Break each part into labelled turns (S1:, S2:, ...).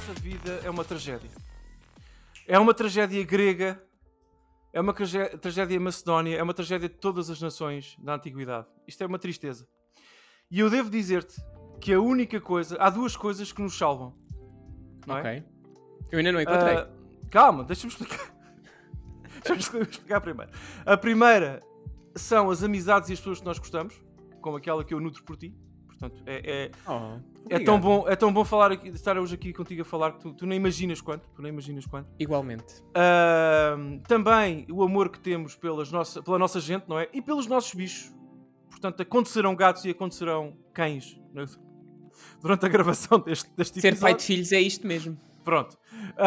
S1: nossa vida é uma tragédia. É uma tragédia grega, é uma tragédia macedónia, é uma tragédia de todas as nações da antiguidade. Isto é uma tristeza. E eu devo dizer-te que a única coisa... Há duas coisas que nos salvam. Não é?
S2: Ok. Eu ainda não encontrei.
S1: Calma, deixa-me explicar. Deixa-me explicar primeiro. A primeira são as amizades e as pessoas que nós gostamos, como aquela que eu nutro por ti. Portanto, é tão bom falar aqui, estar hoje aqui contigo a falar que tu nem imaginas quanto.
S2: Igualmente.
S1: Também o amor que temos pela nossa gente, não é? E pelos nossos bichos. Portanto, acontecerão gatos e acontecerão cães, não é? Durante a gravação deste episódio.
S2: Ser pai de filhos é isto mesmo.
S1: Pronto.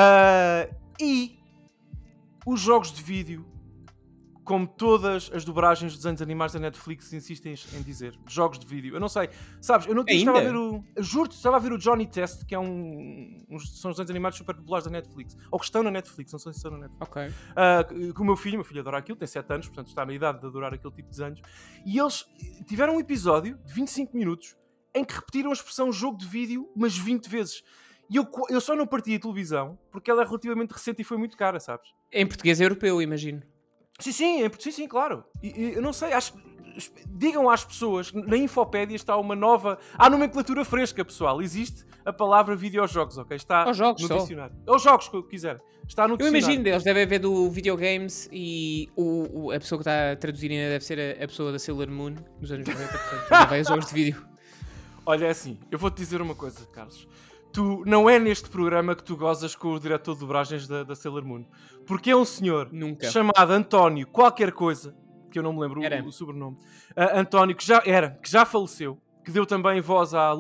S1: E os jogos de vídeo, como todas as dobragens de desenhos animados da Netflix insistem em dizer, jogos de vídeo. Eu não sei, sabes, eu não estava a ver estava a ver o Johnny Test, que é são os desenhos animados super populares da Netflix, ou que estão na Netflix, não sei se estão na Netflix.
S2: Ok.
S1: Com o meu filho adora aquilo, tem 7 anos, portanto está na idade de adorar aquele tipo de desenhos. E eles tiveram um episódio de 25 minutos em que repetiram a expressão jogo de vídeo umas 20 vezes. E eu só não parti a televisão porque ela é relativamente recente e foi muito cara, sabes?
S2: Em português europeu, imagino.
S1: Sim, claro. E eu não sei, digam às pessoas, na Infopédia está uma nova... Há nomenclatura fresca, pessoal. Existe a palavra videojogos, ok? Está
S2: aos jogos
S1: no dicionário. Aos jogos, que quiser. Está no dicionário.
S2: Eu imagino, eles devem ver do videogames e a pessoa que está a traduzir ainda deve ser a pessoa da Sailor Moon nos anos 90, portanto, ainda vai aos jogos de vídeo.
S1: Olha, é assim, eu vou-te dizer uma coisa, Carlos. Tu não é neste programa que tu gozas com o diretor de dobragens da Sailor Moon. Porque é um senhor chamado António qualquer coisa, que eu não me lembro o sobrenome. António, que já faleceu, que deu também voz à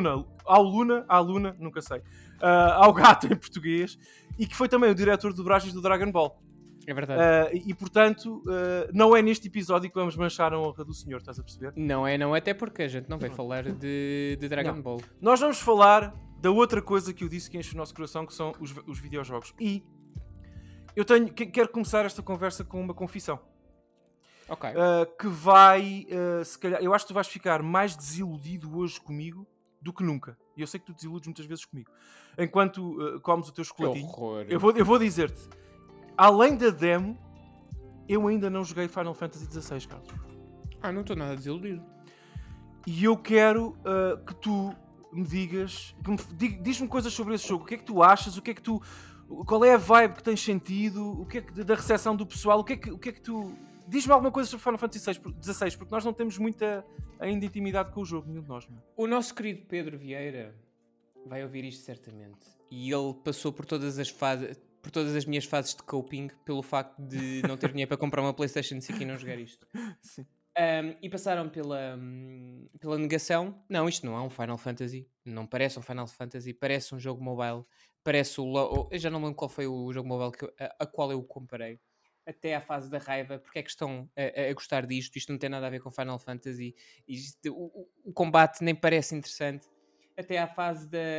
S1: Luna, nunca sei, ao gato em português, e que foi também o diretor de dobragens do Dragon Ball.
S2: É verdade.
S1: E portanto, não é neste episódio que vamos manchar a honra do senhor, estás a perceber?
S2: Não é, até porque a gente não vai falar de Dragon Ball.
S1: Nós vamos falar da outra coisa que eu disse que enche o nosso coração, que são os videojogos. E eu quero começar esta conversa com uma confissão.
S2: Ok.
S1: Que vai, se calhar, eu acho que tu vais ficar mais desiludido hoje comigo do que nunca. E eu sei que tu desiludes muitas vezes comigo. Enquanto comes o teu chocolatinho, eu vou dizer-te, além da demo, eu ainda não joguei Final Fantasy XVI, Carlos.
S2: Não estou nada desiludido.
S1: E eu quero que tu me digas, diz-me coisas sobre esse jogo. O que é que tu achas? Qual é a vibe que tens sentido? O que é que da recepção do pessoal? O que é que tu... Diz-me alguma coisa sobre Final Fantasy XVI, porque nós não temos muita ainda intimidade com o jogo, nenhum de nós. Não?
S2: O nosso querido Pedro Vieira vai ouvir isto certamente. E ele passou por todas as minhas fases de coping pelo facto de não ter dinheiro para comprar uma PlayStation 5 e não jogar isto.
S1: Sim.
S2: E passaram pela negação. Não, isto não é um Final Fantasy. Não parece um Final Fantasy. Parece um jogo mobile. Parece eu já não lembro qual foi o jogo mobile a qual eu o comparei. Até à fase da raiva. Porque é que estão a gostar disto? Isto não tem nada a ver com Final Fantasy. O combate nem parece interessante. Até à fase da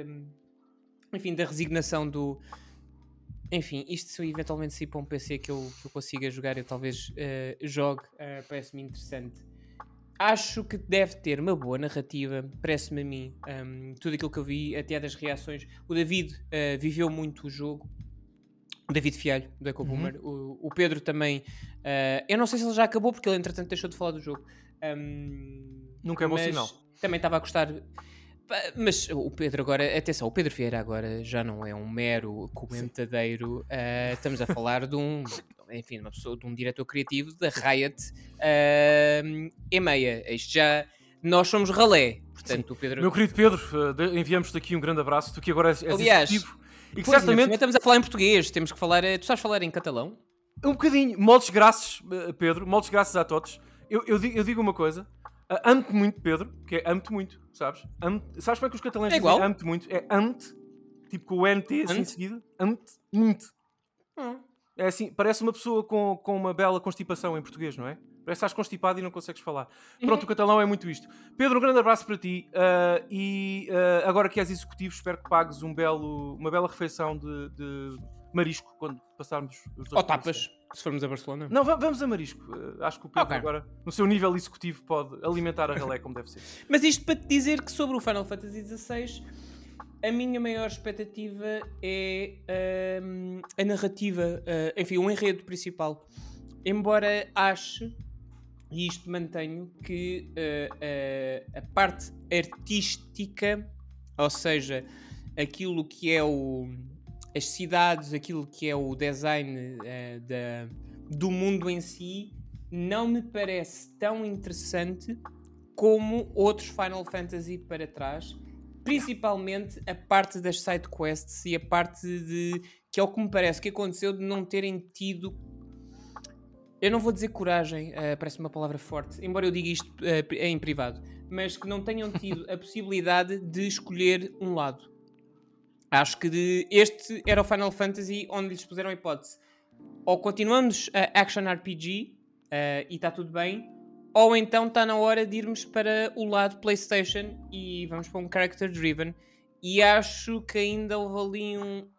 S2: resignação do... Enfim, isto se eu eventualmente sair para um PC que eu consiga jogar, eu talvez jogue, parece-me interessante. Acho que deve ter uma boa narrativa, parece-me a mim, tudo aquilo que eu vi, até das reações. O David viveu muito o jogo, o David Fialho, do EcoBoomer. O Pedro também, eu não sei se ele já acabou, porque ele entretanto deixou de falar do jogo.
S1: Nunca é bom sinal.
S2: Também estava a gostar... Mas o Pedro agora, atenção, o Pedro Vieira agora já não é um mero comentadeiro, estamos a falar de uma pessoa, de um diretor criativo da Riot E-meia. Isto já, nós somos ralé, portanto. Sim. O Pedro...
S1: Meu querido Pedro, enviamos-te aqui um grande abraço, tu que agora és executivo.
S2: E que certamente estamos a falar em português, temos que falar, tu sabes falar em catalão?
S1: Um bocadinho, moltes graças, Pedro, moltes graças a todos. Eu digo uma coisa. Amo-te muito, Pedro, que é amo-te muito, sabes? Sabes como é que os catalães dizem amo-te muito? É amo-te, tipo com o NT assim em seguida. Amo-te muito. É assim, parece uma pessoa com uma bela constipação em português, não é? Parece que estás constipado e não consegues falar. Pronto, o catalão é muito isto. Pedro, um grande abraço para ti. Agora que és executivo, espero que pagues uma bela refeição de marisco quando passarmos os dois.
S2: Ou tapas, se formos a Barcelona.
S1: Não, vamos a marisco. Acho que o Pedro agora, no seu nível executivo, pode alimentar a ralé como deve ser.
S2: Mas isto para te dizer que sobre o Final Fantasy XVI, A minha maior expectativa é a narrativa, enfim, o enredo principal. Embora ache, e isto mantenho, que a parte artística, ou seja, aquilo que é as cidades, aquilo que é o design do mundo em si, não me parece tão interessante como outros Final Fantasy para trás. Principalmente a parte das side quests e a parte que é o que me parece que aconteceu de não terem tido, eu não vou dizer coragem, parece uma palavra forte, embora eu diga isto em privado, mas que não tenham tido a possibilidade de escolher um lado. Acho que este era o Final Fantasy onde lhes puseram a hipótese: ou continuamos a Action RPG e está tudo bem, ou então está na hora de irmos para o lado PlayStation e vamos para um character driven. E acho que ainda houve ali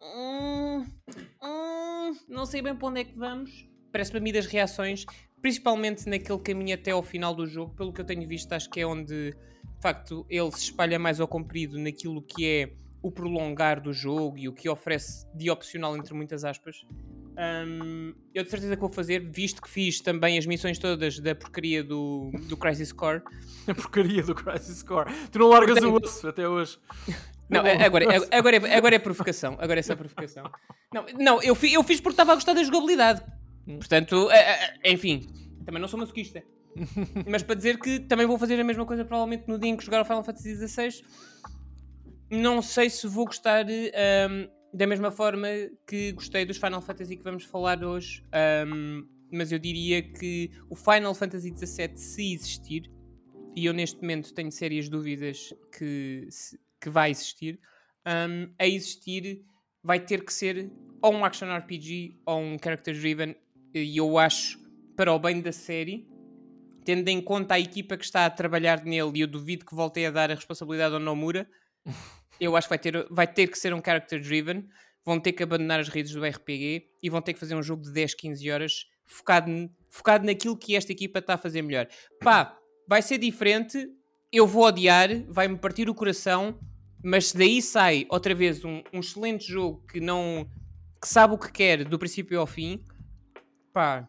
S2: não sei bem para onde é que vamos. Parece-me a mim das reações, principalmente naquele caminho até ao final do jogo. Pelo que eu tenho visto, acho que é onde de facto ele se espalha mais ao comprido naquilo que é o prolongar do jogo e o que oferece de opcional, entre muitas aspas. Eu de certeza que vou fazer, visto que fiz também as missões todas da porcaria do Crisis Core.
S1: A porcaria do Crisis Core. Tu não largas o osso até hoje.
S2: Não, agora é provocação. Agora é só provocação. Não, eu fiz porque estava a gostar da jogabilidade. Portanto, enfim, também não sou masoquista. Mas para dizer que também vou fazer a mesma coisa provavelmente no dia em que jogar o Final Fantasy XVI. Não sei se vou gostar da mesma forma que gostei dos Final Fantasy que vamos falar hoje, mas eu diria que o Final Fantasy XVII, se existir, e eu neste momento tenho sérias dúvidas que vai existir, a existir vai ter que ser ou um action RPG ou um character driven, e eu acho, para o bem da série, tendo em conta a equipa que está a trabalhar nele, e eu duvido que voltem a dar a responsabilidade ao Nomura, eu acho que vai ter que ser um character driven. Vão ter que abandonar as redes do RPG e vão ter que fazer um jogo de 10, 15 horas focado naquilo que esta equipa está a fazer melhor. Pá, vai ser diferente, eu vou odiar, vai-me partir o coração, mas se daí sai outra vez um excelente jogo que sabe o que quer do princípio ao fim, pá,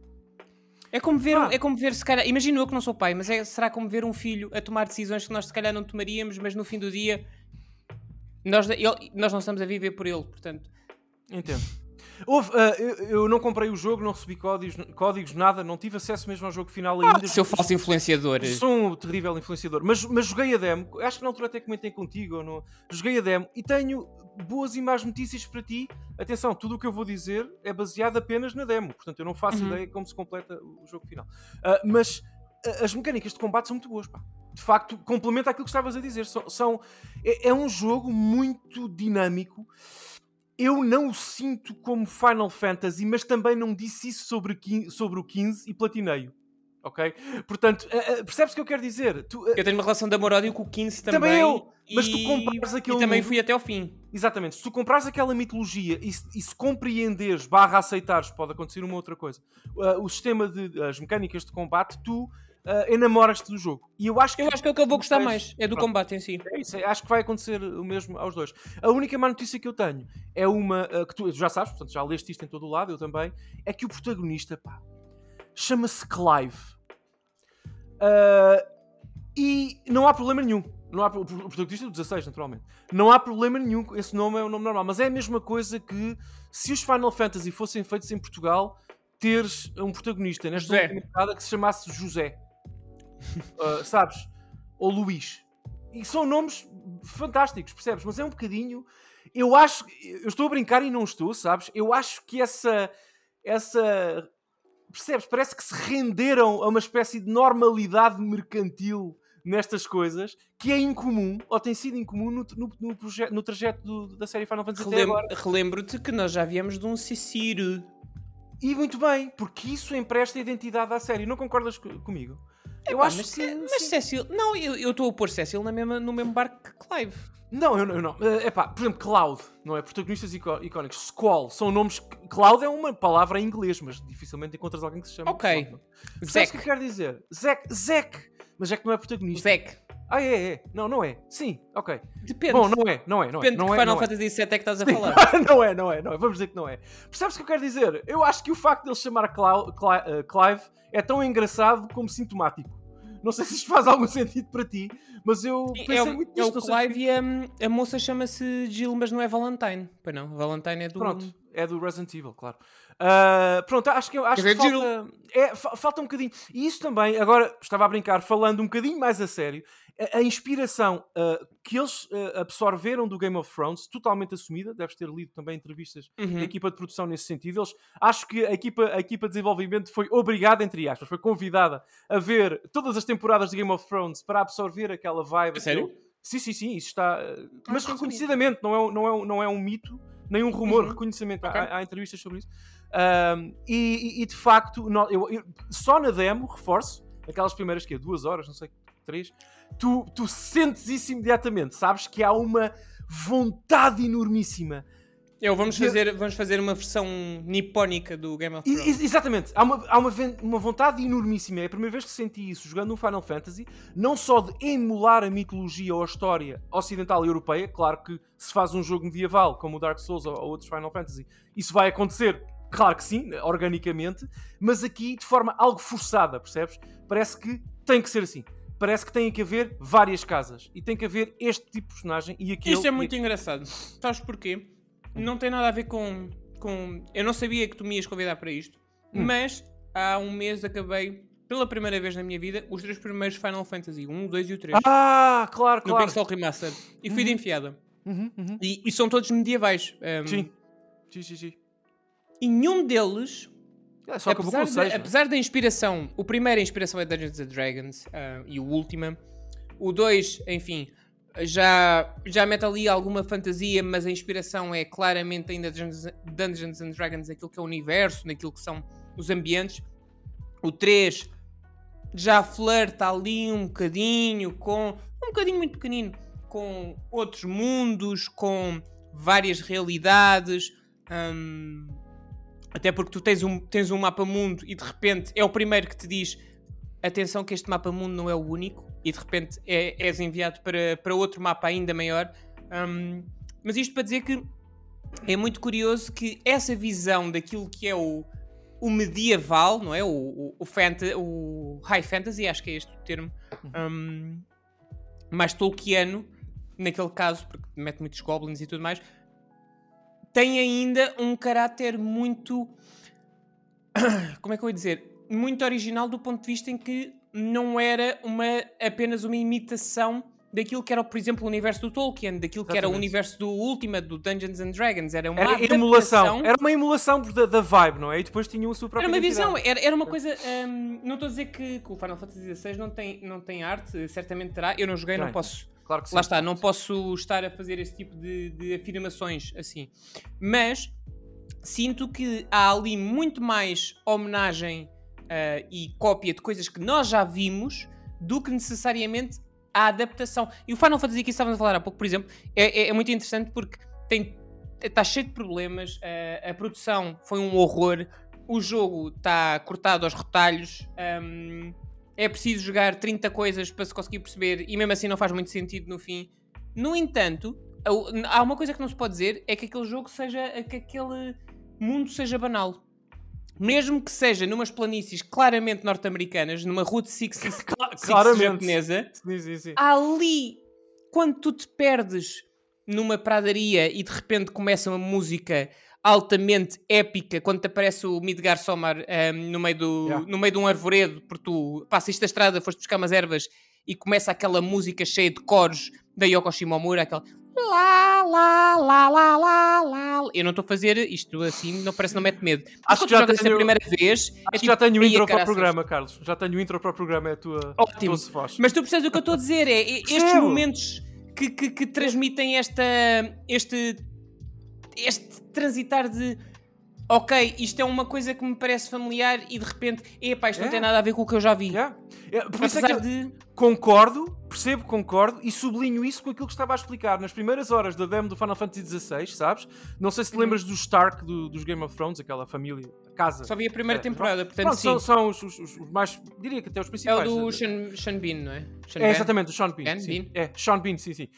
S2: é como ver, se calhar, imagino eu que não sou pai, mas será como ver um filho a tomar decisões que nós se calhar não tomaríamos, mas no fim do dia nós não estamos a viver por ele, portanto.
S1: Entendo. Eu não comprei o jogo, não recebi códigos, nada, não tive acesso mesmo ao jogo final ainda.
S2: Seu falso influenciador.
S1: Sou um terrível influenciador, mas joguei a demo, acho que na altura até comentei contigo, não? Joguei a demo e tenho boas e más notícias para ti. Atenção, tudo o que eu vou dizer é baseado apenas na demo, portanto eu não faço ideia como se completa o jogo final. Mas as mecânicas de combate são muito boas, pá. De facto, complementa aquilo que estavas a dizer. É um jogo muito dinâmico. Eu não o sinto como Final Fantasy, mas também não disse isso sobre o 15 e platinei-o. Ok? Portanto, percebes o que eu quero dizer?
S2: Eu tenho uma relação de amor-ódio com o 15 também.
S1: Também eu. Mas tu compras aquele...
S2: E também fui até ao fim.
S1: Exatamente. Se tu comprares aquela mitologia e se compreenderes, /aceitares, pode acontecer uma outra coisa, o sistema as mecânicas de combate, tu enamoras-te do jogo. E eu acho que
S2: é o que eu vou gostar mais. É do combate em si.
S1: É isso. Acho que vai acontecer o mesmo aos dois. A única má notícia que eu tenho é uma que tu já sabes, portanto já leste isto em todo o lado, eu também, é que o protagonista, pá, chama-se Clive. E não há problema nenhum. Não há, o protagonista do 16, naturalmente. Não há problema nenhum. Esse nome é um nome normal. Mas é a mesma coisa que se os Final Fantasy fossem feitos em Portugal, teres um protagonista nesta última temporada que se chamasse José. Sabes? Ou Luís. E são nomes fantásticos, percebes? Mas é um bocadinho... Eu estou a brincar e não estou, sabes? Eu acho que essa percebes? Parece que se renderam a uma espécie de normalidade mercantil nestas coisas, que é incomum, ou tem sido incomum no trajeto da série Final Fantasy até agora.
S2: Relembro-te que nós já viemos de um Ciciro.
S1: E muito bem, porque isso empresta identidade à série. Não concordas comigo? Eu acho que...
S2: Mas Cecil... Não, eu estou a pôr Cecil no mesmo barco que Clive.
S1: Não, eu não. Por exemplo, Cloud, não é? Protagonistas icónicos. Squall, são nomes... Cloud é uma palavra em inglês, mas dificilmente encontras alguém que se chama...
S2: Ok.
S1: Zack. Sabe o que eu quero dizer? Zack. Mas Zack não é protagonista.
S2: Zack.
S1: É. Não é. Sim, ok.
S2: Depende.
S1: Bom, não é.
S2: Depende de que Final Fantasy VII é que estás a falar.
S1: Não é. Vamos dizer que não é. Percebes o que eu quero dizer? Eu acho que o facto de ele chamar Clive é tão engraçado como sintomático. Não sei se isto faz algum sentido para ti, mas eu pensei muito nisto.
S2: É o Clive e a moça chama-se Jill, mas não é Valentine. Pois não, Valentine é do...
S1: Pronto, é do Resident Evil, claro. Pronto, acho que falta um bocadinho. E isso também, agora estava a brincar, falando um bocadinho mais a sério, a inspiração que eles absorveram do Game of Thrones, totalmente assumida, deves ter lido também entrevistas da equipa de produção nesse sentido. Acho que a equipa de desenvolvimento foi obrigada, entre aspas, foi convidada a ver todas as temporadas de Game of Thrones para absorver aquela vibe.
S2: Sério?
S1: Sim, isso está... mas reconhecidamente, não é um mito, nem um rumor, reconhecimento. Okay. Há entrevistas sobre isso. E de facto, eu só na demo, reforço, aquelas primeiras 2 horas, não sei, 3, tu sentes isso imediatamente, sabes que há uma vontade enormíssima.
S2: Vamos fazer uma versão nipónica do Game of Thrones.
S1: Exatamente, há uma vontade enormíssima. É a primeira vez que senti isso jogando um Final Fantasy, não só de emular a mitologia ou a história ocidental e europeia. Claro que se faz um jogo medieval como o Dark Souls ou outros Final Fantasy, isso vai acontecer, claro que sim, organicamente, mas aqui de forma algo forçada, percebes? Parece que tem que ser assim. Parece que tem que haver várias casas e tem que haver este tipo de personagem e aquele.
S2: Isso é muito engraçado. Sabes porquê? Não tem nada a ver com... Eu não sabia que tu me ias convidar para isto, mas há um mês acabei, pela primeira vez na minha vida, os 3 primeiros Final Fantasy, 1, 2 e o 3.
S1: Claro.
S2: No Pixel Remastered. E fui de enfiada. E são todos medievais.
S1: Sim.
S2: E nenhum deles...
S1: Só
S2: apesar da inspiração, o primeiro a inspiração é Dungeons & Dragons e o último. O 2, enfim, já mete ali alguma fantasia, mas a inspiração é claramente ainda Dungeons & Dragons, aquilo que é o universo, naquilo que são os ambientes. O 3 já flerta ali um bocadinho muito pequenino, com outros mundos, com várias realidades. Até porque tu tens um mapa mundo e de repente é o primeiro que te diz: atenção que este mapa mundo não é o único, e de repente és enviado para outro mapa ainda maior. Mas isto para dizer que é muito curioso que essa visão daquilo que é o medieval, não é? O high fantasy, acho que é este o termo, mais tolkiano, naquele caso, porque mete muitos goblins e tudo mais, tem ainda um caráter muito... Como é que eu ia dizer? Muito original do ponto de vista em que não era apenas uma imitação daquilo que era, por exemplo, o universo do Tolkien, daquilo que era o universo do Ultimate, do Dungeons & Dragons. Era uma
S1: emulação. Era uma emulação da vibe, não é? E depois tinha a sua própria
S2: identidade. Era uma visão, era uma coisa... não estou a dizer que o Final Fantasy XVI não tem arte, certamente terá. Eu não joguei, não posso...
S1: Claro que sim.
S2: Lá está, não posso estar a fazer esse tipo de afirmações assim. Mas sinto que há ali muito mais homenagem e cópia de coisas que nós já vimos do que necessariamente a adaptação. E o Final Fantasy que estávamos a falar há pouco, por exemplo, é muito interessante porque está cheio de problemas, a produção foi um horror, o jogo está cortado aos retalhos, é preciso jogar 30 coisas para se conseguir perceber e mesmo assim não faz muito sentido no fim. No entanto, há uma coisa que não se pode dizer, é que aquele jogo que aquele mundo seja banal. Mesmo que seja numas planícies claramente norte-americanas, numa Route 66 japonesa,
S1: sim.
S2: Ali, quando tu te perdes numa pradaria e de repente começa uma música altamente épica, quando te aparece o Midgar Somar no meio de um arvoredo, porque tu passas a estrada, foste buscar umas ervas e começa aquela música cheia de coros da Yoko Shimomura, aquela lá, lá, lá, lá, lá, lá. Eu não estou a fazer isto assim, não parece, não mete medo.
S1: Acho que já
S2: tenho a primeira vez.
S1: Acho que já tenho o intro para o programa, Carlos. Já tenho o intro para o programa, é a tua...
S2: Ótimo. Mas tu percebes o que eu estou a dizer, é estes momentos que transmitem este transitar de ok, isto é uma coisa que me parece familiar e de repente, isto não tem nada a ver com o que eu já vi.
S1: Por isso é que concordo e sublinho isso com aquilo que estava a explicar nas primeiras horas da demo do Final Fantasy XVI, sabes? Não sei se te lembras do Stark dos Game of Thrones, aquela família, a casa.
S2: Só vi a primeira temporada, portanto sim.
S1: São os mais, diria que até os principais.
S2: É o do Sean Bean, não é?
S1: Exatamente, o Sean Bean. Sean Bean, sim.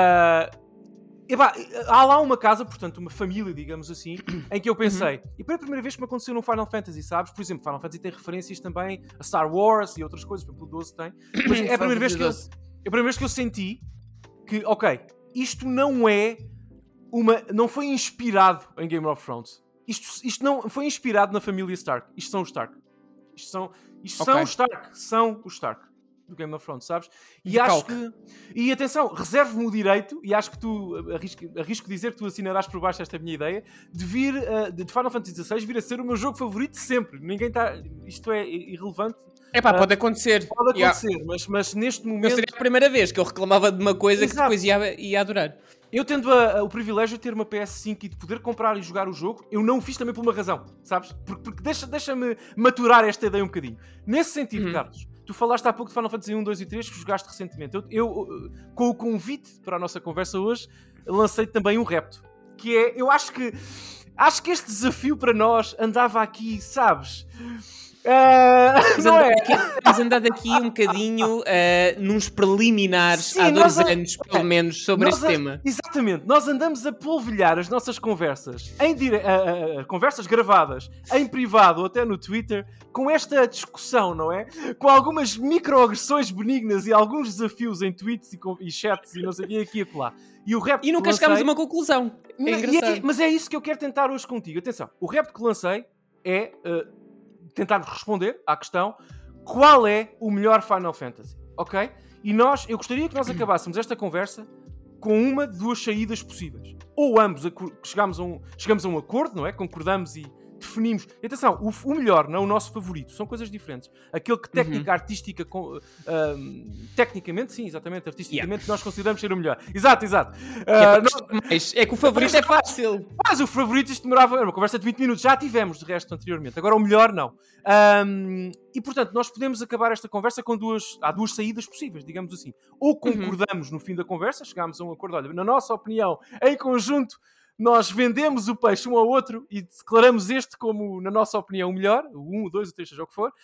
S1: Há lá uma casa, portanto, uma família, digamos assim, em que eu pensei, e foi a primeira vez que me aconteceu no Final Fantasy, sabes? Por exemplo, Final Fantasy tem referências também a Star Wars e outras coisas, por exemplo, o 12 tem. Mas é a primeira vez que eu senti que, ok, isto não é não foi inspirado em Game of Thrones. Isto não foi inspirado na família Stark. Isto são os Stark. São os Stark do Game of Thrones, sabes? E acho que... E atenção, reservo-me o direito, e acho que tu, arrisco dizer que tu assinarás por baixo esta minha ideia, de Final Fantasy XVI vir a ser o meu jogo favorito sempre. Isto é irrelevante.
S2: Pode acontecer.
S1: Pode acontecer, mas neste momento...
S2: Seria a primeira vez que eu reclamava de uma coisa que depois ia adorar.
S1: Eu tendo o privilégio de ter uma PS5 e de poder comprar e jogar o jogo, eu não o fiz também por uma razão, sabes? Porque deixa-me maturar esta ideia um bocadinho. Nesse sentido, Carlos, tu falaste há pouco de Final Fantasy 1, 2 e 3 que jogaste recentemente. Eu, com o convite para a nossa conversa hoje, lancei também um repto. Que é, eu acho que este desafio para nós andava aqui, sabes...
S2: Temos andado aqui um bocadinho nos preliminares há 2 anos, pelo menos, sobre este tema.
S1: Exatamente, nós andamos a polvilhar as nossas conversas, conversas gravadas, em privado ou até no Twitter, com esta discussão, não é? Com algumas microagressões benignas e alguns desafios em tweets e chats e não sei o que aqui e acolá.
S2: E nunca chegámos a uma conclusão.
S1: Mas é isso que eu quero tentar hoje contigo. Atenção, o repto que lancei é... tentar responder à questão qual é o melhor Final Fantasy, ok? E eu gostaria que nós acabássemos esta conversa com uma de 2 saídas possíveis. Ou ambos chegamos a um acordo, não é? Concordamos e definimos... Atenção, o melhor, não o nosso favorito. São coisas diferentes. Aquele que artística... tecnicamente, sim, exatamente. Artisticamente, nós consideramos ser o melhor. Exato.
S2: É que o favorito é fácil.
S1: Mas o favorito, isto demorava... Era uma conversa de 20 minutos. Já tivemos, de resto, anteriormente. Agora, o melhor, não. E, portanto, nós podemos acabar esta conversa com há 2 saídas possíveis, digamos assim. Ou concordamos no fim da conversa, chegámos a um acordo. Olha, na nossa opinião, em conjunto, nós vendemos o peixe um ao outro e declaramos este como, na nossa opinião, o melhor, o 1, o 2, o 3, seja o que for.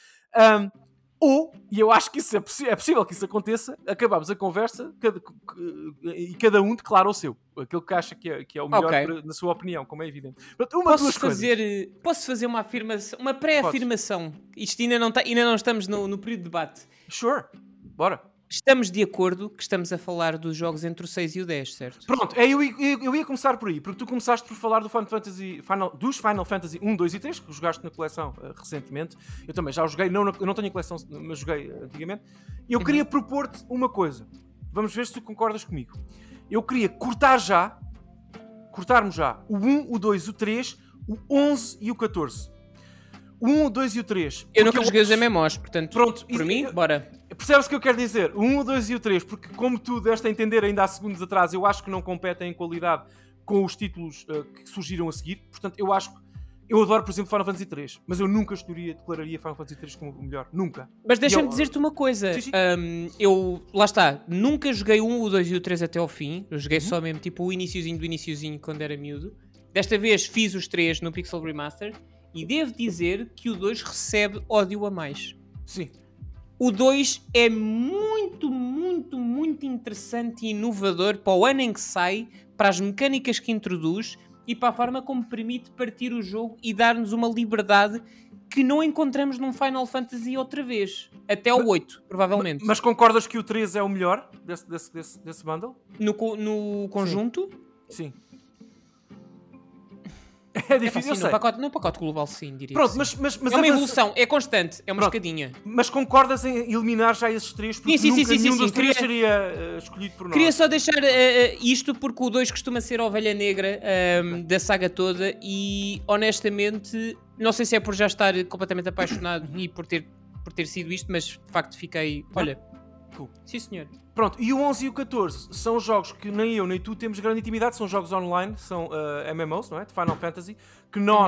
S1: E eu acho que isso é possível que isso aconteça, acabamos a conversa e cada um declara o seu, aquilo que acha que é o melhor na sua opinião, como é evidente.
S2: Posso fazer uma afirmação, uma pré-afirmação? Isto ainda não estamos no período de debate.
S1: Sure, bora.
S2: Estamos de acordo que estamos a falar dos jogos entre o 6 e o 10, certo?
S1: Pronto, eu ia começar por aí, porque tu começaste por falar dos Final Fantasy 1, 2 e 3, que jogaste na coleção recentemente. Eu também já os joguei, eu não tenho coleção, mas joguei antigamente. Eu queria propor-te uma coisa. Vamos ver se tu concordas comigo. Eu queria cortarmos já o 1, o 2, o 3, o 11 e o 14. O 1, o 2 e o 3.
S2: Eu nunca joguei os MMOs, portanto, pronto, por mim, bora.
S1: Percebes o que eu quero dizer? O 1, o 2 e o 3, porque como tu deste a entender ainda há segundos atrás, eu acho que não competem em qualidade com os títulos que surgiram a seguir. Portanto, eu adoro, por exemplo, Final Fantasy 3, mas eu nunca declararia Final Fantasy 3 como o melhor. Nunca.
S2: Mas deixa-me dizer-te uma coisa. Sim. Lá está, nunca joguei o 1, o 2 e o 3 até ao fim. Eu joguei só mesmo tipo o iniciozinho quando era miúdo. Desta vez fiz os 3 no Pixel Remaster. E devo dizer que o 2 recebe ódio a mais.
S1: Sim.
S2: O 2 é muito interessante e inovador para o ano em que sai, para as mecânicas que introduz e para a forma como permite partir o jogo e dar-nos uma liberdade que não encontramos num Final Fantasy outra vez. Até o 8, provavelmente.
S1: Mas concordas que o 3 é o melhor desse bundle?
S2: No conjunto?
S1: Sim. É difícil,
S2: assim, no pacote global, sim, diria.
S1: Pronto,
S2: sim.
S1: Mas
S2: é uma evolução, é constante, é uma escadinha.
S1: Mas concordas em eliminar já esses 3? Porque nenhum dos 3 seria escolhido por nós.
S2: Queria só deixar isto porque o 2 costuma ser a ovelha negra da saga toda e, honestamente, não sei se é por já estar completamente apaixonado e por ter sido isto, mas de facto fiquei... Olha,
S1: cool.
S2: Sim senhor.
S1: Pronto, e o 11 e o 14 são jogos que nem eu nem tu temos grande intimidade, são jogos online, são MMOs, não é? De Final Fantasy, que nós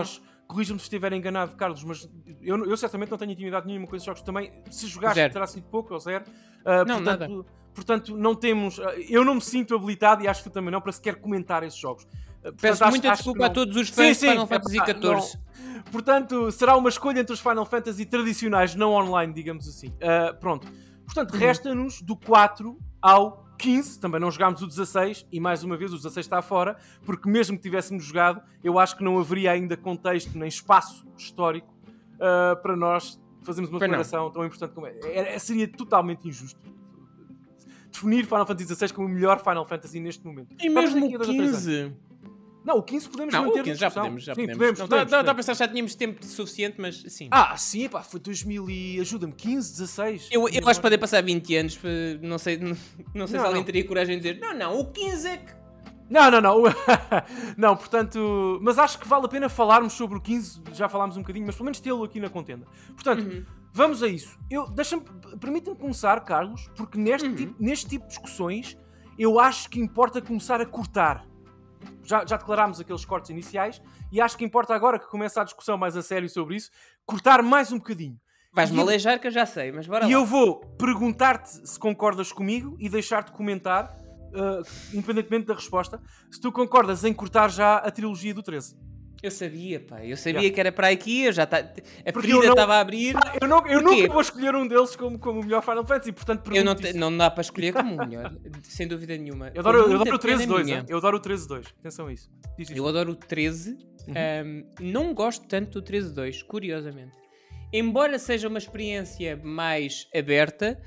S1: corrija-me se estiver enganado, Carlos, mas eu certamente não tenho intimidade nenhuma com esses jogos também. Se jogaste,
S2: Zero.
S1: terá sido pouco ou zero.
S2: Não, nada.
S1: Portanto, não temos. Eu não me sinto habilitado, e acho que tu também não, para sequer comentar esses jogos.
S2: Peço muita desculpa a todos os fãs de Final Fantasy XIV.
S1: Portanto, será uma escolha entre os Final Fantasy tradicionais, não online, digamos assim. Pronto. Portanto, resta-nos do 4 ao 15. Também não jogámos o 16, e mais uma vez o 16 está fora, porque mesmo que tivéssemos jogado, eu acho que não haveria ainda contexto nem espaço histórico para nós fazermos uma declaração tão importante como seria totalmente injusto definir Final Fantasy XVI como o melhor Final Fantasy neste momento.
S2: E mesmo o 15?
S1: Não, o 15 podemos manter.
S2: O 15 já podemos.
S1: Podemos.
S2: Dá a pensar que já tínhamos tempo suficiente, mas sim.
S1: Sim, pá, foi 2000 e... ajuda-me, 15, 16.
S2: Eu acho que podem passar 20 anos, não sei se alguém teria coragem de dizer não, o 15 é que...
S1: Não. Não, portanto... Mas acho que vale a pena falarmos sobre o 15, já falámos um bocadinho, mas pelo menos tê-lo aqui na contenda. Portanto, vamos a isso. Permita-me começar, Carlos, porque neste tipo de discussões, eu acho que importa começar a cortar. Já declarámos aqueles cortes iniciais, e acho que importa agora que começa a discussão mais a sério sobre isso, cortar mais um bocadinho.
S2: Vais-me aleijar que eu já sei, mas bora lá.
S1: E eu vou perguntar-te se concordas comigo e deixar-te comentar, independentemente da resposta, se tu concordas em cortar já a trilogia do 13.
S2: Eu sabia, pá. Eu sabia que era para aqui. A
S1: porque
S2: ferida estava a abrir.
S1: Eu nunca vou escolher um deles como o melhor Final Fantasy, portanto
S2: não dá para escolher como o melhor, sem dúvida nenhuma.
S1: Eu adoro o 13-2, eu adoro o 13-2. Atenção a isso.
S2: Eu adoro o 13. Não gosto tanto do 13-2, curiosamente. Embora seja uma experiência mais aberta,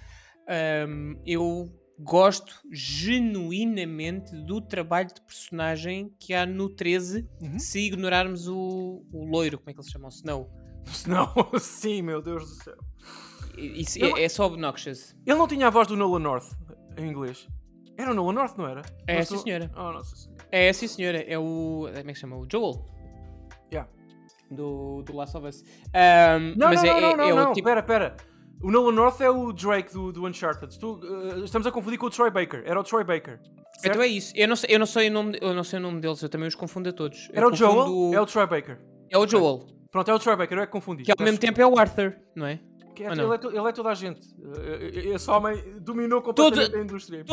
S2: eu gosto genuinamente do trabalho de personagem que há no 13, se ignorarmos o loiro, como é que ele se chama? O Snow.
S1: Sim, meu Deus do céu.
S2: Isso é só obnoxious.
S1: Ele não tinha a voz do Nolan North em inglês. Era o Nolan North, não era?
S2: Sim, senhora.
S1: Nossa senhora.
S2: Sim, senhora. É o... Como é que chama? O Joel.
S1: Yeah.
S2: Do Last of Us.
S1: Não. Pera. O Nolan North é o Drake do Uncharted. Estamos a confundir com o Troy Baker. Era o Troy Baker. Certo?
S2: Então é isso. Eu não sei o nome deles. Eu também os confundo a todos.
S1: Era o Joel? É o Troy Baker.
S2: É o Joel.
S1: Pronto, é o Troy Baker. Eu é que confundi.
S2: Que ao mesmo tempo é o Arthur, não é?
S1: Ele é toda a gente. Esse homem dominou completamente a indústria.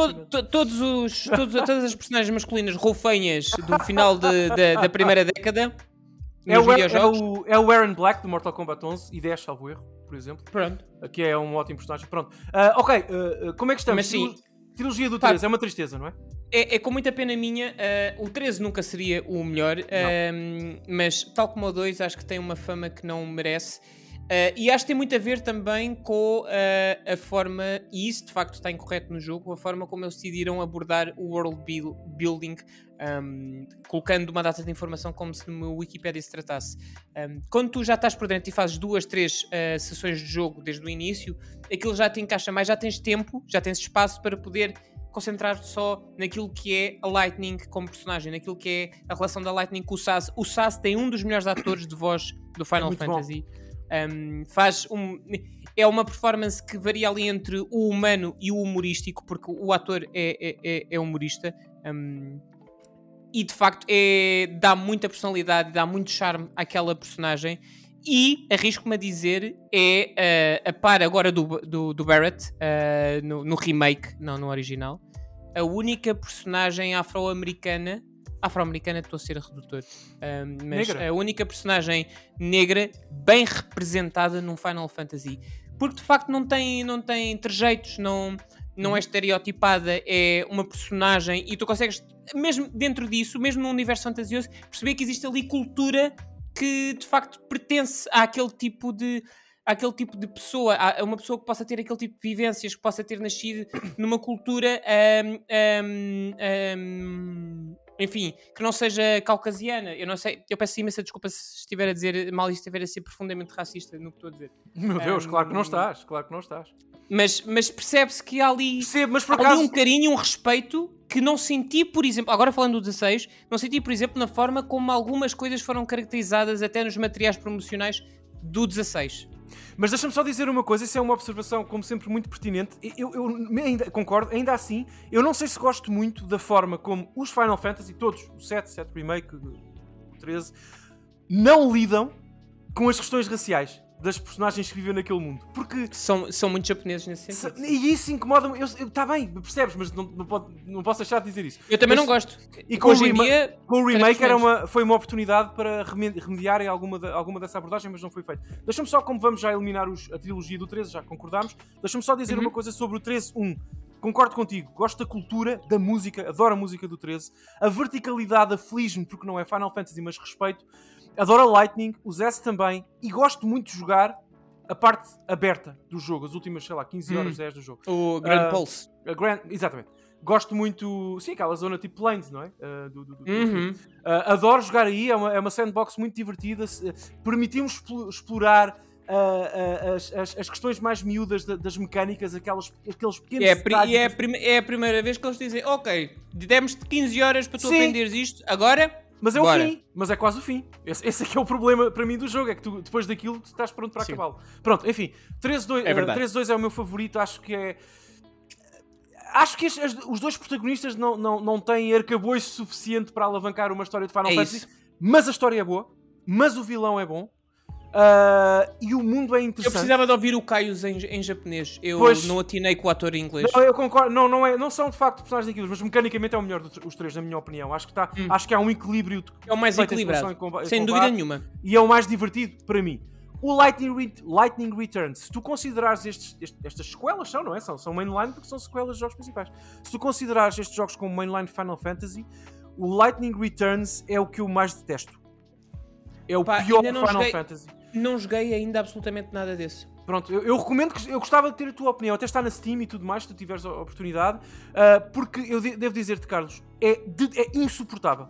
S2: Todas as personagens masculinas roufenhas do final da primeira década
S1: é o Aaron Black do Mortal Kombat 11 e 10, salvo erro, por exemplo.
S2: Pronto.
S1: Que é um ótimo personagem. Pronto. Como é que estamos?
S2: Mas sim,
S1: trilogia do 13 é uma tristeza, não é?
S2: É com muita pena minha. O 13 nunca seria o melhor, mas tal como o 2, acho que tem uma fama que não merece. E acho que tem muito a ver também com a forma, e isso de facto está incorreto no jogo, a forma como eles decidiram abordar o world building, colocando uma data de informação como se numa Wikipédia se tratasse. Quando tu já estás por dentro e fazes 2, 3 sessões de jogo desde o início, aquilo já te encaixa mais, já tens tempo, já tens espaço para poder concentrar-te só naquilo que é a Lightning como personagem, naquilo que é a relação da Lightning com o Sazh. O Sazh tem um dos melhores atores de voz do Final Fantasy. É uma performance que varia ali entre o humano e o humorístico, porque o ator é humorista, e de facto dá muita personalidade, dá muito charme àquela personagem, e arrisco-me a dizer a par agora do Barrett no remake, não no original, a única personagem afro-americana, estou a ser redutor, mas negra. A única personagem negra bem representada num Final Fantasy, porque de facto não tem trejeitos, não é estereotipada, é uma personagem, e tu consegues, mesmo dentro disso, mesmo num universo fantasioso, perceber que existe ali cultura que de facto pertence àquele tipo de pessoa, a uma pessoa que possa ter aquele tipo de vivências, que possa ter nascido numa cultura enfim, que não seja caucasiana. Eu não sei, eu peço imensa desculpa se estiver a dizer mal e estiver a ser profundamente racista no que estou a dizer.
S1: Meu Deus, claro que não estás.
S2: Mas percebe-se que há ali,
S1: mas por acaso...
S2: um carinho, um respeito que não senti, por exemplo, agora falando do 16, não senti, por exemplo, na forma como algumas coisas foram caracterizadas até nos materiais promocionais do 16.
S1: Mas deixa-me só dizer uma coisa, isso é uma observação, como sempre, muito pertinente. Eu ainda concordo, ainda assim, eu não sei se gosto muito da forma como os Final Fantasy, todos, o 7 Remake, o 13, não lidam com as questões raciais das personagens que vivem naquele mundo. Porque
S2: são muito japoneses nesse sentido.
S1: E isso incomoda-me. Está bem, percebes, mas não posso deixar de dizer isso.
S2: Eu também não gosto.
S1: E com o remake foi uma oportunidade para remediar alguma dessa abordagem, mas não foi feito. Deixa-me só, como vamos já eliminar a trilogia do 13, já concordámos, deixa-me só dizer uma coisa sobre o 13-1. Concordo contigo, gosto da cultura, da música, adoro a música do 13. A verticalidade aflige-me porque não é Final Fantasy, mas respeito. Adoro a Lightning, o Zest também, e gosto muito de jogar a parte aberta do jogo, as últimas, 15 horas, 10 do jogo.
S2: O Grand Pulse.
S1: Exatamente. Gosto muito, sim, aquela zona tipo Plains, não é? Adoro jogar aí, é uma sandbox muito divertida, permitimos explorar as questões mais miúdas das mecânicas, aqueles pequenos
S2: detalhes. É a primeira vez que eles dizem, ok, demos-te 15 horas para tu aprenderes isto, agora...
S1: Mas é o fim, mas é quase o fim. Esse é que é o problema para mim do jogo, é que tu, depois daquilo, tu estás pronto para acabá-lo. Pronto, enfim, 13-2 é o meu favorito, acho que os dois protagonistas não têm arcabouço suficiente para alavancar uma história de Final Fantasy, mas a história é boa, mas o vilão é bom. E o mundo é interessante.
S2: Eu precisava de ouvir o Caius em japonês. Eu não atinei com o ator em inglês.
S1: Não, eu concordo. Não são de facto personagens daquilo, mas mecanicamente é o melhor dos três, na minha opinião. Acho que há um equilíbrio.
S2: É o mais equilibrado, sem dúvida nenhuma.
S1: E é o mais divertido para mim. O Lightning Returns, se tu considerares estas sequelas, não é? São mainline porque são sequelas de jogos principais. Se tu considerares estes jogos como mainline Final Fantasy, o Lightning Returns é o que eu mais detesto. É o pior Final Fantasy.
S2: Não joguei ainda absolutamente nada desse.
S1: Pronto, eu recomendo que... Eu gostava de ter a tua opinião. Até está na Steam e tudo mais, se tu tiveres a oportunidade. Porque eu devo dizer-te, Carlos, é insuportável.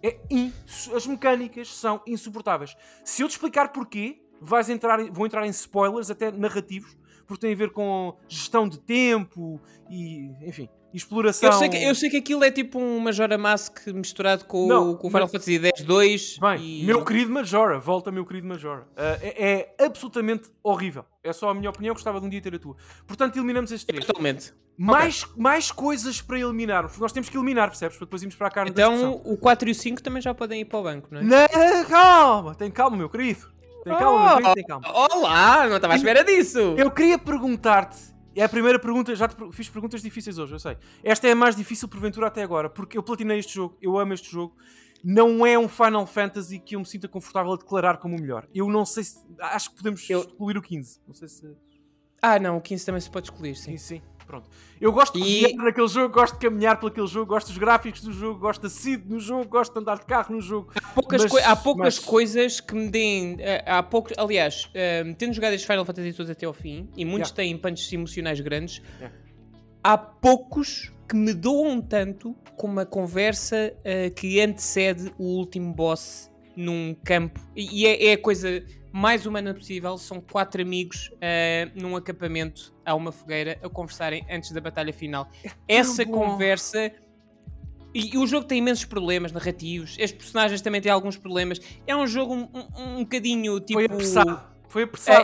S1: As mecânicas são insuportáveis. Se eu te explicar porquê, vou entrar em spoilers, até narrativos, porque tem a ver com gestão de tempo e, enfim, exploração...
S2: Eu sei que aquilo é tipo um Majora Mask misturado com o Final Fantasy X-2.
S1: Bem, meu querido Majora, volta meu querido Majora. É absolutamente horrível. É só a minha opinião, gostava de um dia ter a tua. Portanto, eliminamos estes três.
S2: Totalmente.
S1: Mais coisas para eliminarmos, porque nós temos que eliminar, percebes? Para depois irmos para a carne da
S2: discussão. Então, o 4 e o 5 também já podem ir para o banco, não é?
S1: Não, calma, tem calma, meu querido. Tem calma.
S2: Olá, não estava à espera disso.
S1: Eu queria perguntar-te, é a primeira pergunta, já te fiz perguntas difíceis hoje, eu sei. Esta é a mais difícil porventura até agora, porque eu platinei este jogo, eu amo este jogo. Não é um Final Fantasy que eu me sinta confortável a declarar como o melhor. Eu não sei se... Acho que podemos excluir o 15. Não sei se...
S2: não, o 15 também se pode excluir, sim.
S1: Sim. Pronto. Eu gosto de cozinhar naquele jogo, gosto de caminhar por aquele jogo, gosto dos gráficos do jogo, gosto da SID no jogo, gosto de andar de carro no jogo.
S2: Há poucas coisas que me deem... Aliás, tendo jogado estes Final Fantasy todos até ao fim, e muitos têm punches emocionais grandes, há poucos que me doam tanto como a conversa que antecede o último boss num campo. E é a coisa mais humana possível. São 4 amigos num acampamento a uma fogueira a conversarem antes da batalha final. Essa conversa... E o jogo tem imensos problemas narrativos. As personagens também têm alguns problemas. É um jogo um bocadinho tipo...
S1: Foi apressado.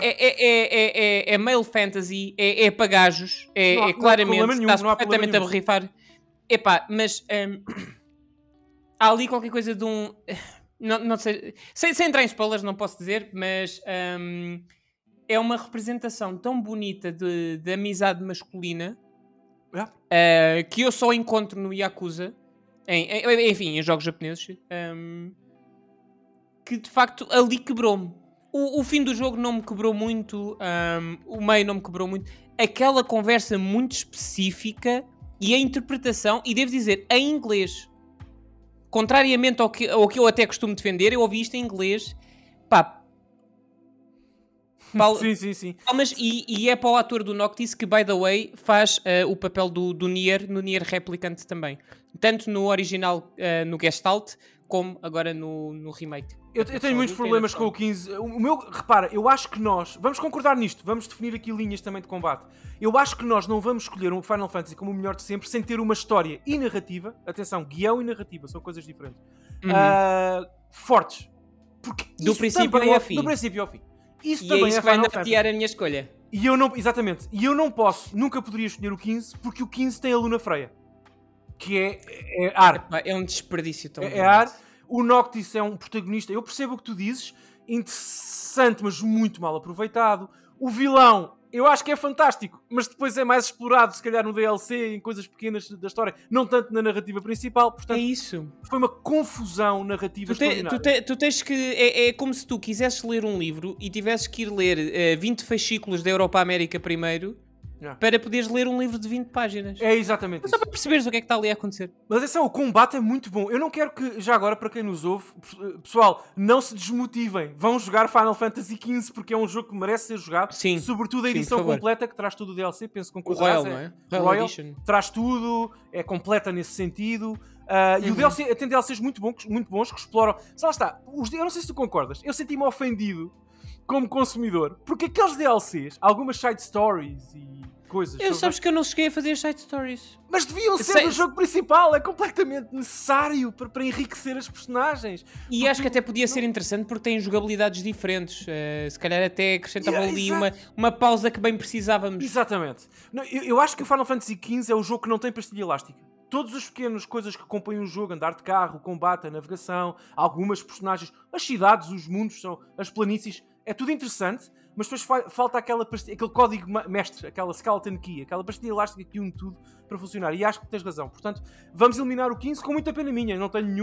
S2: É male fantasy, é para gajos, claramente, está-se perfeitamente a borrifar. Mas há ali qualquer coisa de um... Não sei, sem entrar em spoilers, não posso dizer, mas é uma representação tão bonita de amizade masculina que eu só encontro no Yakuza, enfim, em jogos japoneses, que de facto ali quebrou-me. O fim do jogo não me quebrou muito, o meio não me quebrou muito. Aquela conversa muito específica e a interpretação, e devo dizer, em inglês. Contrariamente ao que eu até costumo defender, eu ouvi isto em inglês.
S1: Sim.
S2: Mas, e é para o ator do Noctis que, by the way, faz o papel do Nier, no Nier Replicant também. Tanto no original, no Gestalt, como agora no remake.
S1: Eu tenho muitos problemas com o 15. Repara, eu acho que nós... Vamos concordar nisto. Vamos definir aqui linhas também de combate. Eu acho que nós não vamos escolher um Final Fantasy como o melhor de sempre sem ter uma história e narrativa. Atenção, guião e narrativa são coisas diferentes. Fortes. Porque
S2: do princípio ao fim.
S1: Do princípio ao fim. Isso
S2: e
S1: também
S2: é isso que vai nortear a minha escolha.
S1: Exatamente. E eu não posso, nunca poderia escolher o 15 porque o 15 tem a Luna Freya. Que é ar.
S2: É um desperdício tão grande.
S1: É ar. O Noctis é um protagonista, eu percebo o que tu dizes, interessante, mas muito mal aproveitado. O vilão, eu acho que é fantástico, mas depois é mais explorado, se calhar no DLC, em coisas pequenas da história, não tanto na narrativa principal. Portanto,
S2: é isso.
S1: Foi uma confusão narrativa extraordinária.
S2: Tu tens que... É como se tu quisesses ler um livro e tivesses que ir ler 20 fascículos da Europa América primeiro para poderes ler um livro de 20 páginas.
S1: É exatamente isso.
S2: Só para perceberes o que é que está ali a acontecer.
S1: Mas atenção, o combate é muito bom. Eu não quero que, já agora, para quem nos ouve, pessoal, não se desmotivem. Vão jogar Final Fantasy XV porque é um jogo que merece ser jogado.
S2: Sim.
S1: Sobretudo a edição completa, que traz tudo o DLC. Penso que
S2: o Royal, não é?
S1: Royal Edition. Traz tudo, é completa nesse sentido. E o DLC tem DLCs muito bons que exploram. Só lá está, eu não sei se tu concordas, eu senti-me ofendido como consumidor, porque aqueles DLCs, algumas side stories e coisas...
S2: Sabes que eu não cheguei a fazer side stories.
S1: Mas deviam ser do jogo principal, é completamente necessário para enriquecer as personagens.
S2: E acho que até podia ser interessante porque tem jogabilidades diferentes. Se calhar até acrescentava ali uma pausa que bem precisávamos.
S1: Exatamente. Eu acho que o Final Fantasy XV é o jogo que não tem pastilha elástica. Todas as pequenas coisas que acompanham o jogo, andar de carro, o combate, a navegação, algumas personagens, as cidades, os mundos, as planícies, é tudo interessante, mas depois falta aquele código mestre, aquela skeleton key, aquela pastilha elástica que une tudo para funcionar. E acho que tens razão. Portanto, vamos eliminar o 15 com muita pena minha. Não tenho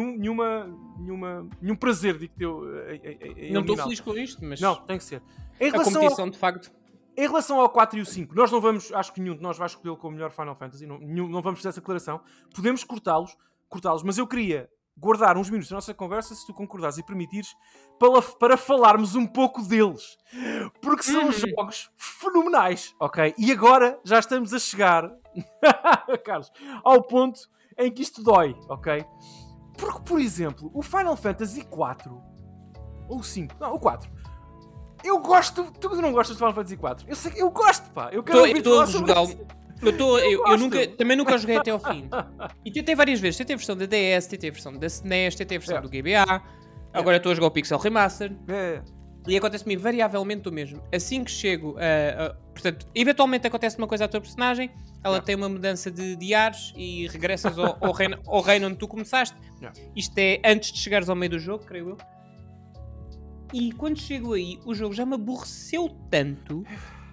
S1: nenhum prazer de que eu
S2: não estou feliz com isto, mas...
S1: Não, tem que ser.
S2: A competição, de facto...
S1: Em relação ao 4 e o 5, nós não vamos, acho que nenhum de nós vai escolhê-lo como o melhor Final Fantasy, não vamos fazer essa declaração. Podemos cortá-los, mas eu queria guardar uns minutos da nossa conversa, se tu concordares e permitires, para falarmos um pouco deles. Porque são jogos fenomenais, ok? E agora já estamos a chegar, Carlos, ao ponto em que isto dói, ok? Porque, por exemplo, o Final Fantasy 4 ou o 5, não, o 4... Eu gosto... Tu não gostas de Final Fantasy 4? Eu sei que eu gosto, pá. Eu quero ouvir falar sobre isso.
S2: Também nunca joguei até ao fim. E tentei várias vezes. Tentei a versão da DS, tentei a versão da SNES, tentei a versão do GBA. Agora estou a jogar o Pixel Remaster. E acontece-me invariavelmente o mesmo. Assim que chego portanto, eventualmente acontece uma coisa à tua personagem, ela tem uma mudança de ares e regressas ao reino onde tu começaste. Isto é antes de chegares ao meio do jogo, creio eu. E quando chego aí, o jogo já me aborreceu tanto,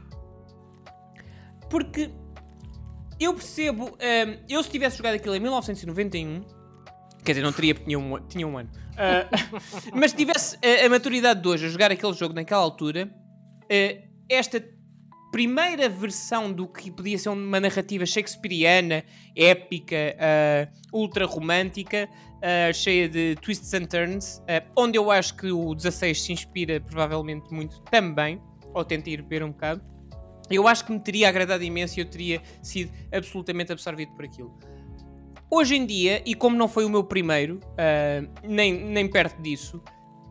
S2: porque eu percebo, eu se tivesse jogado aquilo em 1991, quer dizer, não teria porque tinha um ano, mas se tivesse a maturidade de hoje a jogar aquele jogo naquela altura, esta primeira versão do que podia ser uma narrativa shakespeariana, épica, ultra romântica, cheia de twists and turns, onde eu acho que o 16 se inspira provavelmente muito também, ou tenta ir beber um bocado, eu acho que me teria agradado imenso e eu teria sido absolutamente absorvido por aquilo. Hoje em dia, e como não foi o meu primeiro, nem perto disso,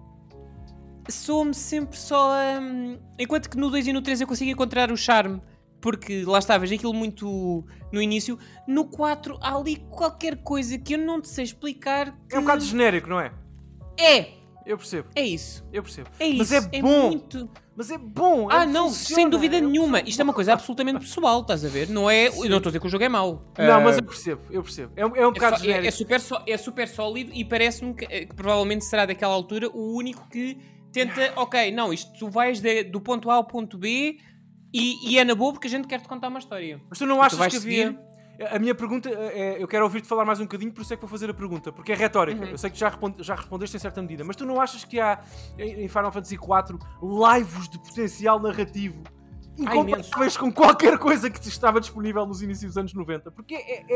S2: soa-me sempre só... enquanto que no 2 e no 3 eu consigo encontrar o charme, porque lá está, vejo aquilo muito no início. No 4 há ali qualquer coisa que eu não te sei explicar que...
S1: É um bocado genérico, não é? Eu percebo.
S2: É isso.
S1: Eu percebo.
S2: É
S1: mas
S2: isso.
S1: é bom.
S2: Muito...
S1: Mas é bom.
S2: Não,
S1: funciona,
S2: sem dúvida nenhuma. Isto é uma coisa absolutamente pessoal, estás a ver? Não é... Eu não estou a dizer que o jogo é mau.
S1: Não, mas eu percebo. É um bocado genérico.
S2: É super sólido e parece-me que provavelmente será daquela altura o único que tenta... Ok, não, isto tu vais do ponto A ao ponto B... E é na boa porque a gente quer-te contar uma história.
S1: Mas tu não achas que havia... A minha pergunta é... Eu quero ouvir-te falar mais um bocadinho, por isso é que vou fazer a pergunta. Porque é retórica. Eu sei que já respondeste em certa medida. Mas tu não achas que há, em Final Fantasy IV, laivos de potencial narrativo incomparáveis com qualquer coisa que estava disponível nos inícios dos anos 90? Porque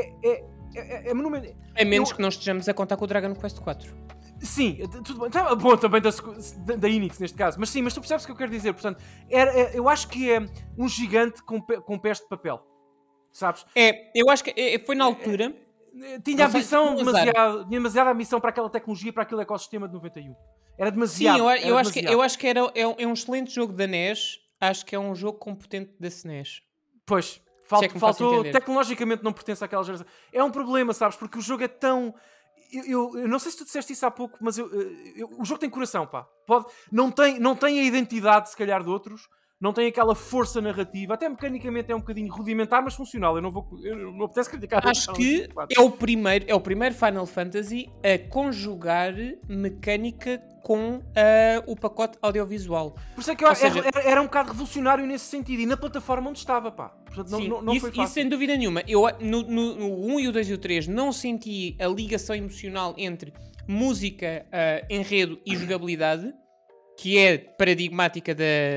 S1: é monumento.
S2: A menos que não estejamos a contar com o Dragon Quest IV.
S1: Sim, tudo bem. Tá bom, também da Enix neste caso. Mas sim, mas tu percebes o que eu quero dizer. Portanto, eu acho que é um gigante com pés de papel. Sabes?
S2: Eu acho que foi na altura...
S1: Tinha demasiada ambição para aquela tecnologia, para aquele ecossistema de 91. Era demasiado.
S2: Sim, eu acho que é um excelente jogo da NES. Acho que é um jogo competente da SNES.
S1: Pois, faltou tecnologicamente não pertence àquela geração. É um problema, sabes? Porque o jogo é tão... Eu não sei se tu disseste isso há pouco, mas o jogo tem coração, pá. Não tem a identidade, se calhar, de outros, não tem aquela força narrativa, até mecanicamente é um bocadinho rudimentar, mas funcional. Eu não me apetece criticar.
S2: Acho que é o primeiro Final Fantasy a conjugar mecânica com o pacote audiovisual.
S1: Por isso é que era um bocado revolucionário nesse sentido, e na plataforma onde estava, pá. Portanto, não foi fácil.
S2: Isso sem dúvida nenhuma. Eu no 1 e o 2 e o 3 não senti a ligação emocional entre música, enredo e jogabilidade, que é paradigmática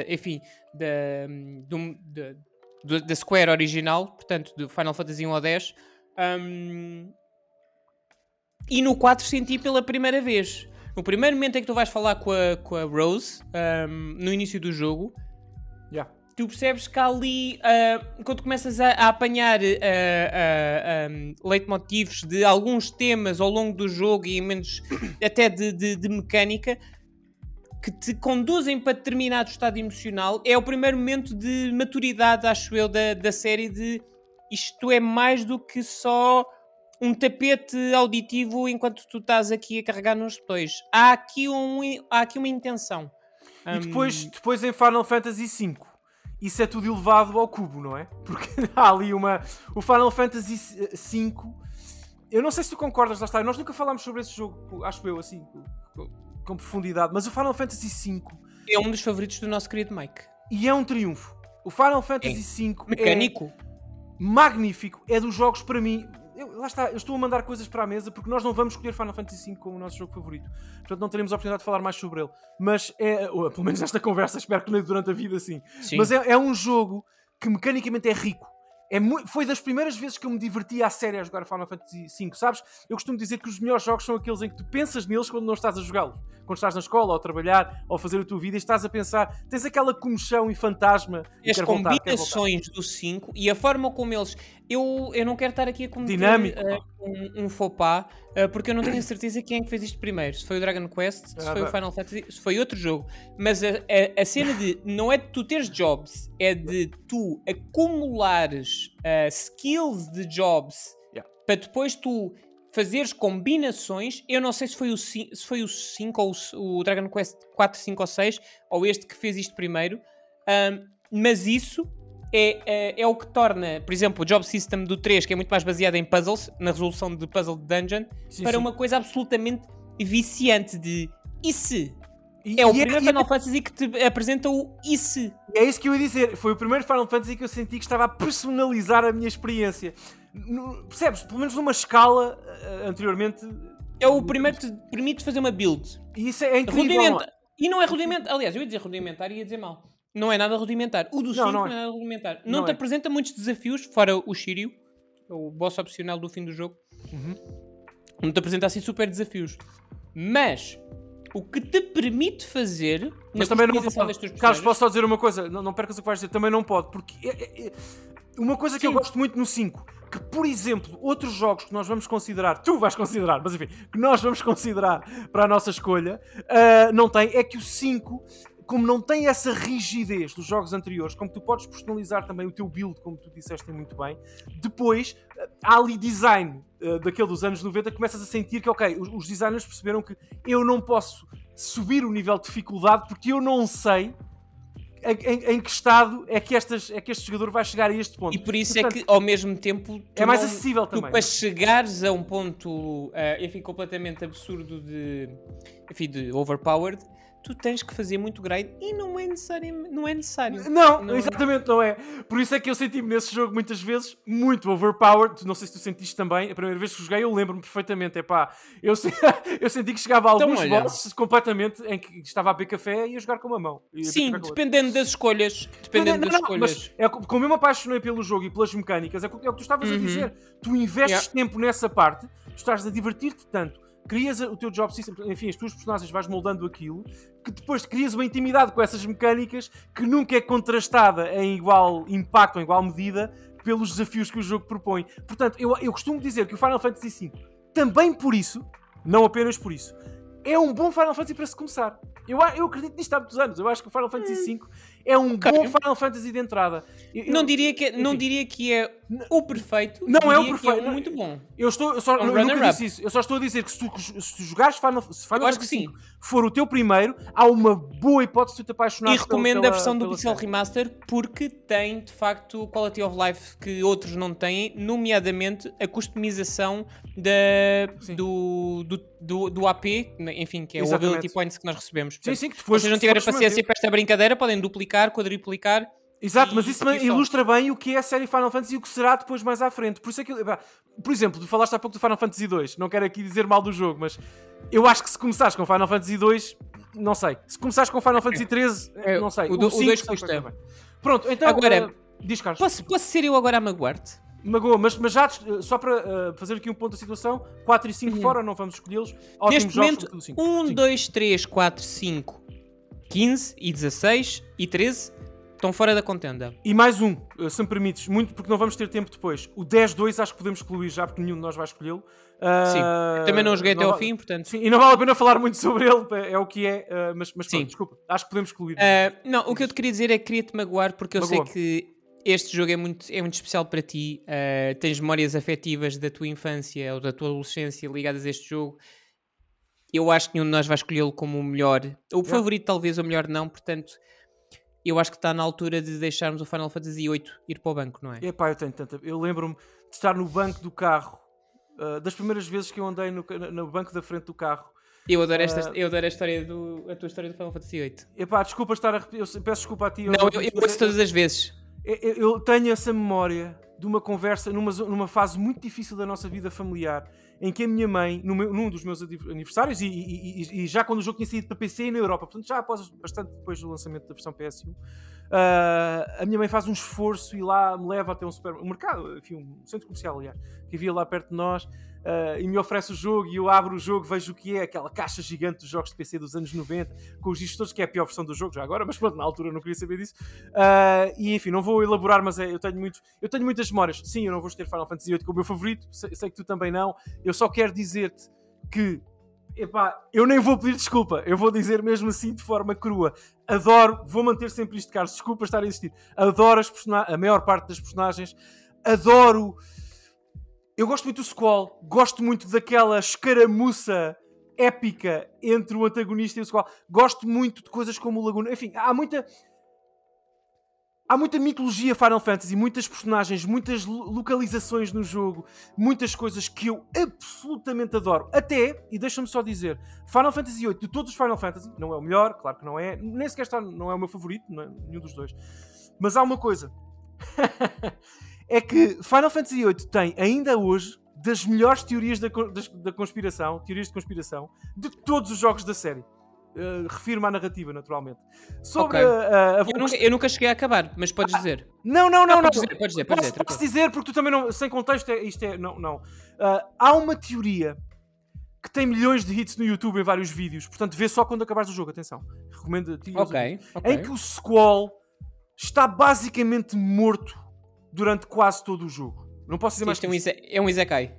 S2: da Square original, portanto, do Final Fantasy 1 ao 10. E no 4 senti pela primeira vez. No primeiro momento em que tu vais falar com a Rose, no início do jogo, tu percebes que há ali, quando começas a apanhar leitmotivs de alguns temas ao longo do jogo e menos até de mecânica, que te conduzem para determinado estado emocional, é o primeiro momento de maturidade, acho eu, da série, de isto é mais do que só um tapete auditivo enquanto tu estás aqui a carregar nos botões. Há aqui uma intenção.
S1: E depois em Final Fantasy V, isso é tudo elevado ao cubo, não é? Porque há ali o Final Fantasy V, eu não sei se tu concordas, lá está, nós nunca falámos sobre esse jogo, acho eu, assim, com profundidade, mas o Final Fantasy V
S2: é um dos favoritos do nosso querido Mike.
S1: E é um triunfo. O Final Fantasy V
S2: mecânico,
S1: magnífico, é dos jogos para mim. Lá está, eu estou a mandar coisas para a mesa porque nós não vamos escolher Final Fantasy V como o nosso jogo favorito. Portanto, não teremos a oportunidade de falar mais sobre ele. Mas pelo menos nesta conversa, espero que durante a vida sim. Mas é um jogo que mecanicamente é rico. Foi das primeiras vezes que eu me diverti à série a jogar Final Fantasy V, sabes? Eu costumo dizer que os melhores jogos são aqueles em que tu pensas neles quando não estás a jogá-los. Quando estás na escola, ou a trabalhar, ou a fazer a tua vida, e estás a pensar, tens aquela comoção e fantasma.
S2: As combinações do 5 e a forma como eles... Eu não quero estar aqui a cometer um faux pas, porque eu não tenho a certeza quem é que fez isto primeiro. Se foi o Dragon Quest, se foi o Final Fantasy, se foi outro jogo. Mas a cena não é de tu teres jobs, é de tu acumulares skills de jobs para depois tu fazeres combinações. Eu não sei se foi o 5 ou o Dragon Quest 4, 5 ou 6, ou este que fez isto primeiro, mas isso é o que torna, por exemplo, o Job System do 3, que é muito mais baseado em puzzles, na resolução de puzzle de dungeon, para uma coisa absolutamente viciante de e se? É o primeiro Final Fantasy que te apresenta o e se?
S1: É isso que eu ia dizer. Foi o primeiro Final Fantasy que eu senti que estava a personalizar a minha experiência. Percebes? Pelo menos numa escala anteriormente...
S2: É o primeiro que te permite fazer uma build.
S1: E isso é incrível.
S2: E não é rudimentar. Aliás, eu ia dizer rudimentar e ia dizer mal. Não é nada rudimentar. O do 5 não é nada rudimentar. Não te apresenta muitos desafios, fora o Shiryu, o boss opcional do fim do jogo. Não te apresenta assim super desafios. Mas o que te permite fazer
S1: mas também não pode. Carlos, posso só dizer uma coisa? Não percas o que vais dizer. Também não pode. Porque uma coisa que eu gosto muito no 5, que por exemplo, outros jogos que nós vamos considerar, tu vais considerar, mas enfim, que nós vamos considerar para a nossa escolha, não tem, é que o 5... como não tem essa rigidez dos jogos anteriores, como tu podes personalizar também o teu build, como tu disseste muito bem, depois há ali design daquele dos anos 90, começas a sentir que, ok, os designers perceberam que eu não posso subir o nível de dificuldade porque eu não sei em que estado é que este jogador vai chegar a este ponto.
S2: E por isso portanto, é que, ao mesmo tempo,
S1: é mais acessível também.
S2: Tu, para chegares a um ponto completamente absurdo de overpowered, tu tens que fazer muito grind e não é necessário.
S1: Não, exatamente não é. Por isso é que eu senti-me nesse jogo muitas vezes muito overpowered. Não sei se tu sentiste também. A primeira vez que joguei eu lembro-me perfeitamente. Eu senti que chegava a alguns bosses completamente em que estava a beber café e ia jogar com uma mão.
S2: Sim, dependendo das escolhas.
S1: Mas como eu me apaixonei pelo jogo e pelas mecânicas, é o que tu estavas a dizer. Tu investes tempo nessa parte, tu estás a divertir-te tanto. Crias o teu job system, enfim, as tuas personagens vais moldando aquilo, que depois crias uma intimidade com essas mecânicas que nunca é contrastada em igual impacto, em igual medida, pelos desafios que o jogo propõe. Portanto, eu costumo dizer que o Final Fantasy V, também por isso, não apenas por isso, é um bom Final Fantasy para se começar. Eu acredito nisto há muitos anos. Eu acho que o Final Fantasy V É um bom Final Fantasy de entrada.
S2: Não diria que é o perfeito.
S1: Não é o perfeito.
S2: É muito bom.
S1: Eu nunca disse isso. Eu só estou a dizer que se tu jogares Final Fantasy V for o teu primeiro, há uma boa hipótese de tu te apaixonares.
S2: E recomendo a versão do Pixel Remaster porque tem, de facto, o Quality of Life que outros não têm, nomeadamente a customização do AP, enfim, que é o Ability Points que nós recebemos. Portanto,
S1: sim, que
S2: depois, se vocês não tiverem paciência para esta brincadeira, podem duplicar, quadriplicar.
S1: Exato, mas isso ilustra bem o que é a série Final Fantasy e o que será depois mais à frente. Por isso é que, por exemplo, tu falaste há pouco do Final Fantasy II, não quero aqui dizer mal do jogo, mas eu acho que se começares com Final Fantasy II, não sei. Se começares com Final Fantasy XIII, não sei.
S2: O 2 custa.
S1: Pronto, então,
S2: agora,
S1: diz, Carlos.
S2: Posso ser eu agora a magoar-te?
S1: Magoa, mas já só para fazer aqui um ponto da situação, 4 e 5 fora, não vamos escolhê-los.
S2: Neste momento, 1, 2, 3, 4, 5, 15 e 16 e 13 estão fora da contenda.
S1: E mais um, se me permites, muito porque não vamos ter tempo depois. O 10-2 acho que podemos excluir já, porque nenhum de nós vai escolhê-lo.
S2: Sim, também não joguei até ao fim, portanto...
S1: Sim, e não vale a pena falar muito sobre ele, é o que é, mas pronto, desculpa, acho que podemos excluir.
S2: Não, o que eu te queria dizer é que queria-te magoar, porque eu sei que este jogo é muito especial para ti, tens memórias afetivas da tua infância ou da tua adolescência ligadas a este jogo. Eu acho que nenhum de nós vai escolhê-lo como o melhor, o favorito talvez, ou melhor não, portanto... Eu acho que está na altura de deixarmos o Final Fantasy VIII ir para o banco, não é?
S1: Epá, eu lembro-me de estar no banco do carro, das primeiras vezes que eu andei no banco da frente do carro.
S2: Eu adoro a história a tua história do Final Fantasy VIII.
S1: Epá, desculpa estar a repetir, eu peço desculpa a ti.
S2: Não, eu ouço todas as vezes.
S1: Eu tenho essa memória de uma conversa numa fase muito difícil da nossa vida familiar, em que a minha mãe, num dos meus aniversários, e já quando o jogo tinha saído para PC e na Europa, portanto já após bastante depois do lançamento da versão PS1, a minha mãe faz um esforço e lá me leva até um supermercado, enfim, um centro comercial, aliás, que havia lá perto de nós, e me oferece o jogo, e eu abro o jogo, vejo o que é, aquela caixa gigante dos jogos de PC dos anos 90, com os discos todos, que é a pior versão do jogo já agora, mas pronto, na altura eu não queria saber disso. E enfim, não vou elaborar, mas eu tenho muitas memórias. Sim, eu não vou ter Final Fantasy VIII como o meu favorito, sei que tu também não. Eu só quero dizer-te que, epá, eu nem vou pedir desculpa, eu vou dizer mesmo assim de forma crua. Adoro, vou manter sempre isto, Carlos, desculpa estar a insistir. Adoro a maior parte das personagens, adoro. Eu gosto muito do Squall, gosto muito daquela escaramuça épica entre o antagonista e o Squall. Gosto muito de coisas como o Laguna. Enfim, há muita mitologia Final Fantasy, muitas personagens, muitas localizações no jogo, muitas coisas que eu absolutamente adoro. Até, e deixa-me só dizer, Final Fantasy VIII, de todos os Final Fantasy, não é o melhor, claro que não é, nem sequer não é o meu favorito, não é nenhum dos dois. Mas há uma coisa... é que Final Fantasy VIII tem, ainda hoje, das melhores teorias da conspiração, teorias de conspiração, de todos os jogos da série. Refiro-me à narrativa, naturalmente. Sobre
S2: eu nunca cheguei a acabar, mas podes dizer.
S1: Não.
S2: Podes dizer.
S1: Posso dizer, porque tu também não... Sem contexto, não. Há uma teoria que tem milhões de hits no YouTube em vários vídeos, portanto, vê só quando acabares o jogo, atenção. Recomendo-te. Em que o Squall está basicamente morto durante quase todo o jogo. Não posso dizer mais que isso.
S2: É um Isekai.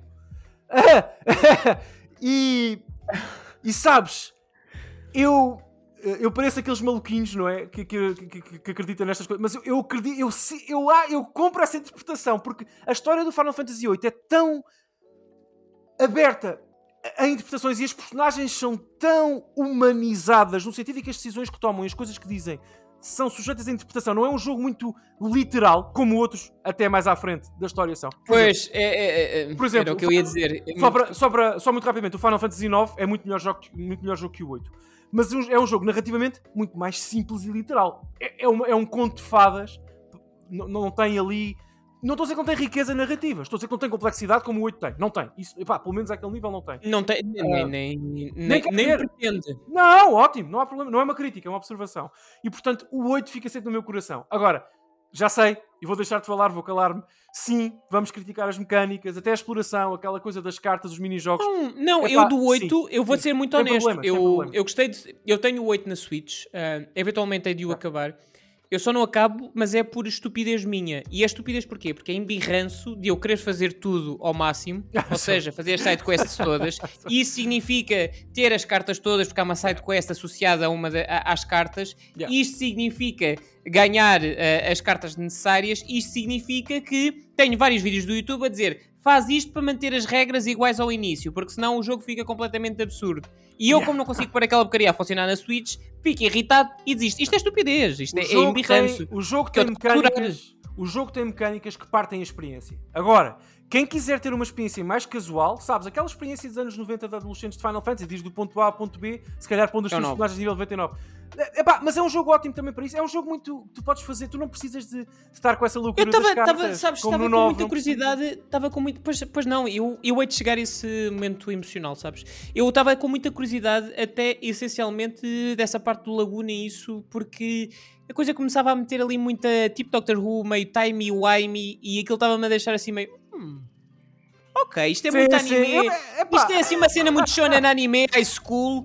S1: E sabes, eu pareço aqueles maluquinhos, não é? Que acreditam nestas coisas. Mas eu acredito, eu compro essa interpretação, porque a história do Final Fantasy VIII é tão aberta a interpretações e as personagens são tão humanizadas, no sentido em que as decisões que tomam e as coisas que dizem são sujeitas à interpretação. Não é um jogo muito literal, como outros até mais à frente da história são. Por exemplo,
S2: era o que eu ia dizer.
S1: Só muito rapidamente, o Final Fantasy IX é muito melhor jogo que o 8. Mas é um jogo narrativamente muito mais simples e literal. É um conto de fadas. Não tem ali... Não estou a dizer que não tem riqueza narrativa. Estou a dizer que não tem complexidade como o 8 tem. Não tem. Isso, pelo menos àquele nível não tem.
S2: Não tem. Nem pretende.
S1: Não, ótimo. Não há problema. Não é uma crítica, é uma observação. E, portanto, o 8 fica sempre no meu coração. Agora, já sei, e vou deixar-te falar, vou calar-me. Sim, vamos criticar as mecânicas, até a exploração, aquela coisa das cartas, os minijogos.
S2: Eu do 8, eu vou ser muito honesto. Eu gostei eu tenho o 8 na Switch. Eventualmente hei de o acabar. Eu só não acabo, mas é por estupidez minha. E é estupidez porquê? Porque é embirranço de eu querer fazer tudo ao máximo, ou seja, fazer as sidequests todas. E isso significa ter as cartas todas, porque há uma sidequest associada a às cartas.
S1: Yeah.
S2: Isto significa ganhar as cartas necessárias. Isto significa que tenho vários vídeos do YouTube a dizer: faz isto para manter as regras iguais ao início, porque senão o jogo fica completamente absurdo. E eu, como não consigo pôr aquela porcaria a funcionar na Switch, fico irritado e desisto. Isto é estupidez, isto é embirranço.
S1: O jogo tem mecânicas que partem a experiência. Agora, quem quiser ter uma experiência mais casual, sabes, aquela experiência dos anos 90 de adolescentes de Final Fantasy, diz do ponto A ao ponto B, se calhar pondo os teus personagens nível 99. Mas é um jogo ótimo também para isso. É um jogo muito... Tu podes fazer, tu não precisas de estar com essa loucura das cartas.
S2: Estava com muita curiosidade. Estava com muito... Pois não, eu hei de chegar a esse momento emocional, sabes? Eu estava com muita curiosidade até, essencialmente, dessa parte do Laguna e isso, porque a coisa começava a meter ali muita... Tipo Doctor Who, meio timey-wimey, e aquilo estava-me a deixar assim meio... Ok, isto é muito anime. Isto é assim uma cena muito shonen anime, high school.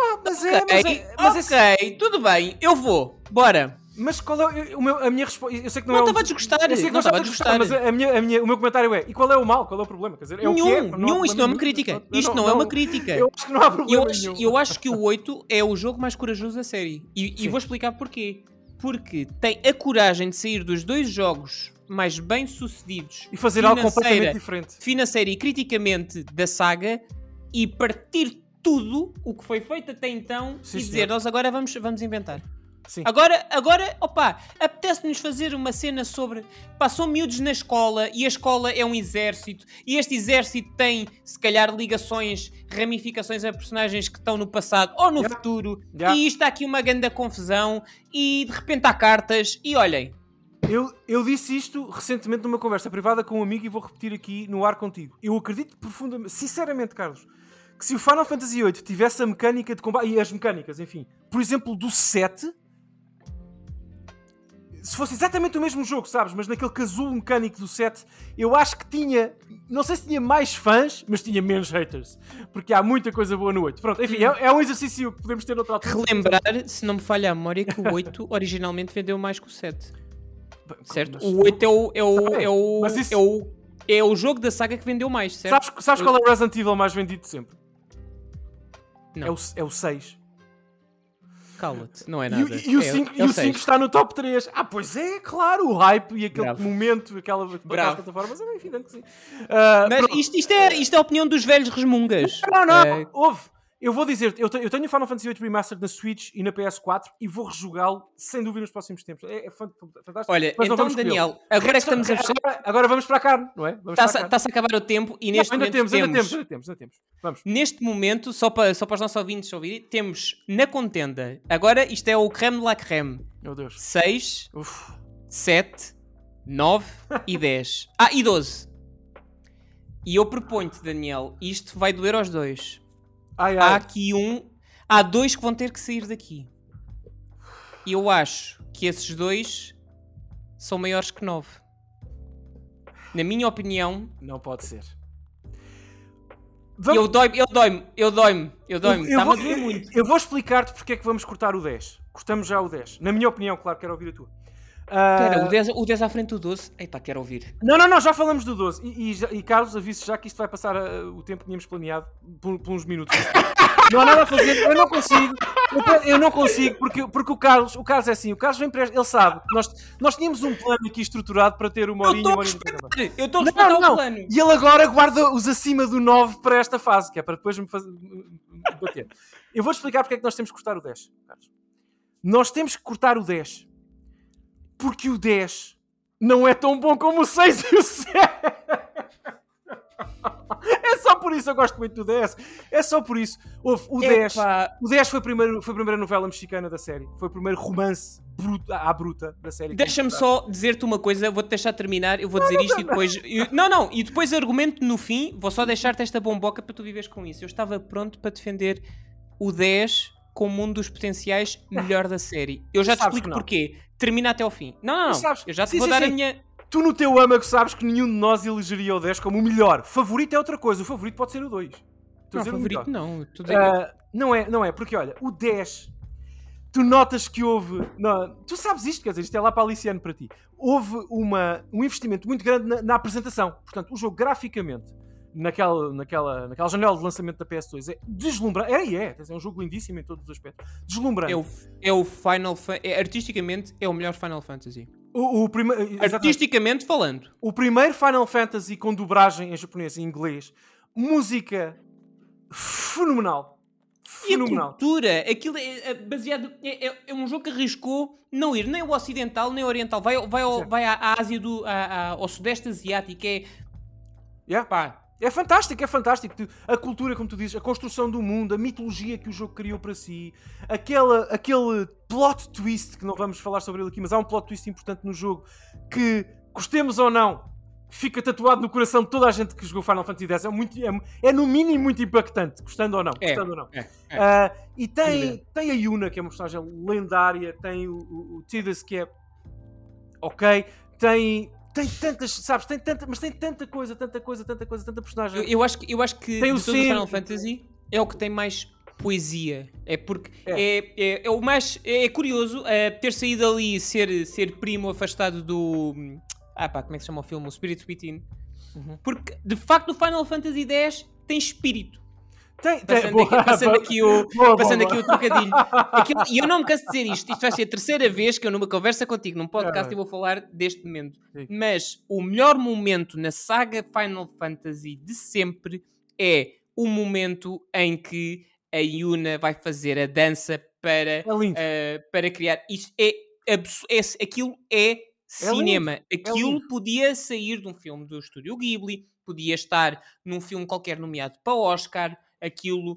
S2: Ok, tudo bem, eu vou. Bora.
S1: Mas qual é a minha resposta? Eu sei que não
S2: é. Não estava a desgostar. Não estava a desgostar.
S1: Mas o meu comentário é: e qual é o mal? Qual é o problema? Quer dizer,
S2: nenhum, isto não é uma crítica. Isto não é uma crítica.
S1: Eu acho que não há problema nenhum.
S2: Eu acho que o 8 é o jogo mais corajoso da série. E vou explicar porquê. Porque tem a coragem de sair dos dois jogos mais bem sucedidos
S1: e fazer algo completamente diferente,
S2: financeira e criticamente, da saga, e partir tudo o que foi feito até então e dizer: nós agora vamos inventar.
S1: Sim.
S2: Agora, apetece-nos fazer uma cena sobre... são miúdos na escola e a escola é um exército e este exército tem, se calhar, ligações, ramificações a personagens que estão no passado ou no futuro e isto há aqui uma grande confusão e de repente há cartas e olhem.
S1: Eu disse isto recentemente numa conversa privada com um amigo e vou repetir aqui no ar contigo. Eu acredito profundamente, sinceramente, Carlos, que se o Final Fantasy VIII tivesse a mecânica de combate e as mecânicas, enfim, por exemplo, do 7... Se fosse exatamente o mesmo jogo, sabes? Mas naquele casulo mecânico do 7, eu acho que tinha... Não sei se tinha mais fãs, mas tinha menos haters. Porque há muita coisa boa no 8. Pronto, enfim, é um exercício que podemos ter noutra altura.
S2: Relembrar, se não me falha a memória, que o 8 originalmente vendeu mais que o 7. Certo? O 8 é o jogo da saga que vendeu mais, certo?
S1: Sabes qual é o Resident Evil mais vendido de sempre?
S2: Não.
S1: É o 6.
S2: Cala-te, não é nada.
S1: E o 5 está no top 3. Pois é, claro, o hype e aquele momento, aquelas plataformas, é evidente que sim.
S2: Mas isto é a opinião dos velhos resmungas.
S1: Não, houve. Eu vou dizer, eu tenho o Final Fantasy VIII Remastered na Switch e na PS4 e vou rejogá-lo sem dúvida nos próximos tempos. É fantástico.
S2: Olha, então Daniel, agora é que estamos a...
S1: Agora vamos para a carne, não é?
S2: Está-se a acabar o tempo e neste momento
S1: ainda temos. Vamos.
S2: Neste momento, só para os nossos ouvintes ouvirem, temos na contenda, agora isto é o creme de la creme.
S1: Meu Deus.
S2: 6, 7, 9 e 10. E 12. E eu proponho-te, Daniel, isto vai doer aos dois. Há aqui há dois que vão ter que sair daqui. E eu acho que esses dois são maiores que 9. Na minha opinião...
S1: Não pode ser.
S2: Eu dói-me. Está-me a doer muito.
S1: Eu vou explicar-te porque é que vamos cortar o 10. Cortamos já o 10. Na minha opinião, claro, quero ouvir a tua.
S2: Espera, o 10 à frente do 12? Epá, quero ouvir.
S1: Não, já falamos do 12. E Carlos, aviso já que isto vai passar o tempo que tínhamos planeado por uns minutos. Não há nada a fazer, eu não consigo, porque o Carlos é assim, o Carlos vem para ele sabe, nós tínhamos um plano aqui estruturado para ter uma horinha.
S2: Eu estou a respeitar o plano.
S1: E ele agora guarda os acima do 9 para esta fase, que é para depois me bater. Eu vou-te explicar porque é que nós temos que cortar o 10, Carlos. Nós temos que cortar o 10. Porque o 10 não é tão bom como o 6 e o 7. É só por isso eu gosto muito do 10. É só por isso. O 10 foi a primeira novela mexicana da série. Foi o primeiro romance à bruta da série.
S2: Deixa-me só dizer-te uma coisa. Vou-te deixar terminar. Eu vou dizer isto e depois... E depois argumento no fim. Vou só deixar-te esta bomboca para tu viveres com isso. Eu estava pronto para defender o 10 como um dos potenciais melhor da série. Eu já te explico porquê. Termina até ao fim. Não. Eu já te vou dar a minha...
S1: Tu no teu âmago sabes que nenhum de nós elegeria o 10 como o melhor. Favorito é outra coisa. O favorito pode ser o 2.
S2: Não, favorito não.
S1: Não é, porque olha, o 10 tu notas que houve... Não, tu sabes isto, quer dizer, isto é lá para Aliciano para ti. Houve um investimento muito grande na apresentação. Portanto, o jogo graficamente, naquela janela de lançamento da PS2, é deslumbrante. É um jogo lindíssimo em todos os aspectos. Deslumbrante.
S2: É o Final Fantasy. Artisticamente, é o melhor Final Fantasy.
S1: Artisticamente
S2: falando.
S1: O primeiro Final Fantasy com dobragem em japonês e inglês. Música fenomenal.
S2: E a cultura, aquilo é baseado... É um jogo que arriscou não ir nem ao ocidental nem ao oriental. Vai à Ásia, ao Sudeste Asiático.
S1: É fantástico, é fantástico. A cultura, como tu dizes, a construção do mundo, a mitologia que o jogo criou para si, aquele plot twist, que não vamos falar sobre ele aqui, mas há um plot twist importante no jogo que, gostemos ou não, fica tatuado no coração de toda a gente que jogou Final Fantasy X. É no mínimo muito impactante, gostando ou não. E tem a Yuna, que é uma personagem lendária, tem o Tidus, que é ok, tem tantas, sabes, mas tem tanta coisa, tanta personagem.
S2: Eu acho que
S1: tem
S2: de todo o Final Fantasy é o que tem mais poesia. É porque é o mais... É curioso ter saído ali ser primo afastado do... como é que se chama o filme? O Spirit Within. Porque, de facto, o Final Fantasy X tem espírito. Passando aqui o trocadilho. E eu não me canso de dizer isto. Isto vai ser a terceira vez que eu numa conversa contigo, num podcast, eu vou falar deste momento.
S1: Sim.
S2: Mas o melhor momento na saga Final Fantasy de sempre é o momento em que a Yuna vai fazer a dança para criar. Isto aquilo é cinema. Aquilo podia sair de um filme do Estúdio Ghibli, podia estar num filme qualquer nomeado para Oscar. Aquilo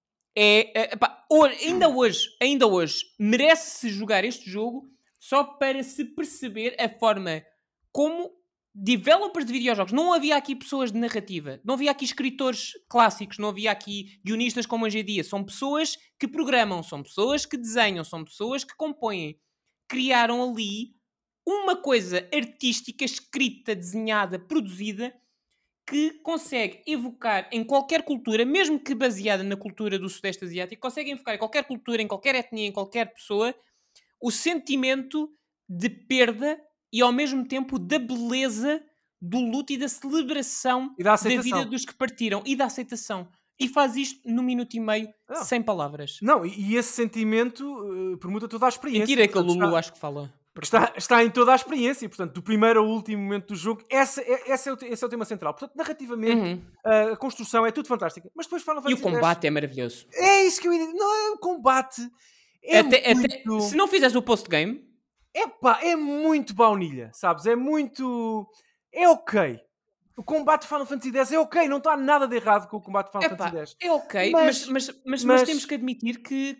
S2: ainda hoje merece-se jogar este jogo só para se perceber a forma como developers de videojogos. Não havia aqui pessoas de narrativa, não havia aqui escritores clássicos, não havia aqui guionistas como hoje em dia. São pessoas que programam, são pessoas que desenham, são pessoas que compõem. Criaram ali uma coisa artística, escrita, desenhada, produzida, que consegue evocar em qualquer cultura, mesmo que baseada na cultura do Sudeste Asiático, consegue evocar em qualquer cultura, em qualquer etnia, em qualquer pessoa, o sentimento de perda e ao mesmo tempo da beleza do luto e da celebração da vida dos que partiram e da aceitação. E faz isto num minuto e meio, sem palavras.
S1: Não, e esse sentimento permuta toda a experiência.
S2: Mentira que a Lulu acho que fala.
S1: Está em toda a experiência, portanto, do primeiro ao último momento do jogo, esse é o tema central. Portanto, narrativamente, a construção é tudo fantástica. Mas depois Final Fantasy
S2: X... E o combate é maravilhoso.
S1: É isso que eu ia dizer. Não, o combate é muito...
S2: Se não fizeres o post-game...
S1: É muito baunilha, sabes? É muito... É ok. O combate de Final Fantasy X é ok, não está nada de errado com o combate de Final Fantasy X.
S2: É ok, mas temos que admitir que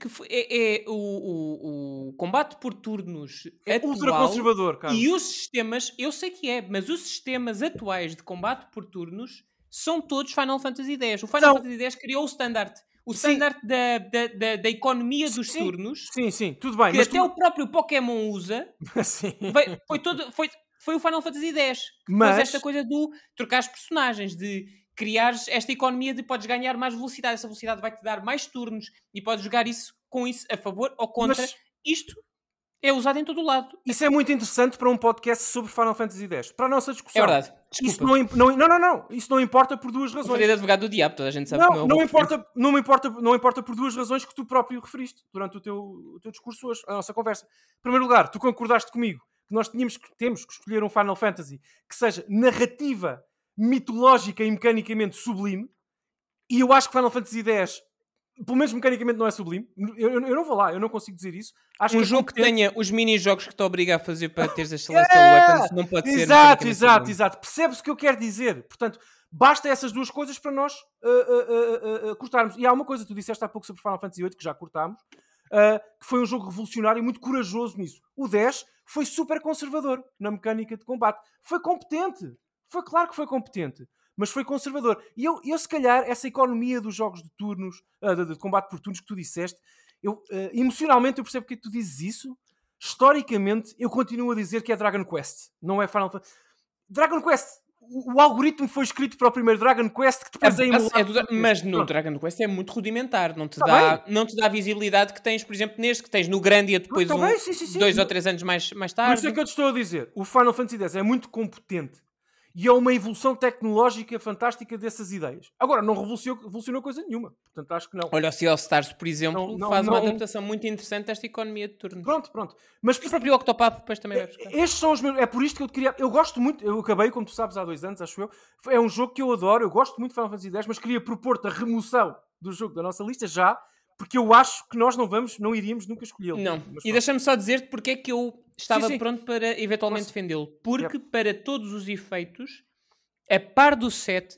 S2: o combate por turnos atual,
S1: ultra conservador, cara.
S2: E os sistemas, eu sei que é, mas os sistemas atuais de combate por turnos são todos Final Fantasy X. O Final Fantasy X criou o standard. O standard da economia dos turnos.
S1: Sim, tudo bem.
S2: Que mas até o próprio Pokémon usa.
S1: Sim.
S2: Foi o Final Fantasy X que fez esta coisa do trocar os personagens, de criares esta economia de podes ganhar mais velocidade. Essa velocidade vai-te dar mais turnos e podes jogar isso com isso a favor ou contra. Isto é usado em todo o lado.
S1: Isso é muito interessante para um podcast sobre Final Fantasy X. Para a nossa discussão.
S2: É verdade. Desculpa.
S1: Isso não importa por duas razões.
S2: Vou fazer advogado do diabo, toda a gente sabe que
S1: não importa por duas razões que tu próprio referiste durante o teu discurso hoje, a nossa conversa. Em primeiro lugar, tu concordaste comigo que nós temos que escolher um Final Fantasy que seja narrativa, mitológica e mecanicamente sublime. E eu acho que Final Fantasy X, pelo menos mecanicamente, não é sublime. Eu não vou lá, eu não consigo dizer isso. Acho
S2: que jogo que tenha os mini-jogos que te obriga a fazer para teres as Celestial Weapons não pode ser...
S1: Exato. Percebes o que eu quero dizer? Portanto, basta essas duas coisas para nós cortarmos. E há uma coisa, tu disseste há pouco sobre Final Fantasy VIII, que já cortámos, que foi um jogo revolucionário e muito corajoso nisso. O 10 foi super conservador na mecânica de combate. Foi competente. Foi claro que foi competente. Mas foi conservador. E eu se calhar, essa economia dos jogos de turnos, de combate por turnos que tu disseste, emocionalmente eu percebo que tu dizes isso. Historicamente, eu continuo a dizer que é Dragon Quest. Não é Final Fantasy. Dragon Quest o algoritmo foi escrito para o primeiro Dragon Quest, que depois é emulado.
S2: Mas no Dragon Quest é muito rudimentar, não te dá a visibilidade que tens, por exemplo, neste, que tens no Grandia depois 2 ou 3 anos mais tarde.
S1: Por isso é que eu te estou a dizer, o Final Fantasy X é muito competente e é uma evolução tecnológica fantástica dessas ideias. Agora, não revolucionou coisa nenhuma, portanto acho que não.
S2: Olha, o Sea of Stars, por exemplo, faz uma adaptação muito interessante desta economia de turnos.
S1: Pronto. Mas
S2: o próprio Octopath depois também vai buscar.
S1: Estes são os meus... É por isto que eu queria... Eu gosto muito... Eu acabei, como tu sabes, há 2 anos, acho eu. É um jogo que eu adoro. Eu gosto muito de Final Fantasy X, mas queria propor-te a remoção do jogo da nossa lista já, porque eu acho que nós não iríamos nunca escolhê-lo.
S2: Não. E deixa-me só dizer-te porque é que eu estava pronto para eventualmente defendê-lo. Porque para todos os efeitos, a par do 7,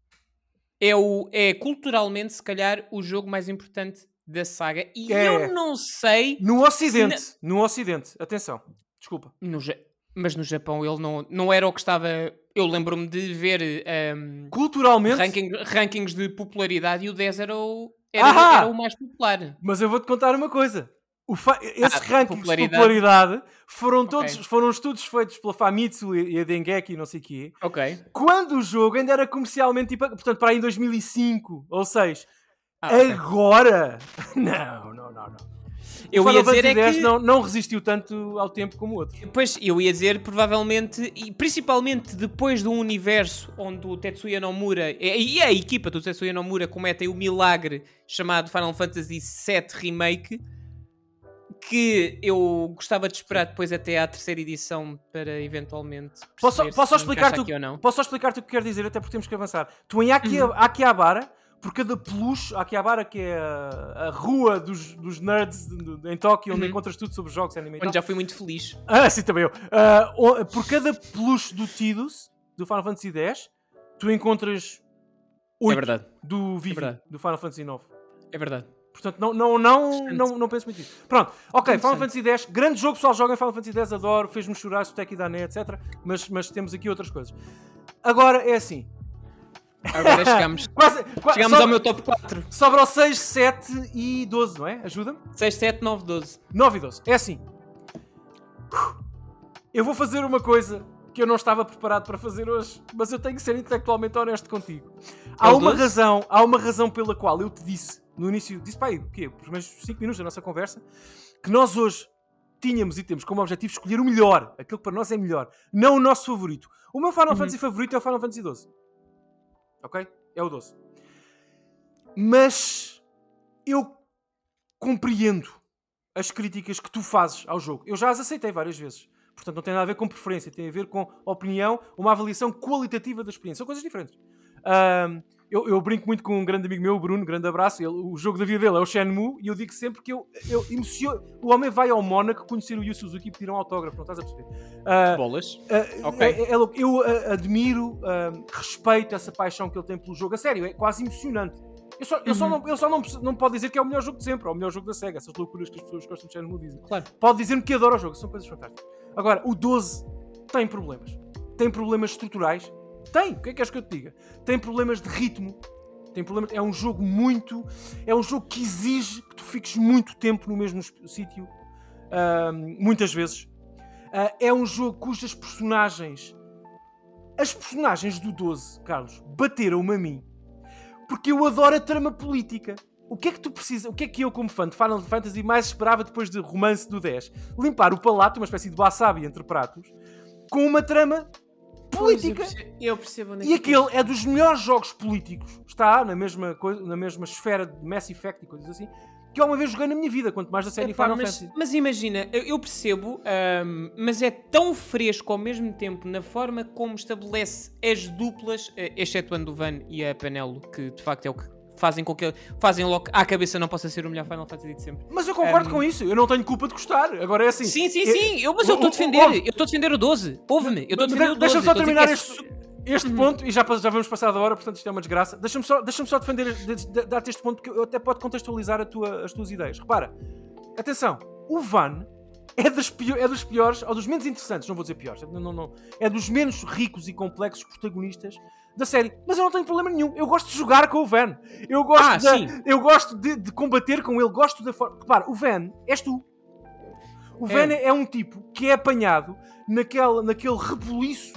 S2: é culturalmente, se calhar, o jogo mais importante da saga. E eu não sei...
S1: No Ocidente. Atenção. Desculpa.
S2: Mas no Japão ele não era o que estava... Eu lembro-me de ver...
S1: culturalmente...
S2: Rankings de popularidade e o 10 era o mais popular.
S1: Mas eu vou-te contar uma coisa. Esses rankings de popularidade foram estudos feitos pela Famitsu e a Dengeki e não sei o quê. Quando o jogo ainda era comercialmente... Portanto, para aí em 2005 ou 2006. Agora... Não.
S2: Eu ia dizer é que...
S1: não resistiu tanto ao tempo como o outro.
S2: Pois, eu ia dizer, provavelmente, e principalmente depois de um universo onde o Tetsuya Nomura e a equipa do Tetsuya Nomura cometem o milagre chamado Final Fantasy VII Remake, que eu gostava de esperar depois até à 3ª edição para eventualmente
S1: perceber posso só explicar-te o que quero dizer, até porque temos que avançar. Tu em Akihabara... Por cada peluche, Akihabara, que é a rua dos nerds em Tóquio, onde encontras tudo sobre jogos, anime e tal.
S2: Onde já fui muito feliz.
S1: Sim, também eu. Por cada peluche do Tidus, do Final Fantasy X, tu encontras 8 do Vivi, do Final Fantasy IX.
S2: É verdade.
S1: Portanto, não penso muito nisso. Pronto, ok, Final Fantasy X, grande jogo, pessoal, joga Final Fantasy X, adoro, fez-me chorar, Suteki Dane, etc. Mas temos aqui outras coisas. Agora, é assim...
S2: Agora chegamos ao meu top 4.
S1: Sobra o 6, 7 e 12, não é? Ajuda-me?
S2: 6, 7, 9, 12.
S1: 9 e 12. É assim. Eu vou fazer uma coisa que eu não estava preparado para fazer hoje, mas eu tenho que ser intelectualmente honesto contigo. Há uma razão pela qual eu te disse, no início, para aí, por primeiros 5 minutos da nossa conversa, que nós hoje tínhamos e temos como objetivo escolher o melhor, aquilo que para nós é melhor, não o nosso favorito. O meu Final Fantasy favorito é o Final Fantasy XII. Ok? É o 12. Mas eu compreendo as críticas que tu fazes ao jogo. Eu já as aceitei várias vezes. Portanto, não tem nada a ver com preferência. Tem a ver com opinião, uma avaliação qualitativa da experiência. São coisas diferentes. Eu brinco muito com um grande amigo meu, o Bruno, grande abraço. O jogo da vida dele é o Shenmue. E eu digo sempre que eu emociono. O homem vai ao Mónaco conhecer o Yu Suzuki e pedir um autógrafo. Não estás a perceber?
S2: Bolas.
S1: É louco. Eu admiro, respeito essa paixão que ele tem pelo jogo. A sério, é quase emocionante. Eu só não pode dizer que é o melhor jogo de sempre. Ou o melhor jogo da SEGA. Essas loucuras que as pessoas gostam de Shenmue dizem.
S2: Claro.
S1: Pode dizer-me que adora o jogo. São coisas fantásticas. Agora, o 12 tem problemas. Tem problemas estruturais. Tem. O que é que queres que eu te diga? Tem problemas de ritmo. É um jogo que exige que tu fiques muito tempo no mesmo sítio. Muitas vezes. É um jogo cujas personagens... As personagens do 12, Carlos, bateram-me a mim. Porque eu adoro a trama política. O que é que tu precisas? O que é que eu, como fã de Final Fantasy, mais esperava depois de Romance do 10? Limpar o palato, uma espécie de wasabi entre pratos, com uma trama política.
S2: Eu percebo.
S1: E aquele é dos melhores jogos políticos. Está na mesma esfera de Mass Effect e coisas assim, que eu uma vez joguei na minha vida, quanto mais da série Final Fantasy.
S2: Mas imagina, eu percebo, mas é tão fresco ao mesmo tempo na forma como estabelece as duplas, excetuando o Van e a Penelo, que de facto é o que fazem logo à cabeça não possa ser o melhor Final Fantasy de sempre.
S1: Mas eu concordo com isso, eu não tenho culpa de gostar. Agora é assim.
S2: Sim, mas eu estou a defender. Eu estou a defender o 12. Ouve-me, eu estou a defender o 12.
S1: Deixa-me só terminar este ponto, e já vamos passar da hora, portanto isto é uma desgraça. Deixa-me só defender, dar-te este ponto, porque eu até pode contextualizar as tuas ideias. Repara, atenção, o Van é dos piores, ou dos menos interessantes, não vou dizer piores, não, é dos menos ricos e complexos protagonistas da série, mas eu não tenho problema nenhum. Eu gosto de jogar com o Van. Eu gosto de combater com ele. Gosto da forma. Repara, o Van és tu. O Van é um tipo que é apanhado naquele rebuliço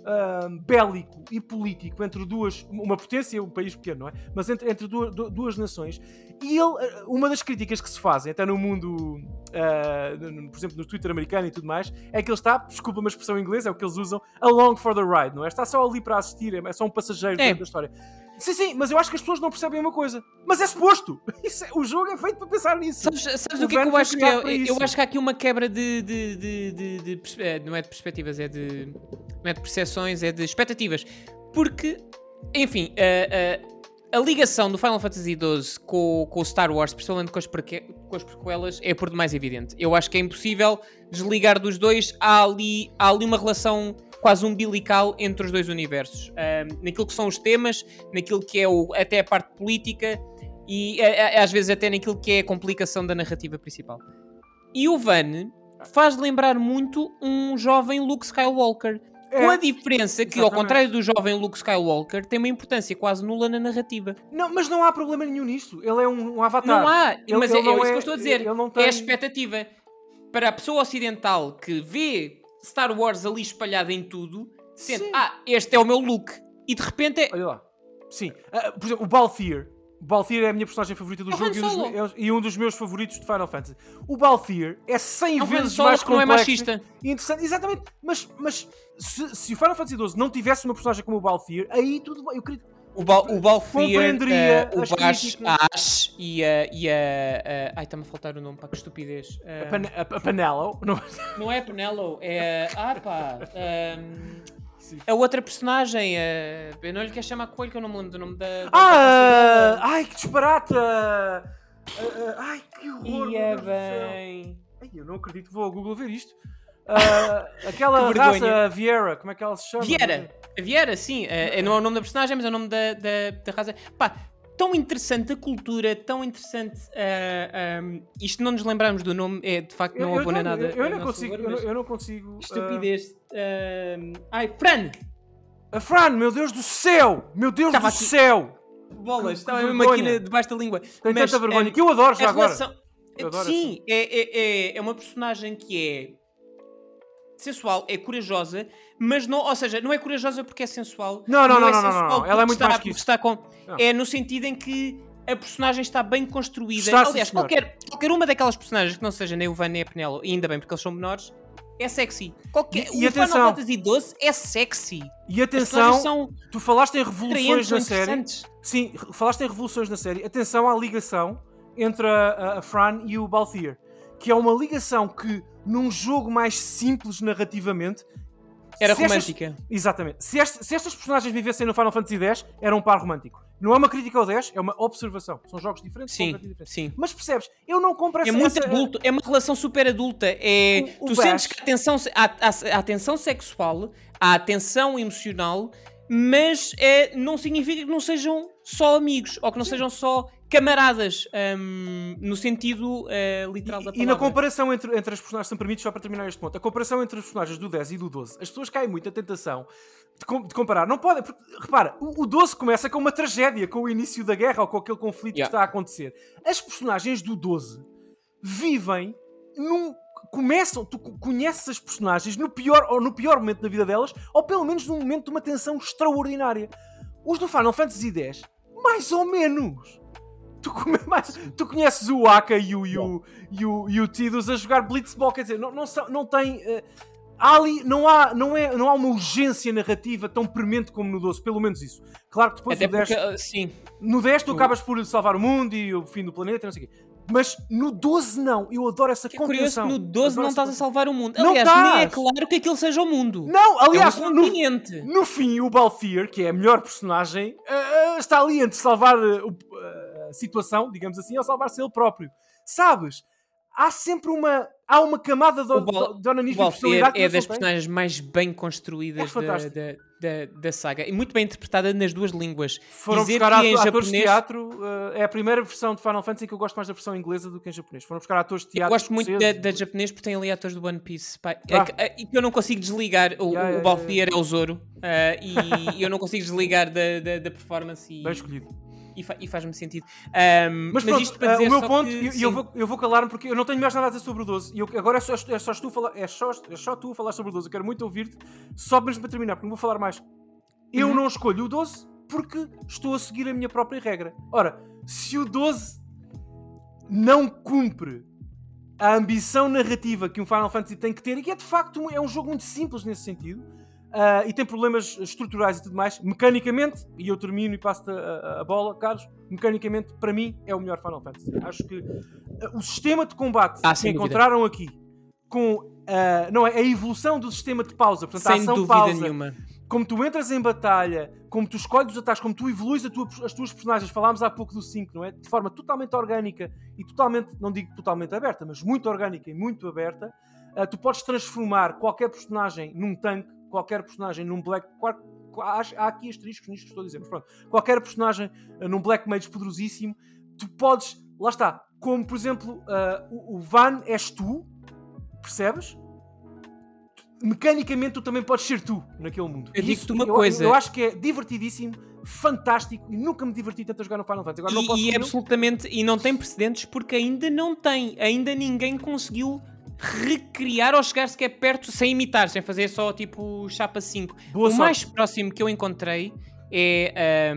S1: bélico e político entre uma potência, um país pequeno, não é? Mas entre duas nações. E uma das críticas que se fazem, até no mundo, por exemplo, no Twitter americano e tudo mais, é que ele está, desculpa uma expressão em inglês, é o que eles usam, along for the ride, não é? Está só ali para assistir, é só um passageiro dentro da história. Sim, mas eu acho que as pessoas não percebem uma coisa. Mas é suposto! O jogo é feito para pensar nisso.
S2: Sabes o que é que eu acho que é? Eu acho que há aqui uma quebra não é de perspectivas, não é de percepções, é de expectativas. Porque, enfim, a ligação do Final Fantasy XII com o Star Wars, principalmente com as prequelas, é por demais evidente. Eu acho que é impossível desligar dos dois. Há ali uma relação quase umbilical entre os dois universos. Naquilo que são os temas, naquilo que é até a parte política e às vezes até naquilo que é a complicação da narrativa principal. E o Van faz lembrar muito um jovem Luke Skywalker. Com a diferença que, ao contrário do jovem Luke Skywalker, tem uma importância quase nula na narrativa.
S1: Não, mas não há problema nenhum nisto. Ele é um avatar.
S2: Não há, mas é isso que eu estou a dizer. É a expectativa. Para a pessoa ocidental que vê Star Wars ali espalhada em tudo, sente, este é o meu Luke. E de repente é...
S1: Olha lá. Sim. Por exemplo, o Balthier. O Balthier é a minha personagem favorita do jogo e um dos meus favoritos de Final Fantasy. O Balthier é 100 vezes mais complexo.
S2: Não é machista.
S1: E interessante. Exatamente. Mas se o Final Fantasy XII não tivesse uma personagem como o Balthier, aí tudo bem. Eu queria...
S2: O Balthier,
S1: a
S2: Ash e a... Ai, está-me a faltar o nome, pá, que estupidez.
S1: A Penelo.
S2: Não é a Penelo, é... a outra personagem, eu não lhe quero chamar Coelho, que eu não me lembro do nome da
S1: ai, que disparate! Ai, que horror!
S2: Ia bem...
S1: Ai, eu não acredito, vou ao Google ver isto. Aquela raça Viera, como é que ela se chama?
S2: Viera, sim. Não é o nome da personagem, mas é o nome da raça. Pá, tão interessante a cultura, tão interessante... isto não nos lembrarmos do nome, de facto não abona nada.
S1: Eu não consigo...
S2: Estupidez. Fran!
S1: A Fran, meu Deus do céu! Meu Deus do céu!
S2: Bolas, estava mesmo aqui debaixo da língua.
S1: Tem tanta vergonha, que eu adoro já agora.
S2: Sim, é uma personagem que é sensual, é corajosa, mas não, ou seja, não é corajosa porque é sensual.
S1: Não. Ela é muito mais que isso.
S2: É no sentido em que a personagem está bem construída. Aliás, qualquer uma daquelas personagens que não seja nem o Van nem a Penelo, e ainda bem porque eles são menores, é sexy. O Final Fantasy XII é sexy.
S1: E atenção, tu falaste em revoluções na série. Sim, falaste em revoluções na série. Atenção à ligação entre a Fran e o Balthier, que é uma ligação que num jogo mais simples narrativamente
S2: era romântica.
S1: Exatamente. Se estas personagens vivessem no Final Fantasy X, era um par romântico. Não é uma crítica ao 10, é uma observação. São jogos diferentes, completamente diferentes.
S2: Sim.
S1: Mas percebes, eu não compro essa...
S2: É muito adulto, é uma relação super adulta. Tu sentes que a atenção sexual, a atenção emocional, mas não significa que não sejam só amigos, ou que não sejam só camaradas, no sentido literal da palavra.
S1: E na comparação entre as personagens, se me permites, só para terminar este ponto, a comparação entre os personagens do 10 e do 12, as pessoas caem muito na tentação de comparar. Não podem, porque, repara, o 12 começa com uma tragédia, com o início da guerra ou com aquele conflito que está a acontecer. As personagens do 12 vivem tu conheces as personagens no pior momento da vida delas, ou pelo menos num momento de uma tensão extraordinária. Os do Final Fantasy X, mais ou menos. Tu conheces o Aka e o Tidus a jogar Blitzball, quer dizer, não tem... não há uma urgência narrativa tão premente como no 12, pelo menos isso. Claro que depois no 10 tu acabas por salvar o mundo e o fim do planeta, não sei o quê. Mas no 12 não, eu adoro essa contenção.
S2: É curioso, no 12 não estás a salvar o mundo. Aliás, nem é claro que aquilo seja o mundo.
S1: Não, aliás,
S2: continente.
S1: No fim, o Balthier, que é a melhor personagem, está ali entre salvar a situação, digamos assim, ou salvar-se ele próprio. Sabes? Há sempre uma camada de onanismo e personalidade.
S2: É das personagens mais bem construídas da saga e muito bem interpretada nas duas línguas.
S1: Foram buscar atores de teatro. É a primeira versão de Final Fantasy que eu gosto mais da versão inglesa do que em japonês. Foram buscar atores de teatro.
S2: Eu gosto muito da japonês porque tem ali atores do One Piece. E que eu não consigo desligar. O Balthier é o Zoro. E eu não consigo desligar da performance.
S1: Bem escolhido.
S2: e faz-me sentido.
S1: Mas pronto,
S2: isto para dizer
S1: o meu
S2: só
S1: ponto,
S2: que,
S1: eu vou calar-me porque eu não tenho mais nada a dizer sobre o 12. E agora é só tu a falar sobre o 12. Eu quero muito ouvir-te, só mesmo para terminar, porque não vou falar mais. Eu não escolho o 12 porque estou a seguir a minha própria regra. Ora, se o 12 não cumpre a ambição narrativa que um Final Fantasy tem que ter, e que é de facto é um jogo muito simples nesse sentido, e tem problemas estruturais e tudo mais, mecanicamente, e eu termino e passo-te a bola, Carlos, mecanicamente, para mim, é o melhor Final Fantasy. Acho que o sistema de combate que encontraram aqui, com não é, a evolução do sistema de pausa, portanto,
S2: sem
S1: a ação
S2: dúvida
S1: pausa,
S2: nenhuma.
S1: como tu entras em batalha, como tu escolhes os ataques, como tu evoluís as tuas personagens, falámos há pouco do 5, não é? De forma totalmente orgânica e totalmente, não digo totalmente aberta, mas muito orgânica e muito aberta, tu podes transformar qualquer personagem num tanque, qualquer personagem num black... Há aqui asteriscos nisto que estou a dizer, mas pronto. Qualquer personagem num black mage poderosíssimo, tu podes... Lá está. Como, por exemplo, o Van és tu, percebes? Mecanicamente tu também podes ser tu naquele mundo.
S2: Eu digo-te uma coisa.
S1: Eu acho que é divertidíssimo, fantástico, e nunca me diverti tanto a jogar no Final Fantasy. Agora não posso
S2: absolutamente, e não tem precedentes porque ainda não tem. Ainda ninguém conseguiu recriar ou chegar sequer perto sem imitar, sem fazer só tipo chapa 5.
S1: Boa sorte.
S2: Mais próximo que eu encontrei é,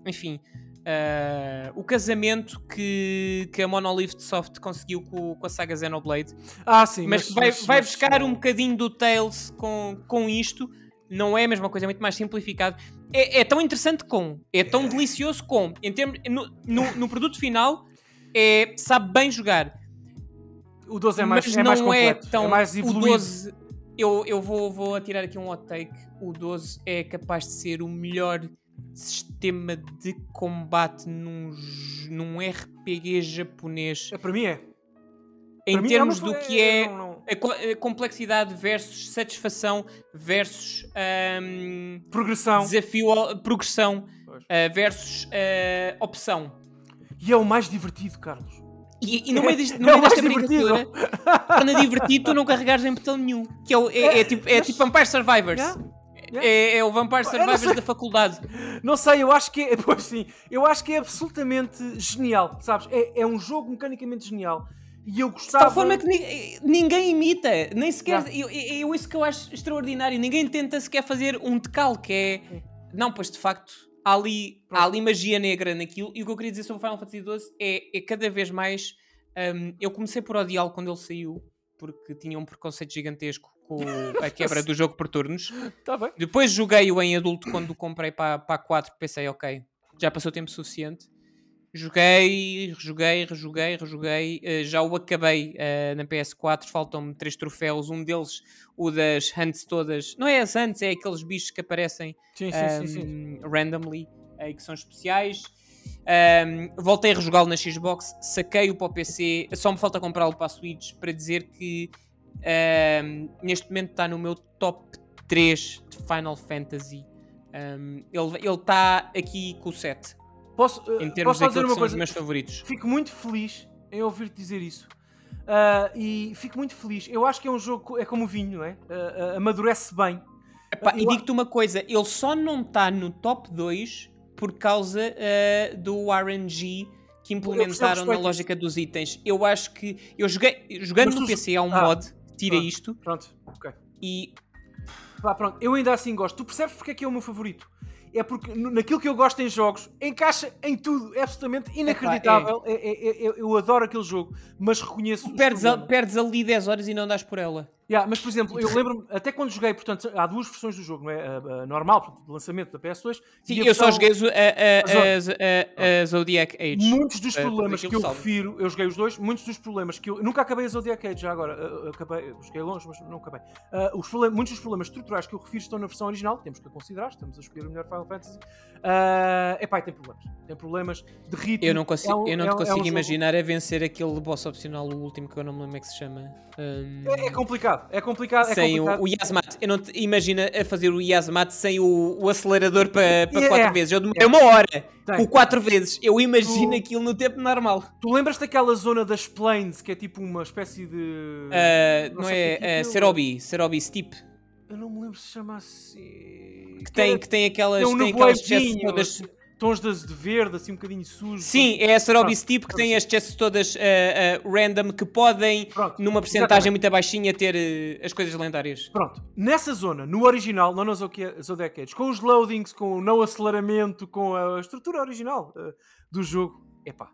S2: o casamento que a Monolith Soft conseguiu com a saga Xenoblade.
S1: Sim,
S2: mas vai buscar um bocadinho do Tales com isto. Não é a mesma coisa, é muito mais simplificado. É tão interessante é tão delicioso em termos, no produto final, sabe bem jogar.
S1: O 12 é mais completo, é mais evoluído.
S2: O 12, eu vou atirar aqui um hot take. O 12 é capaz de ser o melhor sistema de combate num RPG japonês.
S1: Para mim é.
S2: Em termos do que é a complexidade versus satisfação versus
S1: progressão,
S2: desafio, progressão versus opção.
S1: E é o mais divertido, Carlos.
S2: E no meio desta brincadeira, torna divertido tu não carregares em botão nenhum. Que é tipo Vampire Survivors. É o Vampire Survivors da faculdade.
S1: Não sei, eu acho que é. Pois sim, eu acho que é absolutamente genial, sabes? É um jogo mecanicamente genial. E eu gostava...
S2: De tal forma que ninguém imita, nem sequer... Isso que eu acho extraordinário. Ninguém tenta sequer fazer um decalque. Não, pois de facto há ali magia negra naquilo. E o que eu queria dizer sobre o Final Fantasy XII é cada vez mais... eu comecei por odiá-lo quando ele saiu, porque tinha um preconceito gigantesco com a quebra do jogo por turnos.
S1: Tá bem.
S2: Depois joguei-o em adulto quando o comprei para a 4. Pensei, ok, já passou tempo suficiente. Joguei, rejoguei, já o acabei na PS4, faltam-me 3 troféus, um deles, o das hunts todas, não é as hunts, é aqueles bichos que aparecem sim. Randomly, que são especiais. Voltei a rejogá-lo na Xbox, saquei-o para o PC, só me falta comprá-lo para a Switch, para dizer que neste momento está no meu top 3 de Final Fantasy. Ele está aqui com o 7. Em termos daquilo que são os meus favoritos.
S1: Fico muito feliz em ouvir-te dizer isso. E fico muito feliz. Eu acho que é um jogo, é como o vinho, não é? Amadurece bem.
S2: E digo-te uma coisa, ele só não está no top 2 por causa do RNG que implementaram na lógica dos itens. Eu acho que... Jogando no PC há um mod que tira isto.
S1: Pronto, ok.
S2: E...
S1: pronto, eu ainda assim gosto. Tu percebes porque é que é o meu favorito? É porque naquilo que eu gosto em jogos encaixa em tudo, é absolutamente inacreditável. Eu adoro aquele jogo, mas reconheço.
S2: Perdes ali 10 horas e não dás por ela.
S1: Mas por exemplo, eu lembro-me, até quando joguei, portanto, há duas versões do jogo, não é? A normal, portanto, do lançamento da PS2.
S2: Sim, eu só joguei a Zodiac Age.
S1: Muitos dos problemas que eu refiro, eu joguei os dois, muitos dos problemas que eu nunca acabei a Zodiac Age já agora, joguei longe, mas não acabei. Muitos dos problemas estruturais que eu refiro estão na versão original, temos que a considerar, estamos a escolher o melhor Final Fantasy. Tem problemas de ritmo.
S2: Eu não consigo imaginar a vencer aquele boss opcional, o último que eu não me lembro como é que se chama.
S1: É complicado.
S2: Sem o Yasmat. Eu não te imagino a fazer o Yasmat sem o acelerador para 4 vezes. Eu demorei 1 hora por 4 vezes. Eu imagino aquilo no tempo normal.
S1: Tu lembras daquela zona das plains que é tipo uma espécie de...
S2: não é Serobi Steep.
S1: Eu não me lembro se chama assim...
S2: Que tem aquelas chefes todas...
S1: tons de verde, assim um bocadinho sujo.
S2: Sim, é essa Robis tipo que tem as chests todas random que podem, numa percentagem muito baixinha, ter as coisas lendárias.
S1: Pronto, nessa zona, no original, não no Zodiac Age, com os loadings, com o não aceleramento, com a estrutura original do jogo, epá.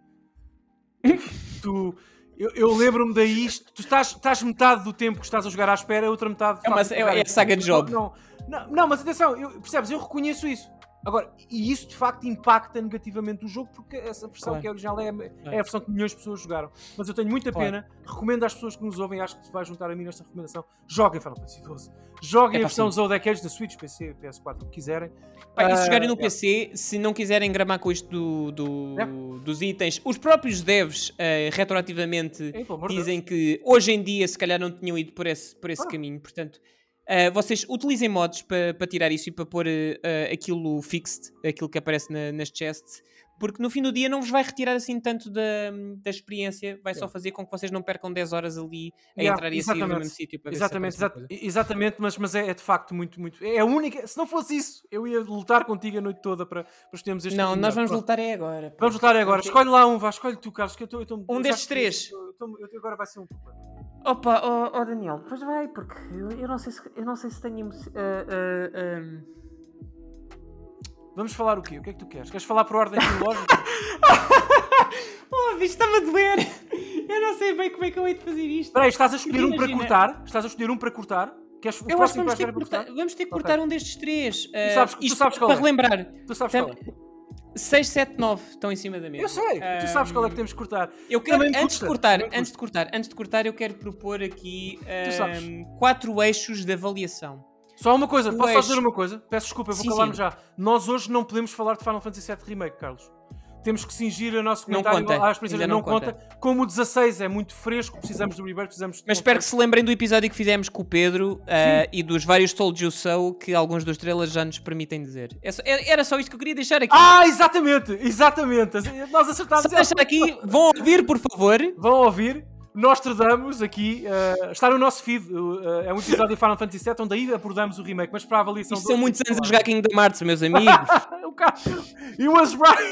S1: Eu lembro-me daí, tu estás metade do tempo que estás a jogar à espera, a outra metade...
S2: É a saga de job.
S1: Não, mas atenção, percebes? Eu reconheço isso. Agora, e isso de facto impacta negativamente o jogo, porque essa versão que é original é a versão que milhões de pessoas jogaram. Mas eu tenho muita pena, recomendo às pessoas que nos ouvem, acho que se vai juntar a mim nesta recomendação, joguem Final Fantasy XII. Joguem a versão Zodiac Age da Switch, PC, PS4, o que quiserem.
S2: E se jogarem no PC, se não quiserem gramar com isto dos itens, os próprios devs retroativamente dizem que hoje em dia se calhar não tinham ido por esse caminho, portanto... vocês utilizem mods para tirar isso e para pôr aquilo fixed, aquilo que aparece nas chests, porque no fim do dia não vos vai retirar assim tanto da experiência, vai só fazer com que vocês não percam 10 horas ali a entrar e a sair no mesmo sítio para ver
S1: exatamente, mas é de facto muito... É a única... Se não fosse isso, eu ia lutar contigo a noite toda para escolhermos este...
S2: Não, nós vamos lutar agora.
S1: Vamos lutar agora. Escolhe lá um, escolhe tu, Carlos, que eu estou...
S2: Um destes três.
S1: Agora vai ser um...
S2: Opa, Daniel, pois vai, porque eu não sei se tenho...
S1: Vamos falar o quê? O que é que tu queres? Queres falar por ordem cronológica?
S2: Isto está-me a doer. Eu não sei bem como é que eu hei de fazer isto.
S1: Espera aí, estás a escolher um para cortar? Estás a escolher um para cortar?
S2: Eu acho que vamos ter que cortar um destes três.
S1: Tu sabes qual é.
S2: Para relembrar.
S1: Tu sabes qual é.
S2: 6, 7, 9 estão em cima da mesa.
S1: Eu sei, tu sabes qual é que temos que cortar.
S2: Eu quero, antes de cortar, eu quero propor aqui 4 eixos de avaliação.
S1: Só uma coisa, posso só dizer uma coisa? Peço desculpa, eu vou calar-me já. Nós hoje não podemos falar de Final Fantasy VII Remake, Carlos. Temos que cingir o nosso comentário à experiência. Não conta. Como o 16 é muito fresco, precisamos do rebirth,
S2: Mas espero que se lembrem do episódio que fizemos com o Pedro e dos vários Told You So que alguns dos trailers já nos permitem dizer. Era só isto que eu queria deixar aqui.
S1: Exatamente! Nós acertámos.
S2: Só deixar aqui, vão ouvir, por favor.
S1: Vão ouvir. Nós tradamos aqui, está no nosso feed, é um episódio de Final Fantasy VII onde aí abordamos o remake, mas para a avaliação...
S2: Isto são muitos anos a jogar Kingdom Hearts, meus amigos.
S1: He was right.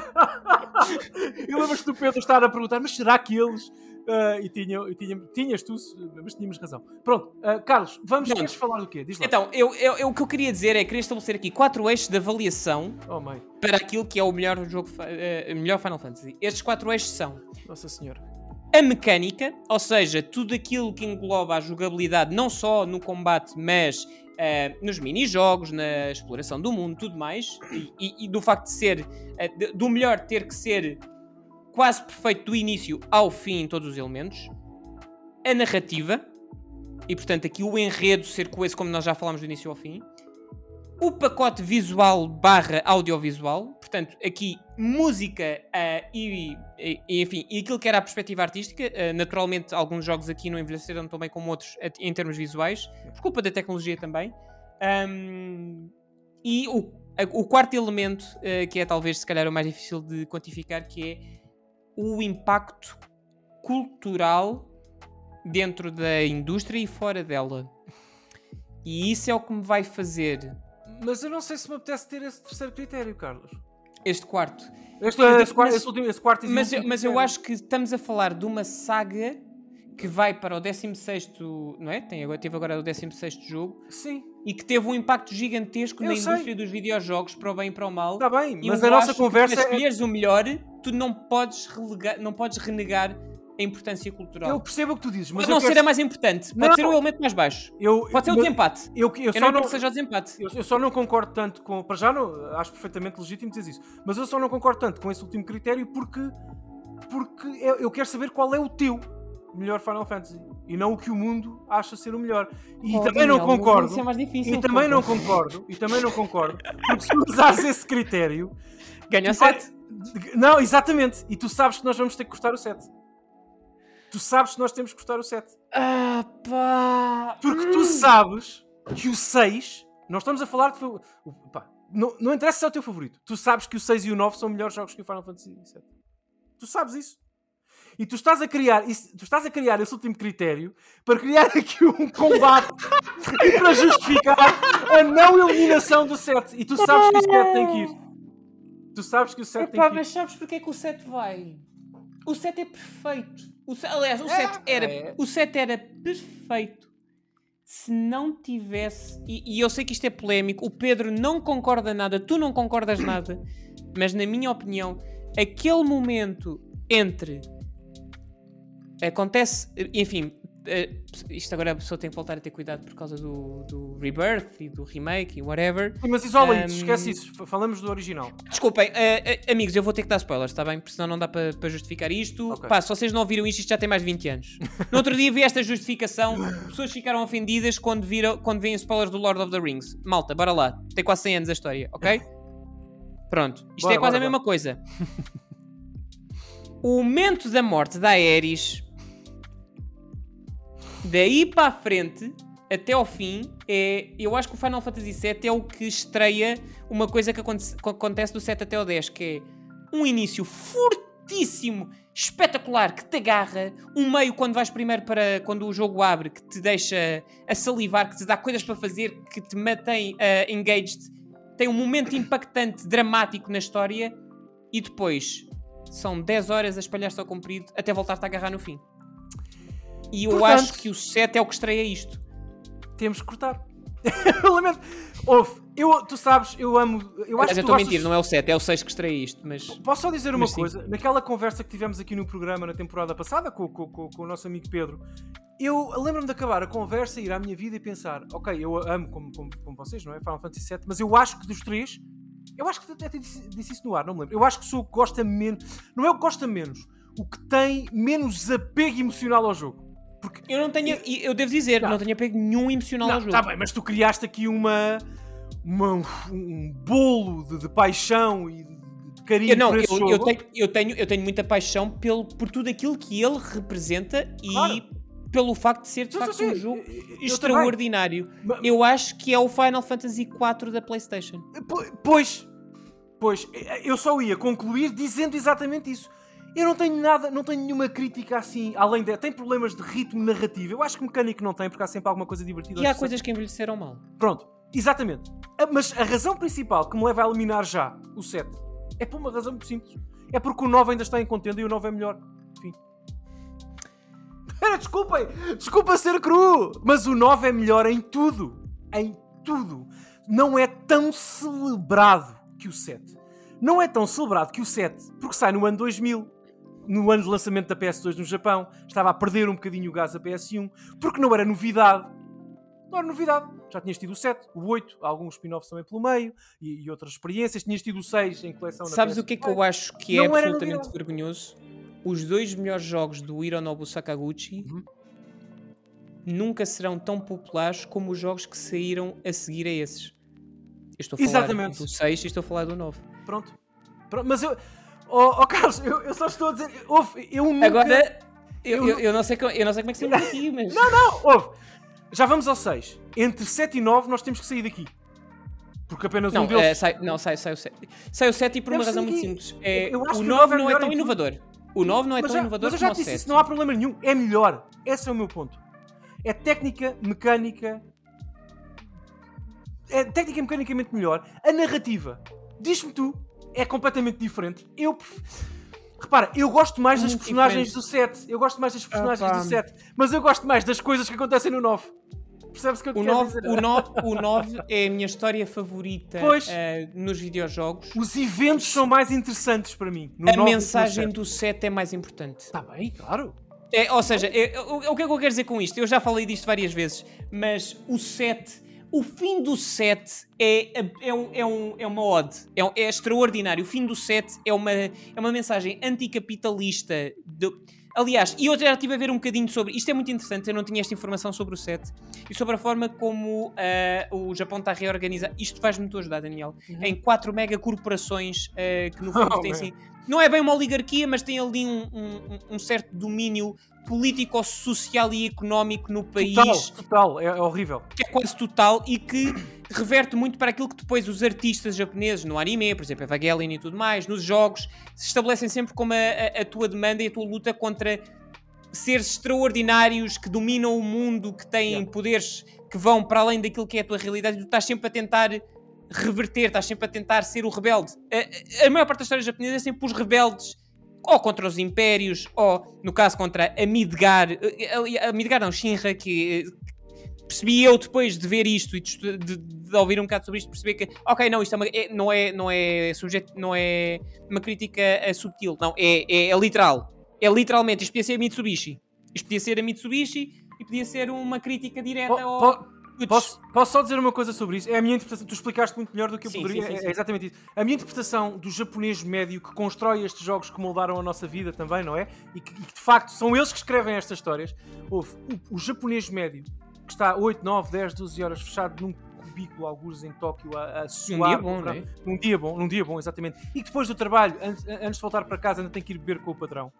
S1: Eu lembro-me do Pedro estar a perguntar, mas será que eles... tinhas tu, mas tínhamos razão. Pronto, Carlos, queres falar do quê? Diz lá.
S2: Então, o que eu queria dizer é que queria estabelecer aqui 4 eixos de avaliação para aquilo que é o melhor jogo, melhor Final Fantasy. Estes 4 eixos são...
S1: Nossa Senhora.
S2: A mecânica, ou seja, tudo aquilo que engloba a jogabilidade, não só no combate, mas nos mini-jogos, na exploração do mundo, tudo mais, e do facto de ser, do melhor ter que ser quase perfeito do início ao fim em todos os elementos. A narrativa, e portanto aqui o enredo ser coeso, como nós já falámos do início ao fim. O pacote visual / audiovisual, portanto, aqui música enfim, e aquilo que era a perspectiva artística. Naturalmente, alguns jogos aqui não envelheceram tão bem como outros em termos visuais, por culpa da tecnologia também. E o quarto elemento, que é talvez se calhar o mais difícil de quantificar, que é o impacto cultural dentro da indústria e fora dela. E isso é o que me vai fazer...
S1: Mas eu não sei se me apetece ter esse terceiro critério, Carlos.
S2: Este quarto.
S1: Esse quarto
S2: mas eu acho que estamos a falar de uma saga que vai para o 16º, não é? Teve agora o 16º jogo.
S1: Sim.
S2: E que teve um impacto gigantesco na indústria dos videojogos, para o bem e para o mal.
S1: Está bem, mas a nossa conversa...
S2: Se escolheres o melhor, tu não podes renegar a importância cultural.
S1: Eu percebo o que tu dizes, mas
S2: pode não ser a mais importante, pode ser o elemento mais baixo, pode ser o desempate. Eu não quero que seja o desempate.
S1: Eu só não concordo tanto com... Para já, não, acho perfeitamente legítimo dizer isso, mas eu só não concordo tanto com esse último critério porque eu quero saber qual é o teu melhor Final Fantasy e não o que o mundo acha ser o melhor. E também não concordo.
S2: Isso é mais difícil,
S1: e também não concordo, porque se usares esse critério...
S2: Ganha o 7.
S1: Não, exatamente. E tu sabes que nós vamos ter que cortar o 7. Tu sabes que nós temos que cortar o 7. Porque tu sabes que o 6... Nós estamos a falar de... Não interessa se é o teu favorito. Tu sabes que o 6 e o 9 são melhores jogos que o Final Fantasy VII. Tu sabes isso. E tu estás a criar esse último critério para criar aqui um combate para justificar a não eliminação do 7. E tu sabes que o 7 tem que ir. Tu sabes que o 7 tem
S2: Epá,
S1: que...
S2: mas sabes porque é que o 7 vai? O 7 é perfeito. Aliás, o 7 era perfeito se não tivesse... E eu sei que isto é polémico. O Pedro não concorda nada, tu não concordas nada. Mas na minha opinião, aquele momento entre... Acontece... Enfim... isto agora a pessoa tem que voltar a ter cuidado por causa do Rebirth e do remake e whatever.
S1: Mas isola isso, esquece isso. Falamos do original.
S2: Desculpem, amigos, eu vou ter que dar spoilers, está bem? Porque senão não dá para justificar isto.
S1: Okay.
S2: Pá, se vocês não ouviram isto já tem mais de 20 anos. No outro dia vi esta justificação, pessoas ficaram ofendidas quando veem spoilers do Lord of the Rings. Malta, bora lá, tem quase 100 anos a história, ok? Pronto, isto é quase a mesma coisa. O momento da morte da Aerys... Daí para a frente, até ao fim, eu acho que o Final Fantasy VII é o que estreia uma coisa que acontece do 7 até ao 10, que é um início fortíssimo, espetacular, que te agarra, um meio quando vais primeiro para quando o jogo abre, que te deixa a salivar, que te dá coisas para fazer, que te mantém engaged, tem um momento impactante, dramático na história, e depois são 10 horas a espalhar-se ao comprido até voltar-te a agarrar no fim. E eu acho que o 7 é o que estreia isto.
S1: Temos que cortar. Eu lamento. Tu sabes, eu amo...
S2: Mas eu estou a mentir, não é o 7, é o 6 que estreia isto. Mas...
S1: Posso só dizer uma coisa? Naquela conversa que tivemos aqui no programa na temporada passada com o nosso amigo Pedro, eu lembro-me de acabar a conversa, ir à minha vida e pensar, ok, eu amo como vocês, não é? Final Fantasy VII, mas eu acho que dos três, eu acho que até disse isso no ar, não me lembro. Eu acho que sou o que gosta menos, não é o que gosta menos, o que tem menos apego emocional ao jogo. Porque
S2: eu devo dizer, não tenho apego nenhum emocional ao jogo.
S1: Tá bem, mas tu criaste aqui um bolo de paixão e de carinho por esse jogo.
S2: Eu tenho muita paixão por tudo aquilo que ele representa e pelo facto de ser de facto um jogo extraordinário. Eu acho que é o Final Fantasy IV da PlayStation.
S1: Pois, eu só ia concluir dizendo exatamente isso. Eu não tenho nenhuma crítica assim, além de... Tem problemas de ritmo narrativo. Eu acho que mecânico não tem, porque há sempre alguma coisa divertida.
S2: E há coisas que envelheceram mal.
S1: Pronto, exatamente. Mas a razão principal que me leva a eliminar já o 7 é por uma razão muito simples. É porque o 9 ainda está em contenda e o 9 é melhor. Enfim. Desculpa ser cru, mas o 9 é melhor em tudo. Em tudo. Não é tão celebrado que o 7. Não é tão celebrado que o 7, porque sai no ano 2000. No ano de lançamento da PS2 no Japão, estava a perder um bocadinho o gás a PS1, porque não era novidade. Não era novidade. Já tinhas tido o 7, o 8, alguns spin-offs também pelo meio, e outras experiências. Tinhas tido o 6 em coleção na
S2: Sabes
S1: PS2.
S2: o que é que eu acho que é absolutamente vergonhoso? Os 2 melhores jogos do Hironobu Sakaguchi nunca serão tão populares como os jogos que saíram a seguir a esses. Eu estou a falar do 6 e estou a falar do 9.
S1: Pronto. Mas eu... Carlos, eu só estou a dizer... Eu nunca...
S2: Agora, eu não sei como é que se chama aqui, mas...
S1: Não. Já vamos ao 6. Entre 7 e 9 nós temos que sair daqui. Porque apenas um deles...
S2: sai o 7. Sai o 7 e por uma razão muito simples. O
S1: 9
S2: não é tão inovador. O 9 não é tão inovador como o 7. Mas eu já disse isso,
S1: não há problema nenhum. É melhor. Esse é o meu ponto. É técnica, mecânica... É técnica e mecanicamente melhor. A narrativa, diz-me tu, é completamente diferente. Repara, eu gosto mais das personagens do 7. Eu gosto mais das personagens do 7. Mas eu gosto mais das coisas que acontecem no 9. Percebes o que eu te quero dizer?
S2: O 9 é a minha história favorita nos videojogos.
S1: Os eventos são mais interessantes para mim.
S2: A mensagem do 7 é mais importante.
S1: Está bem, claro.
S2: Ou seja, o que é que eu quero dizer com isto? Eu já falei disto várias vezes, mas o 7... O fim do 7 é uma ode. É extraordinário. O fim do 7 é uma mensagem anticapitalista. Aliás, e eu já estive a ver um bocadinho sobre... Isto é muito interessante, eu não tinha esta informação sobre o 7. E sobre a forma como o Japão está a reorganizar. Isto faz-me muito ajudar, Daniel. Em 4 megacorporações que no fundo têm assim... Não é bem uma oligarquia, mas tem ali um certo domínio político, social e económico no país.
S1: Total, é horrível.
S2: Que é quase total e que reverte muito para aquilo que depois os artistas japoneses no anime, por exemplo, Evangelion e tudo mais, nos jogos, se estabelecem sempre como a tua demanda e a tua luta contra seres extraordinários que dominam o mundo, que têm poderes que vão para além daquilo que é a tua realidade, e tu estás sempre a tentar reverter, estás sempre a tentar ser o rebelde. A maior parte da história japonesa é sempre os rebeldes, ou contra os impérios, ou, no caso, contra a Midgar. A Midgar não, Shinra, que percebi eu depois de ver isto e de ouvir um bocado sobre isto, perceber que, ok, não, isto não é uma crítica subtil, não, é literal. É literalmente, isto podia ser a Mitsubishi. Isto podia ser a Mitsubishi e podia ser uma crítica direta ao...
S1: Posso só dizer uma coisa sobre isso? É a minha interpretação. Tu explicaste muito melhor do que eu poderia. Sim. É exatamente isso. A minha interpretação do japonês médio que constrói estes jogos que moldaram a nossa vida também, não é? E que de facto são eles que escrevem estas histórias. O japonês médio que está 8, 9, 10, 12 horas fechado num cubículo, alguns em Tóquio, a suar.
S2: Um dia bom, não é?
S1: Num dia bom, exatamente. E que depois do trabalho, antes de voltar para casa, ainda tem que ir beber com o patrão.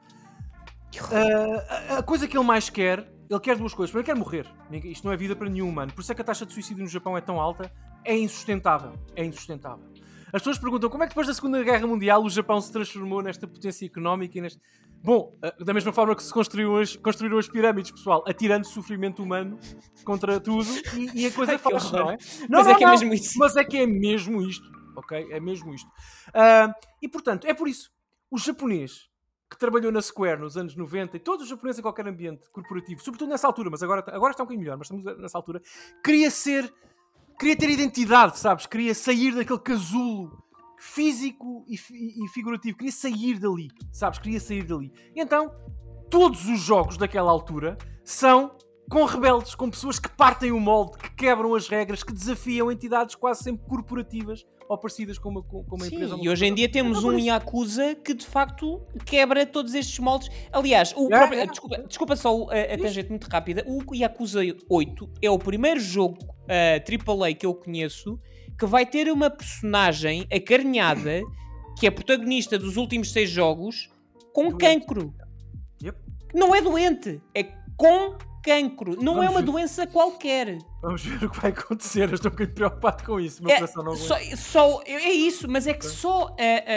S1: A coisa que ele mais quer, ele quer duas coisas. Primeiro, quer morrer. Isto não é vida para nenhum humano. Por isso é que a taxa de suicídio no Japão é tão alta. É insustentável. As pessoas perguntam como é que depois da Segunda Guerra Mundial o Japão se transformou nesta potência económica e neste... Bom, da mesma forma que se construíram as pirâmides, pessoal, atirando sofrimento humano contra tudo e a coisa faz, não é?
S2: Mas é que é mesmo isso.
S1: Mas é que é mesmo isto, ok? É mesmo isto. E portanto, é por isso. O japonês que trabalhou na Square nos anos 90 e todos os japoneses em qualquer ambiente corporativo, sobretudo nessa altura, mas agora está um bocadinho melhor, mas estamos nessa altura, queria ter identidade, sabes? Queria sair daquele casulo físico e figurativo, queria sair dali, sabes? E então, todos os jogos daquela altura são com rebeldes, com pessoas que partem o molde, que quebram as regras, que desafiam entidades quase sempre corporativas ou parecidas com uma empresa.
S2: E hoje em dia temos um Yakuza que de facto quebra todos estes moldes. Aliás, desculpa só a tangente muito rápida. O Yakuza 8 é o primeiro jogo AAA que eu conheço que vai ter uma personagem acarinhada que é protagonista dos últimos 6 jogos com cancro. Não é doente, é com cancro. Não é uma doença qualquer.
S1: Vamos ver o que vai acontecer. Eu estou um bocadinho preocupado com isso. Meu coração não aguenta.
S2: É isso, mas é que só...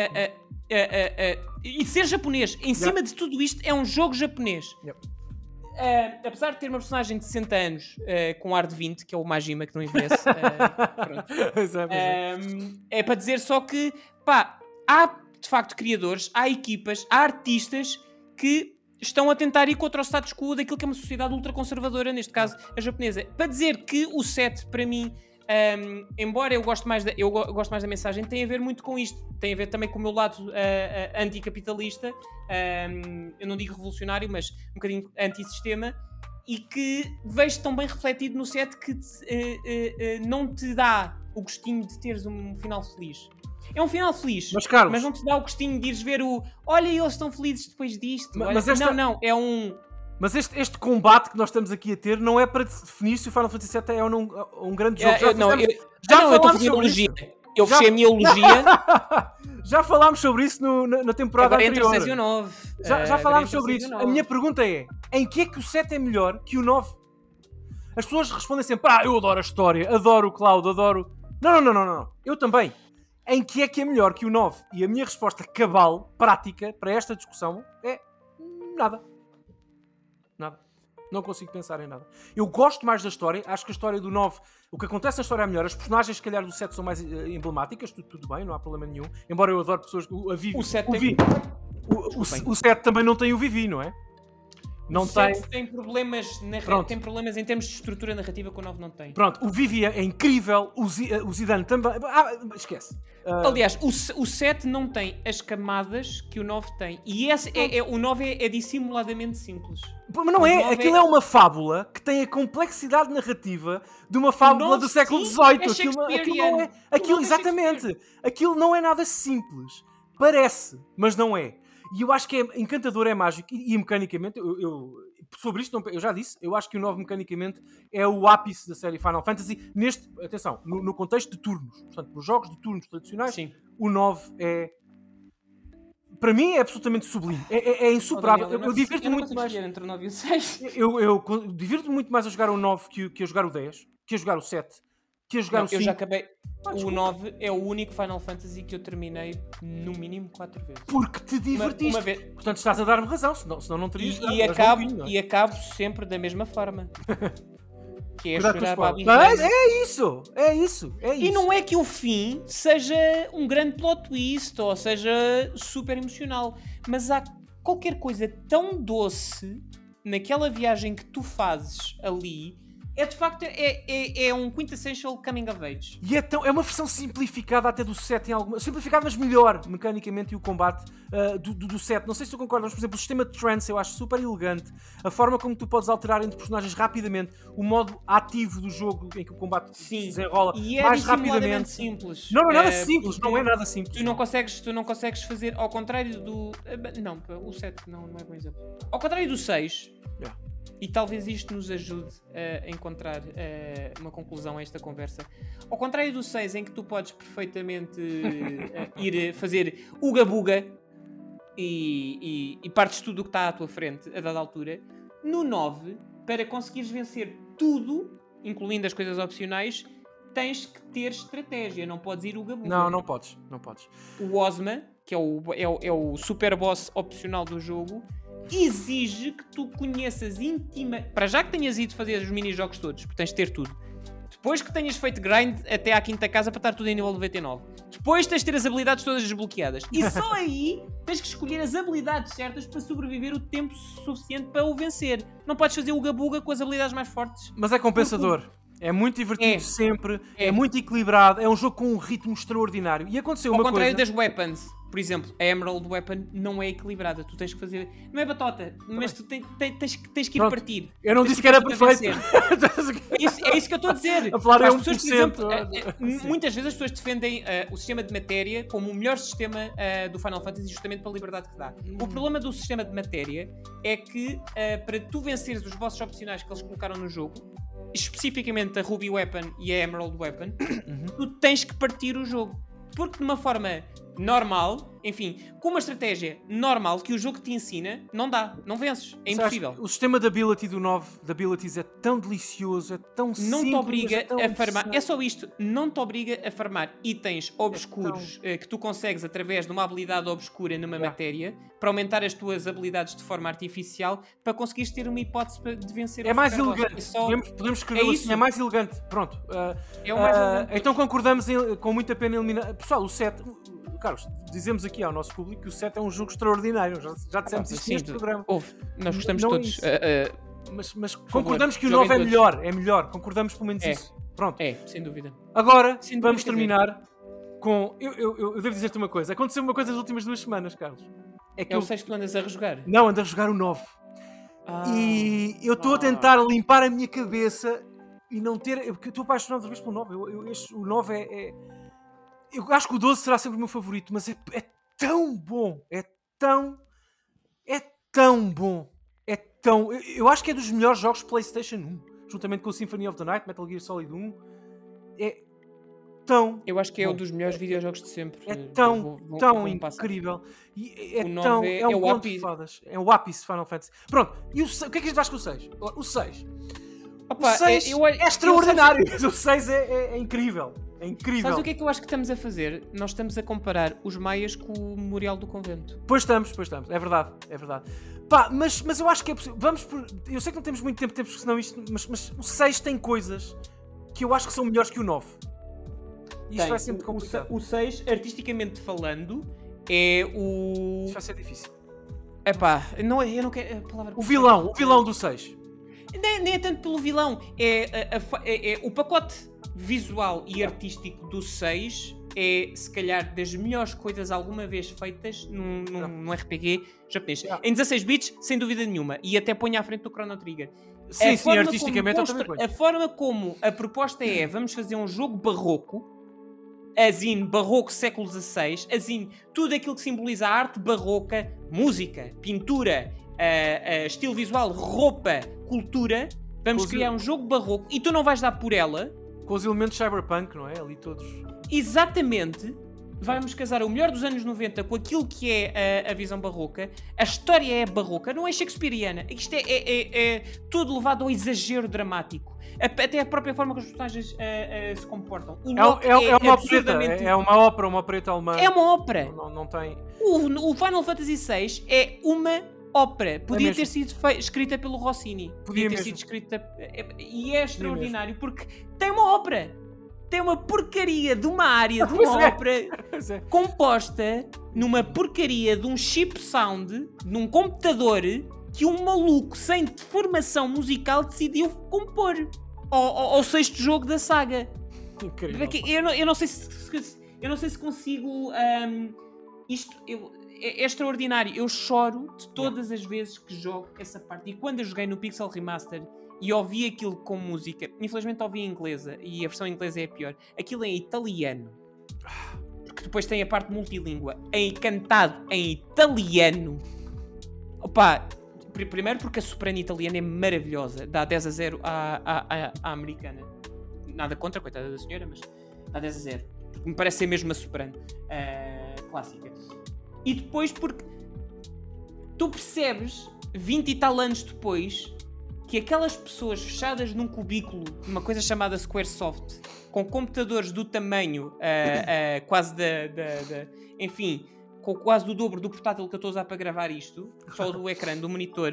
S2: e ser japonês, em cima de tudo isto, é um jogo japonês. Apesar de ter uma personagem de 60 anos com ar de 20, que é o Majima, que não envelhece. É para dizer só que, há de facto criadores, há equipas, há artistas que estão a tentar ir contra o status quo daquilo que é uma sociedade ultraconservadora, neste caso a japonesa. Para dizer que o 7, para mim, embora eu goste mais da mensagem, tem a ver muito com isto. Tem a ver também com o meu lado anticapitalista, eu não digo revolucionário, mas um bocadinho antissistema, e que vejo tão bem refletido no 7 que não te dá o gostinho de teres um final feliz. É um final feliz,
S1: mas, Carlos,
S2: mas não te dá o gostinho de ires ver olha, eles estão felizes depois disto. Não, é um...
S1: Mas este combate que nós estamos aqui a ter não é para definir se o Final Fantasy VII é um grande jogo.
S2: Eu estou a fazer elogio. Eu fechei a minha elogia.
S1: Já falámos sobre isso na temporada
S2: agora
S1: anterior.
S2: Entre o 6 e o 9.
S1: Já falámos sobre isso. A minha pergunta é, em que é que o 7 é melhor que o 9? As pessoas respondem sempre, eu adoro a história, adoro o Cloud, adoro... Não. Eu também. Em que é melhor que o 9? E a minha resposta cabal, prática, para esta discussão é nada. Não consigo pensar em nada. Eu gosto mais da história, acho que a história do 9, o que acontece na história é melhor. As personagens, se calhar, do 7 são mais emblemáticas, tudo bem, não há problema nenhum. Embora eu adore pessoas... O 7 também não tem o Vivi, não é?
S2: O 7 tem problemas em termos de estrutura narrativa que o 9 não tem.
S1: Pronto, o Vivi é incrível, o Zidane também... esquece.
S2: Aliás, o 7 não tem as camadas que o 9 tem. E o 9 é dissimuladamente simples.
S1: Mas não é, aquilo é uma fábula que tem a complexidade narrativa de uma fábula do século XVIII. Aquilo não é nada simples. Parece, mas não é. E eu acho que é encantador, é mágico e mecanicamente, sobre isto eu já disse, eu acho que o 9 mecanicamente é o ápice da série Final Fantasy atenção, no contexto de turnos. Portanto, nos jogos de turnos tradicionais, sim. O 9 é, para mim, é absolutamente sublime. É insuperável. Eu divirto-me muito mais.
S2: Entre o 9 e o 6.
S1: Eu divirto-me muito mais a jogar o 9 que a jogar o 10, que a jogar o 7, que a jogar o 5.
S2: Eu já acabei. O 9 é o único Final Fantasy que eu terminei no mínimo 4 vezes.
S1: Porque te divertiste. Uma vez. Portanto, estás a dar-me razão, senão não terias.
S2: E acabo sempre da mesma forma. Que é
S1: Cuidado com os
S2: chorar
S1: spoilers.
S2: Babi
S1: Mas
S2: Rhamer.
S1: é isso.
S2: E não é que o fim seja um grande plot twist ou seja super emocional, mas há qualquer coisa tão doce naquela viagem que tu fazes ali. É de facto é um quintessential coming of age.
S1: E é uma versão simplificada até do 7 em alguma... Simplificada, mas melhor mecanicamente, e o combate do 7. Não sei se tu concordas, mas por exemplo o sistema de trance eu acho super elegante. A forma como tu podes alterar entre personagens rapidamente. O modo ativo do jogo em que o combate se desenrola
S2: e é
S1: mais rapidamente.
S2: Simples.
S1: Não é nada simples, não é nada simples.
S2: Tu não consegues fazer, ao contrário do... Não, o 7 não é bom exemplo. Ao contrário do 6...
S1: Yeah.
S2: E talvez isto nos ajude a encontrar uma conclusão a esta conversa. Ao contrário do 6, em que tu podes perfeitamente ir fazer uga-buga e partes tudo o que está à tua frente a dada altura, no 9, para conseguires vencer tudo, incluindo as coisas opcionais, tens que ter estratégia, não podes ir uga-buga.
S1: Não podes.
S2: O Ozma, que é o super boss opcional do jogo, exige que tu conheças para já que tenhas ido fazer os mini-jogos todos, porque tens de ter tudo. Depois que tenhas feito grind até à quinta casa para estar tudo em nível 99. Depois tens de ter as habilidades todas desbloqueadas. E só aí tens que escolher as habilidades certas para sobreviver o tempo suficiente para o vencer. Não podes fazer o gabuga com as habilidades mais fortes.
S1: Mas é compensador. É muito divertido sempre, é muito equilibrado, é um jogo com um ritmo extraordinário. E aconteceu uma coisa...
S2: Ao contrário das weapons, por exemplo, a Emerald Weapon não é equilibrada. Tu tens que fazer... Não é batota, mas tu tens que ir partir.
S1: Eu não disse que era perfeito.
S2: É isso que eu estou a dizer.
S1: A falar é 1%.
S2: Pessoas, por exemplo, muitas vezes as pessoas defendem o sistema de matéria como o melhor sistema do Final Fantasy, justamente pela liberdade que dá. O problema do sistema de matéria é que para tu venceres os bosses opcionais que eles colocaram no jogo, especificamente a Ruby Weapon e a Emerald Weapon, tu tens que partir o jogo. Porque de uma forma normal, enfim, com uma estratégia normal que o jogo te ensina, não dá, não vences, é impossível.
S1: O sistema de ability do 9 de abilities é tão delicioso, é tão simples.
S2: Não te obriga a farmar, é só isto, não te obriga a farmar itens obscuros que tu consegues através de uma habilidade obscura numa matéria para aumentar as tuas habilidades de forma artificial para conseguires ter uma hipótese de vencer.
S1: É mais elegante, podemos escrever assim, é mais elegante. Pronto.
S2: É o mais elegante.
S1: Então concordamos com muita pena eliminar. Pessoal, o 7. Carlos, dizemos aqui ao nosso público que o 7 é um jogo extraordinário. Já dissemos isto neste programa.
S2: Nós gostamos todos.
S1: Mas concordamos que o 9 é melhor. Concordamos pelo menos isso. Pronto.
S2: É, sem dúvida.
S1: Agora, vamos terminar com... Eu devo dizer-te uma coisa. Aconteceu uma coisa nas últimas 2 semanas, Carlos.
S2: É o 6 que tu andas a rejogar?
S1: Não, ando a jogar o 9. E eu estou a tentar limpar a minha cabeça e não ter... Porque eu estou apaixonado outra vez pelo 9. O 9 é... Eu acho que o 12 será sempre o meu favorito, mas é tão bom. É tão bom. Eu acho que é dos melhores jogos de PlayStation 1. Juntamente com o Symphony of the Night, Metal Gear Solid 1. É tão...
S2: Eu acho que é um dos melhores videojogos de sempre.
S1: É tão incrível. E é um conto de fadas. É o ápice de Final Fantasy. Pronto. E o que é que a gente faz com o 6? O 6.
S2: Opa,
S1: o 6 é extraordinário. O 6 é incrível. É incrível.
S2: Sabes o que é que eu acho que estamos a fazer? Nós estamos a comparar os maias com o Memorial do Convento.
S1: Pois estamos. É verdade. Pá, mas eu acho que é possível. Eu sei que não temos muito tempo, senão isto, mas o 6 tem coisas que eu acho que são melhores que o 9. Isto vai ser muito complicado.
S2: O 6, artisticamente falando, é o...
S1: Isto vai ser difícil.
S2: Epá, eu não quero... A palavra
S1: o vilão do 6.
S2: Nem é tanto pelo vilão. É o pacote visual e artístico do 6 é, se calhar, das melhores coisas alguma vez feitas num RPG japonês. Em 16 bits, sem dúvida nenhuma. E até põe à frente do Chrono Trigger.
S1: Sim, artisticamente eu também ponho.
S2: A forma como a proposta é, vamos fazer um jogo barroco, barroco século XVI, tudo aquilo que simboliza a arte barroca, música, pintura, estilo visual, roupa, cultura. Vamos criar um jogo barroco e tu não vais dar por ela.
S1: Com os elementos cyberpunk, não é? Ali todos.
S2: Exatamente. Vamos casar o melhor dos anos 90 com aquilo que é a visão barroca. A história é barroca, não é shakespeariana. Isto é tudo levado ao exagero dramático. Até a própria forma que os personagens se comportam.
S1: É uma absurdamente... é uma ópera alemã.
S2: É uma ópera.
S1: Não tem...
S2: O Final Fantasy VI é uma ópera. Podia ter sido escrita pelo Rossini. Podia ter sido escrita... E é extraordinário porque tem uma ópera. Tem uma porcaria de uma área de uma ópera composta numa porcaria de um chip sound, num computador que um maluco sem formação musical decidiu compor ao sexto jogo da saga.
S1: Incrível.
S2: Eu não sei se consigo... isto é extraordinário. Eu choro de todas as vezes que jogo essa parte. E quando eu joguei no Pixel Remaster e ouvi aquilo com música, infelizmente ouvi em inglesa e a versão inglesa é a pior, aquilo é em italiano, porque depois tem a parte multilíngua, cantado em italiano. Opa, primeiro porque a soprano italiana é maravilhosa, dá 10-0 à americana. Nada contra, coitada da senhora, mas dá 10-0, porque me parece ser mesmo a soprano clássica. E depois porque tu percebes 20 e tal anos depois que aquelas pessoas fechadas num cubículo, numa coisa chamada Squaresoft, com computadores do tamanho quase enfim, com quase do dobro do portátil que eu estou a usar para gravar isto, só do ecrã do monitor,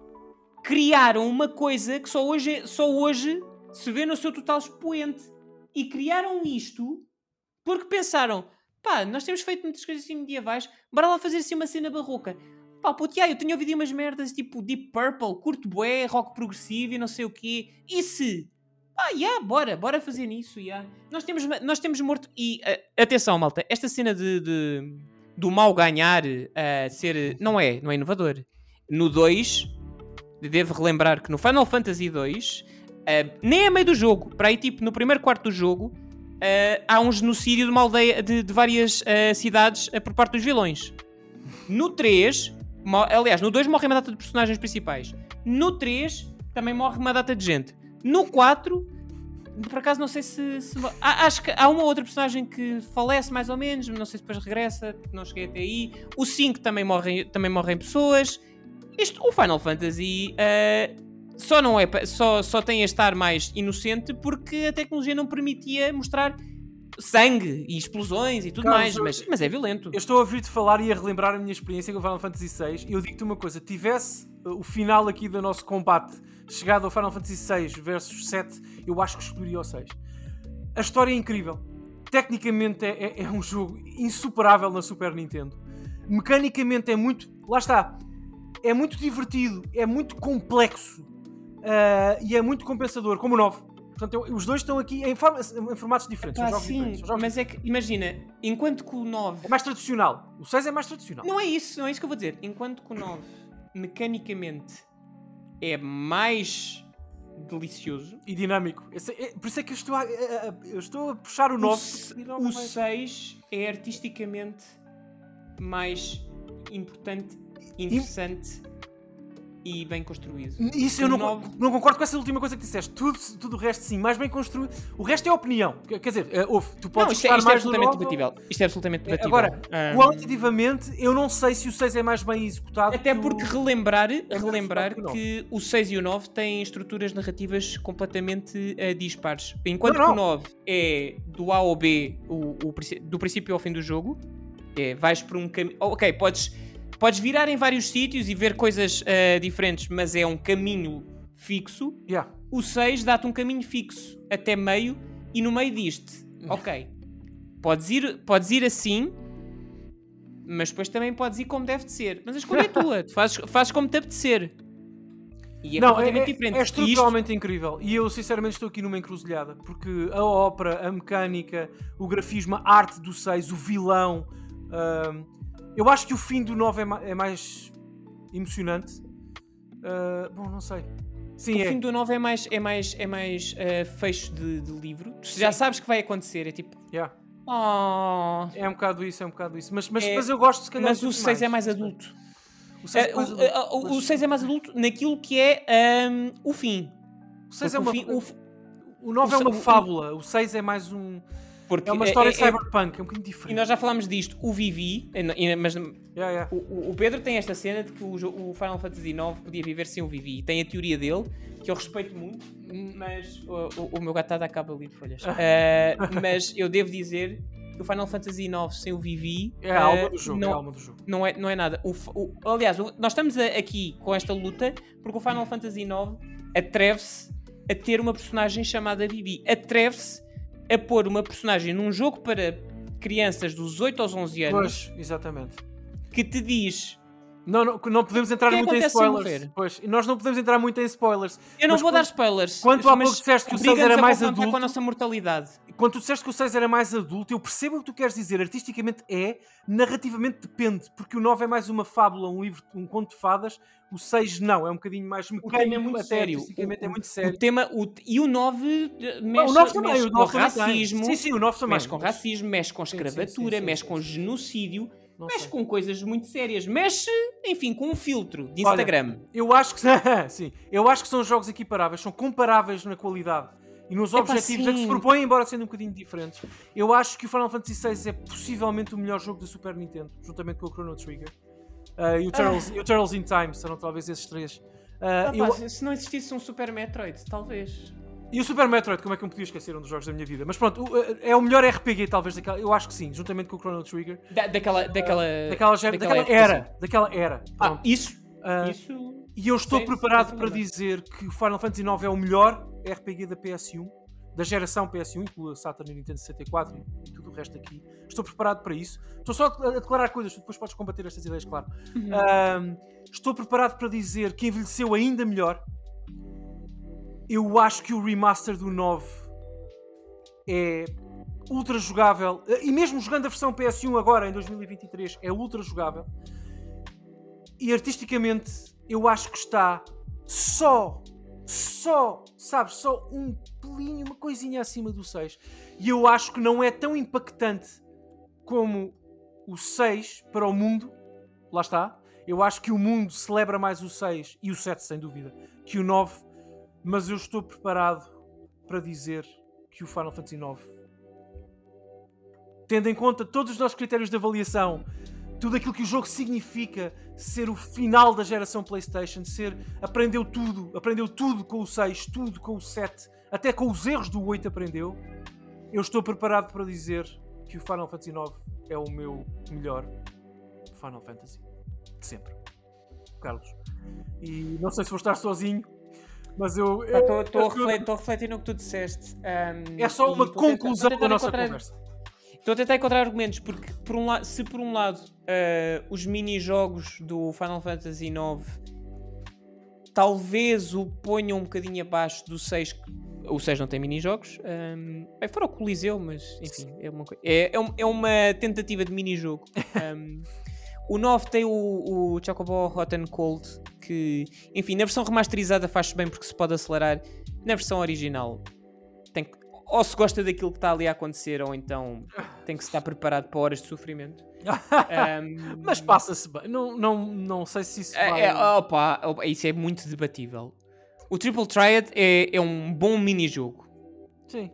S2: criaram uma coisa que só hoje se vê no seu total expoente. E criaram isto porque pensaram, pá, nós temos feito muitas coisas assim medievais, bora lá fazer assim uma cena barroca. Pá, puto, eu tenho ouvido umas merdas tipo Deep Purple, curto bué, rock progressivo e não sei o quê. E se? Bora fazer nisso, Nós temos morto... E, atenção, malta, esta cena do mal ganhar ser... Não é inovador. No 2, devo relembrar que no Final Fantasy 2, nem é meio do jogo, para aí tipo, no primeiro quarto do jogo, há um genocídio de uma aldeia, de várias cidades por parte dos vilões. No 3... Aliás, no 2 morre uma data de personagens principais. No 3 também morre uma data de gente. No 4, por acaso não sei se acho que há uma outra personagem que falece mais ou menos, não sei se depois regressa, porque não cheguei até aí. O 5 também morrem pessoas. O Final Fantasy só tem a estar mais inocente porque a tecnologia não permitia mostrar sangue e explosões e tudo mais, mas é violento.
S1: Eu estou a ouvir-te falar e a relembrar a minha experiência com o Final Fantasy VI e eu digo-te uma coisa, tivesse o final aqui do nosso combate chegado ao Final Fantasy VI versus 7, eu acho que escolheria o 6. A história é incrível, tecnicamente é um jogo insuperável na Super Nintendo, mecanicamente é muito, lá está, é muito divertido, é muito complexo e é muito compensador, como o 9. Portanto, os dois estão aqui em formatos diferentes.
S2: Sim, mas é que, imagina, enquanto que o 9...
S1: É mais tradicional. O 6 é mais tradicional.
S2: Não é isso que eu vou dizer. Enquanto que o 9, mecanicamente, é mais delicioso.
S1: E dinâmico. Por isso é que eu estou a puxar o 9.
S2: O 6 é artisticamente mais importante, interessante... e bem construído.
S1: Isso eu não concordo com essa última coisa que disseste. Tudo o resto sim, mais bem construído. O resto é opinião. Quer dizer, tu podes gostar mais do 9.
S2: Isto é absolutamente debatível.
S1: Agora, qualitativamente, eu não sei se o 6 é mais bem executado.
S2: Até porque relembrar que o 6 e o 9 têm estruturas narrativas completamente dispares. Enquanto que o 9 é do A ao B, do princípio ao fim do jogo, vais por um caminho... Ok, Podes virar em vários sítios e ver coisas diferentes, mas é um caminho fixo. O 6 dá-te um caminho fixo até meio e no meio diz-te, ok, podes ir assim, mas depois também podes ir como deve de ser. Mas a escolha é tua, tu fazes como te apetecer. E é completamente diferente.
S1: É estruturalmente incrível. E eu sinceramente estou aqui numa encruzilhada, porque a ópera, a mecânica, o grafismo, a arte do 6, o vilão... eu acho que o fim do 9 é mais emocionante. Bom, não sei. Sim,
S2: o fim do 9 é mais fecho de livro. Tu já sabes que vai acontecer. É tipo... Oh.
S1: É um bocado isso. Mas eu gosto, se calhar...
S2: Mas o 6 é mais adulto. O 6 é mais adulto naquilo que é o fim.
S1: O 6 é uma... O 9 é uma fábula. O 6 é mais um... Porque é uma história cyberpunk, é um bocadinho diferente.
S2: E nós já falámos disto, o Vivi, mas o Pedro tem esta cena de que o Final Fantasy IX podia viver sem o Vivi. Tem a teoria dele, que eu respeito muito, mas o meu gato está a dar cabo ali de folhas. Mas eu devo dizer o Final Fantasy IX sem o Vivi
S1: é a alma do jogo, é a alma do jogo.
S2: Não é nada. Aliás, nós estamos aqui com esta luta porque o Final Fantasy IX atreve-se a ter uma personagem chamada Vivi. Atreve-se a pôr uma personagem num jogo para crianças dos 8 aos 11 anos.
S1: Pois, exatamente.
S2: Que te diz...
S1: Não podemos entrar muito em spoilers. Pois, e nós não podemos entrar muito em spoilers.
S2: Eu não vou dar spoilers.
S1: Quando há pouco disseste que o 6 era mais adulto...
S2: com a nossa mortalidade.
S1: Quando tu disseste que o 6 era mais adulto, eu percebo o que tu queres dizer. Artisticamente é, narrativamente depende. Porque o 9 é mais uma fábula, um livro, um conto de fadas. O 6 não, é um bocadinho mais mecânico.
S2: O tema é muito sério.
S1: É muito sério.
S2: O tema, e o 9 mexe,
S1: o 9 também,
S2: mexe
S1: o 9
S2: com racismo.
S1: Sim, o 9 também.
S2: Mexe com racismo, mexe com escravatura, mexe com genocídio. Mexe com coisas muito sérias. Mexe, enfim, com um filtro de Instagram.
S1: Olha, eu acho que sim, eu acho que são jogos equiparáveis, são comparáveis na qualidade e nos objetivos a que se propõem, embora sendo um bocadinho diferentes. Eu acho que o Final Fantasy VI é possivelmente o melhor jogo da Super Nintendo, juntamente com o Chrono Trigger e o Turtles in Time, serão talvez esses três.
S2: Se não existisse um Super Metroid, talvez.
S1: E o Super Metroid, como é que eu me podia esquecer um dos jogos da minha vida? Mas pronto, é o melhor RPG talvez daquela, eu acho que sim, juntamente com o Chrono Trigger. Daquela era.
S2: Isso.
S1: E eu estou preparado para dizer que o Final Fantasy IX é o melhor RPG da PS1, da geração PS1, inclui a Saturn e Nintendo 64 e tudo o resto aqui. Estou preparado para isso. Estou só a declarar coisas, tu depois podes combater estas ideias, claro. Estou preparado para dizer que envelheceu ainda melhor. Eu acho que o remaster do 9 é ultra jogável, e mesmo jogando a versão PS1 agora em 2023 é ultra jogável, e artisticamente eu acho que está só um pelinho, uma coisinha acima do 6, e eu acho que não é tão impactante como o 6 para o mundo. Lá está, eu acho que o mundo celebra mais o 6 e o 7 sem dúvida que o 9. Mas eu estou preparado para dizer que o Final Fantasy IX, tendo em conta todos os nossos critérios de avaliação, tudo aquilo que o jogo significa, ser o final da geração PlayStation, aprendeu tudo com o 6, tudo com o 7, até com os erros do 8 aprendeu. Eu estou preparado para dizer que o Final Fantasy IX é o meu melhor Final Fantasy de sempre, Carlos. E não sei se vou estar sozinho, mas eu
S2: estou a refletir no que tu disseste.
S1: É só uma conclusão da nossa conversa.
S2: Estou a tentar encontrar argumentos, porque por um lado os mini-jogos do Final Fantasy IX talvez o ponham um bocadinho abaixo do 6. O 6 não tem mini-jogos. Fora o Coliseu, mas enfim, é uma tentativa de mini-jogo. O 9 tem o Chocobo Hot and Cold, que, enfim, na versão remasterizada faz-se bem porque se pode acelerar. Na versão original, ou se gosta daquilo que está ali a acontecer, ou então tem que estar preparado para horas de sofrimento.
S1: Mas passa-se bem. Não sei se isso vai...
S2: Isso é muito debatível. O Triple Triad é um bom mini-jogo.
S1: Sim.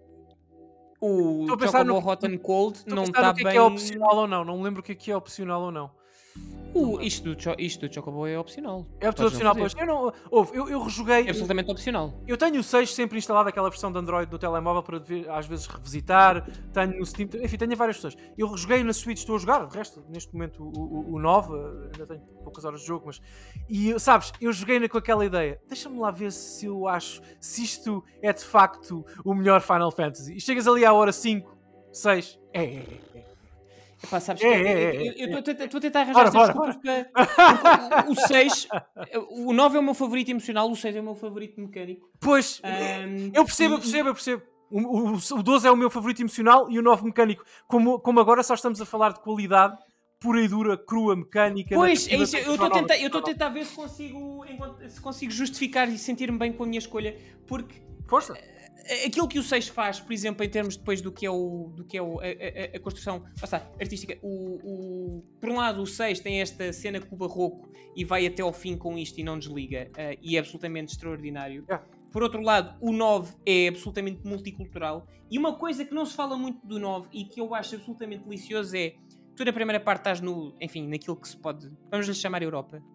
S2: O Chocobo Hot and Cold não está bem...
S1: o que é opcional ou não. Não me lembro o que é opcional ou não.
S2: Isto do Chocobo é opcional.
S1: É tudo opcional, pois. Eu rejoguei...
S2: É absolutamente opcional.
S1: Eu tenho o 6 sempre instalado, aquela versão de Android no telemóvel para às vezes revisitar. Tenho no Steam, enfim, tenho várias versões. Eu rejoguei na Switch, estou a jogar, de resto, neste momento, o 9, ainda tenho poucas horas de jogo, mas... E, sabes, eu joguei com aquela ideia, deixa-me lá ver se eu acho, se isto é de facto o melhor Final Fantasy. E chegas ali à hora 5, 6,
S2: Epá, sabes que eu estou a tentar arranjar desculpas para... O 6, o 9 é o meu favorito emocional, o 6 é o meu favorito mecânico.
S1: Pois, eu percebo. O 12 é o meu favorito emocional e o 9 mecânico. Como agora só estamos a falar de qualidade pura e dura, crua, mecânica...
S2: Pois, é isso, eu estou a tentar ver se consigo justificar e sentir-me bem com a minha escolha, porque...
S1: Força!
S2: Aquilo que o 6 faz, por exemplo, em termos depois do que é a construção artística, por um lado o 6 tem esta cena com o barroco e vai até ao fim com isto e não desliga, e é absolutamente extraordinário. Por outro lado, o 9 é absolutamente multicultural, e uma coisa que não se fala muito do 9 e que eu acho absolutamente delicioso é tu na primeira parte estás naquilo que se pode, vamos lhe chamar Europa,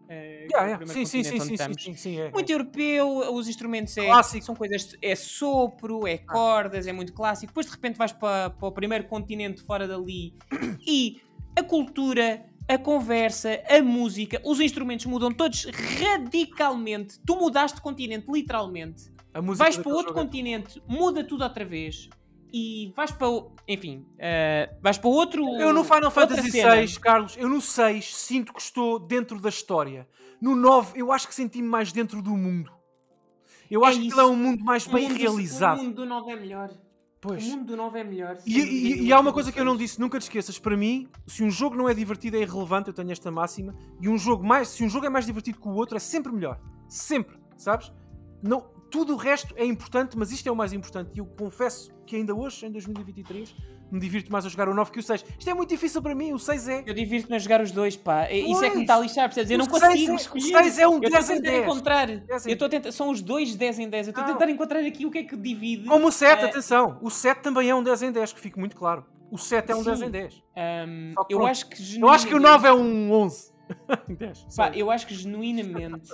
S2: primeiro continente onde estamos. Muito europeu, os instrumentos são coisas, é sopro, é cordas, é muito clássico. Depois de repente vais para o primeiro continente fora dali e a cultura, a conversa, a música, os instrumentos mudam todos radicalmente. Tu mudaste de continente, literalmente. Vais para outro continente, muda tudo outra vez. E vais para vais para outro.
S1: Eu no Final Fantasy VI, Carlos, eu no 6 sinto que estou dentro da história. No 9 eu acho que senti-me mais dentro do mundo. Eu acho que aquilo é um mundo mais bem realizado.
S2: O mundo do 9 é melhor.
S1: Pois.
S2: O mundo do 9 é melhor.
S1: E há uma coisa que eu não disse, nunca te esqueças. Para mim, se um jogo não é divertido é irrelevante, eu tenho esta máxima. E se um jogo é mais divertido que o outro é sempre melhor. Sempre, sabes? Não, tudo o resto é importante, mas isto é o mais importante. E eu confesso que ainda hoje, em 2023, me divirto mais a jogar o 9 que o 6. Isto é muito difícil para mim, o 6 é...
S2: Eu divirto-me a jogar os dois, pá. Isso é que me está a lixar, percebes? Eu não consigo escolher.
S1: O 6 é um 10 em 10.
S2: Eu estou a tentar... São os dois 10 em 10. Eu estou a tentar encontrar aqui o que é que divide.
S1: Como o 7, atenção. O 7 também é um 10 em 10, que fique muito claro. O 7 é um 10 em 10.
S2: Eu acho que
S1: eu acho que o 9 é um 11 em 10.
S2: Pá, eu acho que genuinamente...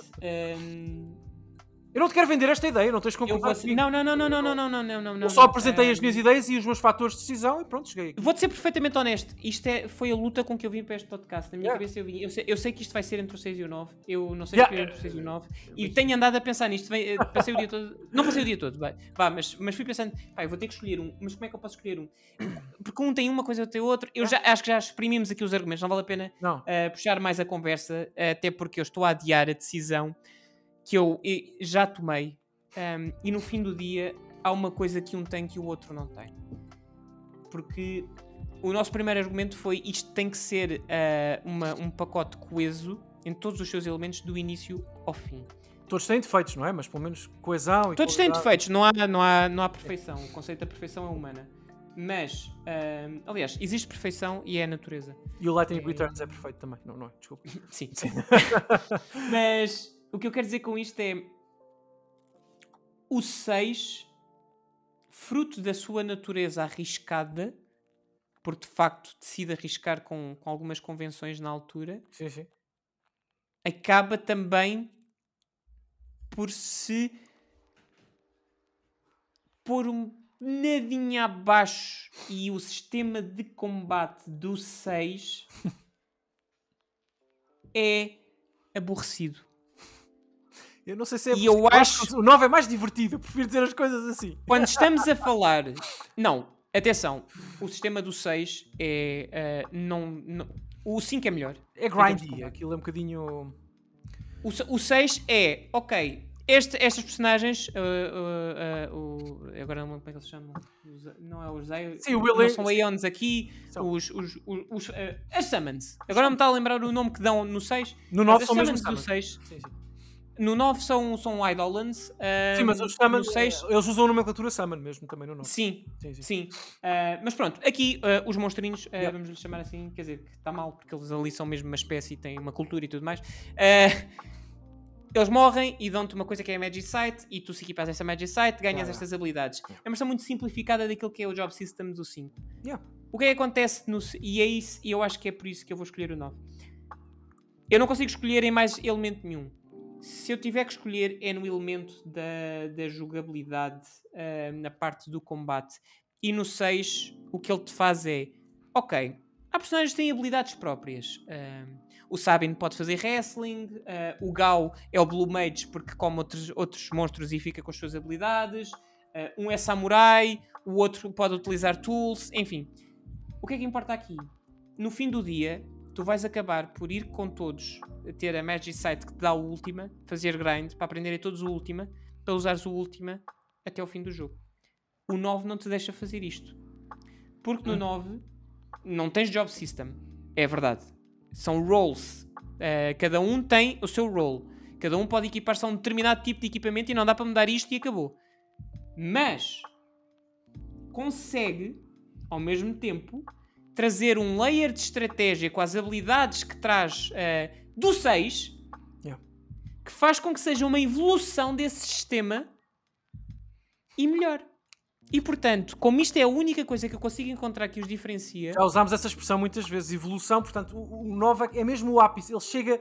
S1: Eu não te quero vender esta ideia, não tens como concordar comigo.
S2: Não.
S1: Eu só apresentei as minhas ideias e os meus fatores de decisão e pronto, cheguei aqui.
S2: Vou-te ser perfeitamente honesto. Isto foi a luta com que eu vim para este podcast. Na minha cabeça eu sei que isto vai ser entre o 6 e o 9. Eu não sei escolher entre o 6 e o 9. E tenho andado a pensar nisto. Passei o dia todo... Não passei o dia todo, mas fui pensando, eu vou ter que escolher um. Mas como é que eu posso escolher um? Porque um tem uma coisa, outro tem outro. Eu acho que já exprimimos aqui os argumentos. Não vale a pena puxar mais a conversa, até porque eu estou a adiar a decisão que eu já tomei, e no fim do dia há uma coisa que um tem que o outro não tem. Porque o nosso primeiro argumento foi isto tem que ser um pacote coeso em todos os seus elementos do início ao fim.
S1: Todos têm defeitos, não é? Mas pelo menos coesão e
S2: todos têm defeitos, não há perfeição. O conceito da perfeição é humana. Mas, aliás, existe perfeição e é a natureza.
S1: E o Lightning Returns é perfeito também. Não, desculpa.
S2: Sim. Mas... o que eu quero dizer com isto é o 6, fruto da sua natureza arriscada, porque de facto decide arriscar com algumas convenções na altura,
S1: sim.
S2: Acaba também por se pôr um nadinha abaixo, e o sistema de combate do 6 é aborrecido.
S1: Eu não sei se é... E eu acho que o 9 é mais divertido. Eu prefiro dizer as coisas assim.
S2: Quando estamos a falar... Não, atenção. O sistema do 6 é... O 5 é melhor.
S1: É grindy. Aquilo é um bocadinho...
S2: O 6 é... Ok, estas personagens... agora não lembro como é que eles se chamam. Não é os Zay...
S1: Sim, o Willy...
S2: Não são Aeons aqui. As Summons. Agora não me está a lembrar o nome que dão no 6.
S1: No 9 são mesmo
S2: Summons do 6.
S1: Sim.
S2: No 9 são Eidolons.
S1: Sim, mas os Summon, 6... eles usam a nomenclatura Summon mesmo também no 9.
S2: Sim. Mas pronto, aqui os monstrinhos, vamos lhe chamar assim, quer dizer, que está mal, porque eles ali são mesmo uma espécie e têm uma cultura e tudo mais. Eles morrem e dão-te uma coisa que é a Magicite, e tu se equipas essa Magicite, ganhas estas habilidades. É uma versão muito simplificada daquilo que é o Job System do 5. O que é que acontece e é isso, e eu acho que é por isso que eu vou escolher o 9. Eu não consigo escolher em mais elemento nenhum. Se eu tiver que escolher, é no elemento da jogabilidade, na parte do combate. E no 6, o que ele te faz é... Ok, há personagens que têm habilidades próprias. O Sabin pode fazer wrestling. O Gau é o Blue Mage porque come outros monstros e fica com as suas habilidades. Um é samurai. O outro pode utilizar tools. Enfim, o que é que importa aqui? No fim do dia... tu vais acabar por ir com todos a ter a Magicite que te dá o Ultima, fazer grind, para aprenderem todos o Ultima, para usares o Ultima até o fim do jogo. O 9 não te deixa fazer isto. Porque no 9 não tens job system. É verdade. São roles. Cada um tem o seu role. Cada um pode equipar-se a um determinado tipo de equipamento e não dá para mudar isto e acabou. Mas consegue, ao mesmo tempo, trazer um layer de estratégia com as habilidades que traz do 6, que faz com que seja uma evolução desse sistema e melhor. E portanto, como isto é a única coisa que eu consigo encontrar que os diferencia...
S1: Já usámos essa expressão muitas vezes, evolução, portanto o 9 é mesmo o ápice, ele chega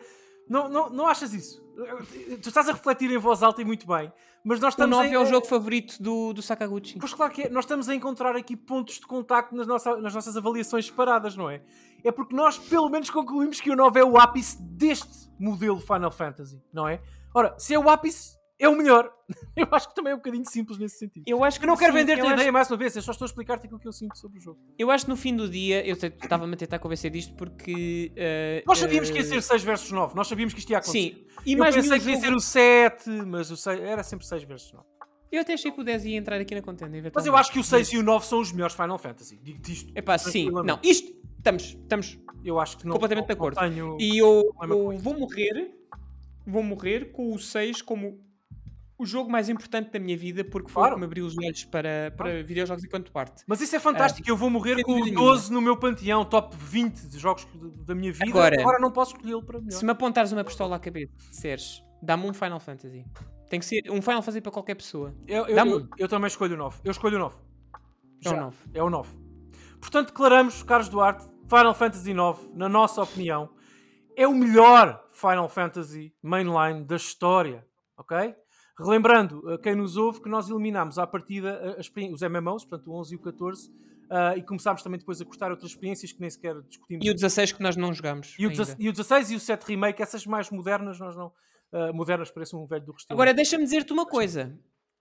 S1: Não achas isso? Tu estás a refletir em voz alta e muito bem, mas nós estamos
S2: o 9 é o jogo favorito do Sakaguchi.
S1: Pois claro que é. Nós estamos a encontrar aqui pontos de contacto nas nossas avaliações separadas, não é? É porque nós pelo menos concluímos que o 9 é o ápice deste modelo Final Fantasy, não é? Ora, se é o ápice, é o melhor. Eu acho que também é um bocadinho simples nesse sentido.
S2: Eu acho que
S1: não quero vender-te a ideia mais uma vez, eu só estou a explicar-te aquilo que eu sinto sobre o jogo.
S2: Eu acho que no fim do dia, eu estava-me a tentar convencer disto porque...
S1: nós sabíamos que ia ser 6 versus 9, nós sabíamos que isto ia acontecer.
S2: Sim. E
S1: eu
S2: mais
S1: pensei que ia ser o 7, mas o 6 era sempre 6 versus 9.
S2: Eu até achei que o 10 ia entrar aqui na contenda.
S1: Mas eu acho que o 6 e o 9 são os melhores Final Fantasy. Digo-te isto.
S2: Epá, sim. Não, isto... Estamos
S1: eu acho que não,
S2: completamente de acordo. E eu vou morrer com o 6 como o jogo mais importante da minha vida, porque foi o que me abriu os olhos para videojogos enquanto parte.
S1: Mas isso é fantástico. Eu vou morrer com o 12 no meu panteão, top 20 de jogos da minha vida. Agora não posso escolhê-lo para melhor.
S2: Se me apontares uma pistola à cabeça, disseres, dá-me um Final Fantasy. Tem que ser um Final Fantasy para qualquer pessoa.
S1: Eu também escolho o 9. Eu escolho o 9.
S2: É o 9.
S1: É o 9. Portanto, declaramos, Carlos Duarte, Final Fantasy 9, na nossa opinião, é o melhor Final Fantasy mainline da história. Ok? Relembrando a quem nos ouve que nós eliminámos à partida os MMOs, portanto o 11 e o 14, e começámos também depois a cortar outras experiências que nem sequer discutimos.
S2: E o 16 que nós não jogámos.
S1: E o 16 e o 7 Remake, essas mais modernas, nós não... modernas, parece um velho do Restelo.
S2: Agora, deixa-me dizer-te uma coisa.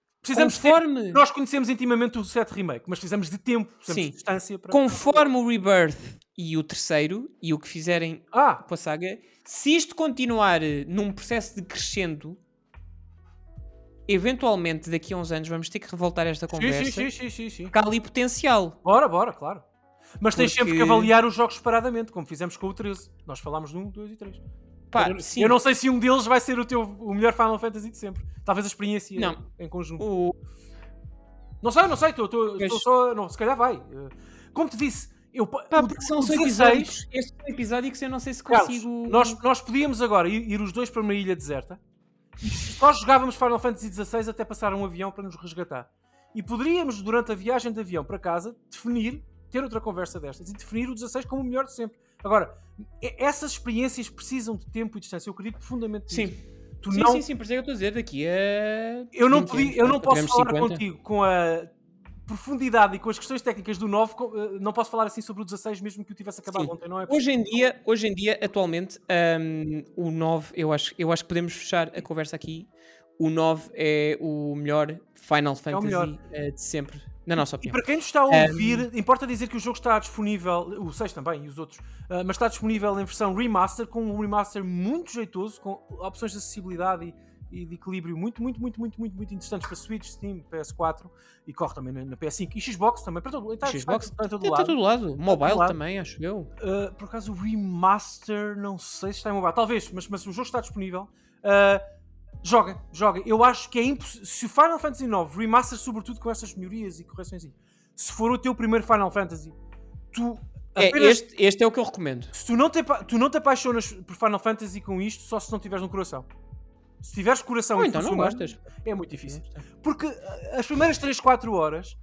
S1: Nós conhecemos intimamente o 7 Remake, mas precisamos de tempo, precisamos de distância.
S2: Conforme o Rebirth e o terceiro, e o que fizerem com a saga, se isto continuar num processo de crescendo, eventualmente daqui a uns anos vamos ter que revoltar esta conversa.
S1: Sim.
S2: Porque há ali potencial.
S1: Bora, claro. Mas tens sempre que avaliar os jogos separadamente, como fizemos com o 13. Nós falámos de 1, 2 e 3. Eu não sei se um deles vai ser o melhor Final Fantasy de sempre. Talvez a experiência em conjunto. Não sei. Estou só... Não, se calhar vai. Como te disse...
S2: porque são 16... Este é um episódio que eu não sei se consigo...
S1: Carlos, nós podíamos agora ir os dois para uma ilha deserta. Nós jogávamos Final Fantasy XVI até passar um avião para nos resgatar. E poderíamos, durante a viagem de avião para casa, ter outra conversa destas e definir o 16 como o melhor de sempre. Agora, essas experiências precisam de tempo e distância. Eu acredito profundamente nisso.
S2: Sim, por isso é que eu estou a dizer daqui a...
S1: Eu não posso falar 50. Contigo com a profundidade e com as questões técnicas do 9, não posso falar assim sobre o 16 mesmo que eu tivesse acabado ontem, não é?
S2: Hoje em dia, atualmente, o 9, eu acho que podemos fechar a conversa aqui. O 9 é o melhor Final Fantasy de sempre, na nossa opinião.
S1: E para quem nos está a ouvir, importa dizer que o jogo está disponível, o 6 também e os outros, mas está disponível em versão remaster, com um remaster muito jeitoso, com opções de acessibilidade e de equilíbrio muito interessantes para Switch, Steam, PS4 e corre também na PS5 e Xbox também.
S2: Xbox está todo lado. Mobile também, acho eu.
S1: Por acaso o remaster, não sei se está em mobile. Talvez, mas o jogo está disponível. Joguem. Eu acho que é impossível. Se o Final Fantasy IX remaster, sobretudo com essas melhorias e correções, se for o teu primeiro Final Fantasy,
S2: este é o que eu recomendo.
S1: Se tu não te apaixonas por Final Fantasy com isto, só se não tiveres no coração. Se tiveres coração
S2: então não gostas.
S1: É muito difícil. Porque as primeiras 3-4 horas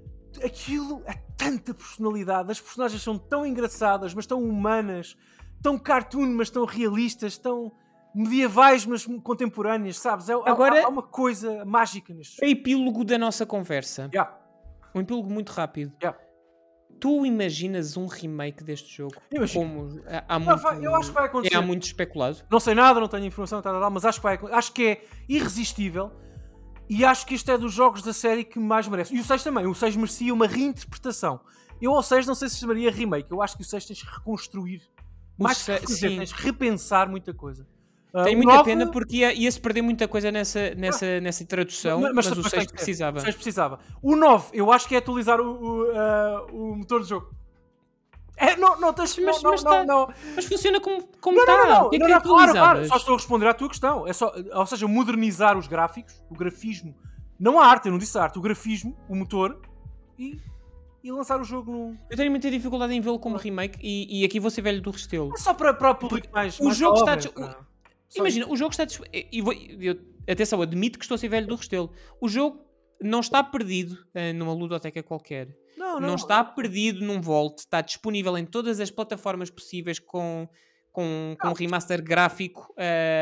S1: aquilo é tanta personalidade, as personagens são tão engraçadas, mas tão humanas, tão cartoon, mas tão realistas, tão medievais, mas contemporâneas, sabes? Agora, há uma coisa mágica nisto.
S2: É epílogo da nossa conversa. Um epílogo muito rápido. Tu imaginas um remake deste jogo? Como
S1: eu acho que vai acontecer.
S2: Há muito especulado.
S1: Não sei nada, não tenho informação, mas acho que é irresistível e acho que este é dos jogos da série que mais merece. E o 6 também. O 6 merecia uma reinterpretação. Eu ao 6 não sei se chamaria remake. Eu acho que o 6 tens que reconstruir. Tens que repensar muita coisa.
S2: Tem muita pena porque ia-se perder muita coisa nessa tradução, mas o 6 precisava.
S1: O 6 precisava. O 9, eu acho que é atualizar o motor de jogo.
S2: Mas funciona como está.
S1: Claro. Só estou a responder à tua questão. Ou seja, modernizar os gráficos, o grafismo. Não a arte, eu não disse a arte. O grafismo, o motor e lançar o jogo num...
S2: Eu tenho muita dificuldade em vê-lo como remake e aqui vou ser velho do Restelo.
S1: É só para o público mais
S2: jogo está... Imagina, o jogo está... Atenção, admito que estou a ser velho do Restelo. O jogo não está perdido numa ludoteca qualquer. Não está perdido num Vault. Está disponível em todas as plataformas possíveis com com um remaster gráfico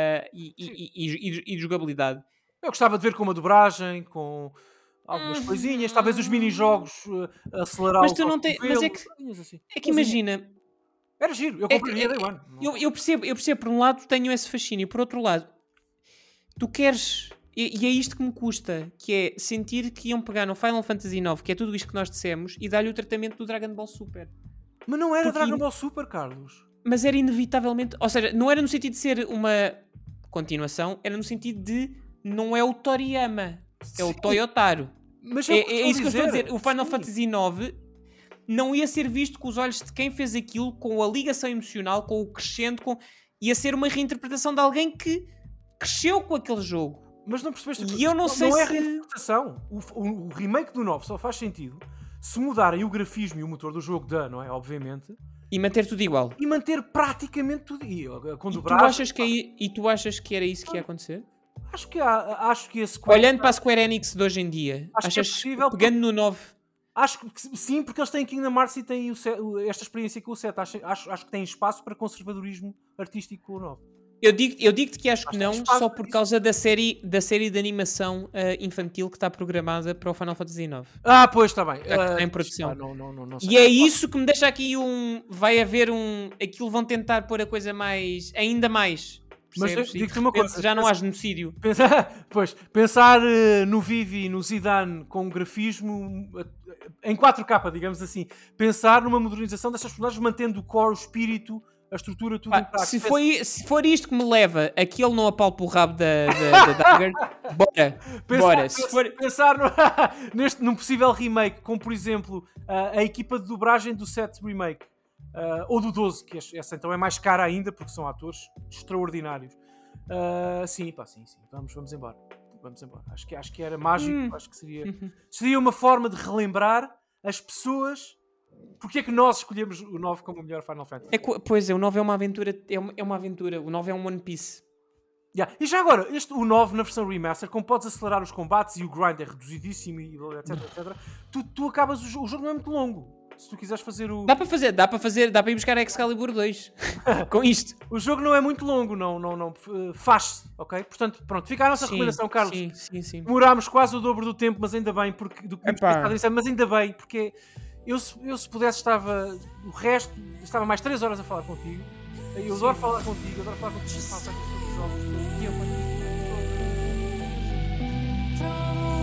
S2: e de jogabilidade.
S1: Eu gostava de ver com uma dobragem, com algumas coisinhas, talvez os mini-jogos, acelerar
S2: Mas
S1: o
S2: tu não
S1: nosso
S2: tens.
S1: modelo,
S2: Mas
S1: assim.
S2: é que imagina.
S1: Era giro, eu compraria Day One.
S2: Eu percebo, por um lado tenho esse fascínio, por outro lado, tu queres. E é isto que me custa, que é sentir que iam pegar no Final Fantasy IX, que é tudo isto que nós dissemos, e dar-lhe o tratamento do Dragon Ball Super.
S1: Mas não era Dragon Ball Super, Carlos.
S2: Mas era inevitavelmente. Ou seja, não era no sentido de ser uma continuação, era no sentido de não é o Toriyama, é o Toyotaro.
S1: Mas
S2: é isso que eu estou a dizer. O Final Fantasy IX não ia ser visto com os olhos de quem fez aquilo, com a ligação emocional, com o crescendo, ia ser uma reinterpretação de alguém que cresceu com aquele jogo.
S1: Mas não percebeste?
S2: E eu não sei
S1: é
S2: se...
S1: reinterpretação. O remake do 9 só faz sentido se mudarem o grafismo e o motor do jogo, não é? Obviamente.
S2: E manter tudo igual.
S1: E manter praticamente tudo.
S2: E tu achas que era isso que ia acontecer?
S1: Acho que esse...
S2: Olhando para a Square Enix de hoje em dia,
S1: achas que é possível,
S2: pegando no 9...
S1: Acho que sim, porque eles têm Kingdom Hearts e têm esta experiência com o 7. Acho que têm espaço para conservadorismo artístico com o 9.
S2: Eu digo-te que acho que não, só por causa da série de animação infantil que está programada para o Final Fantasy IX.
S1: Pois, está bem.
S2: Está em produção.
S1: Não
S2: e é isso que me deixa aqui vai haver aquilo vão tentar pôr a coisa ainda mais.
S1: Mas digo-te uma coisa.
S2: Já não há genocídio.
S1: Pensar no Vivi e no Zidane com um grafismo em 4K, digamos assim. Pensar numa modernização destas personagens, mantendo o core, o espírito, a estrutura, tudo em prática.
S2: Se for isto que me leva a que ele não apalpe o rabo da Dagger, bora.
S1: Pensar num possível remake, como por exemplo a equipa de dobragem do 7 Remake. Ou do 12, que essa então é mais cara ainda, porque são atores extraordinários. Sim. Vamos embora. Acho que era mágico. Acho que seria uma forma de relembrar as pessoas porque é que nós escolhemos o 9 como o melhor Final Fantasy.
S2: O 9 é uma aventura. É uma aventura. O 9 é um One Piece.
S1: E já agora, o 9 na versão remaster, como podes acelerar os combates e o grind é reduzidíssimo e etc. Tu acabas o jogo, não é muito longo. Se tu quiseres fazer o...
S2: Dá para ir buscar a Excalibur 2 com isto.
S1: O jogo não é muito longo, não faz-se, ok? Portanto, pronto, fica a nossa recomendação, Carlos.
S2: Sim.
S1: Demorámos quase o dobro do tempo, mas ainda bem, mas ainda bem, porque eu se pudesse estava mais 3 horas a falar contigo. Eu adoro falar contigo, todos os jogos.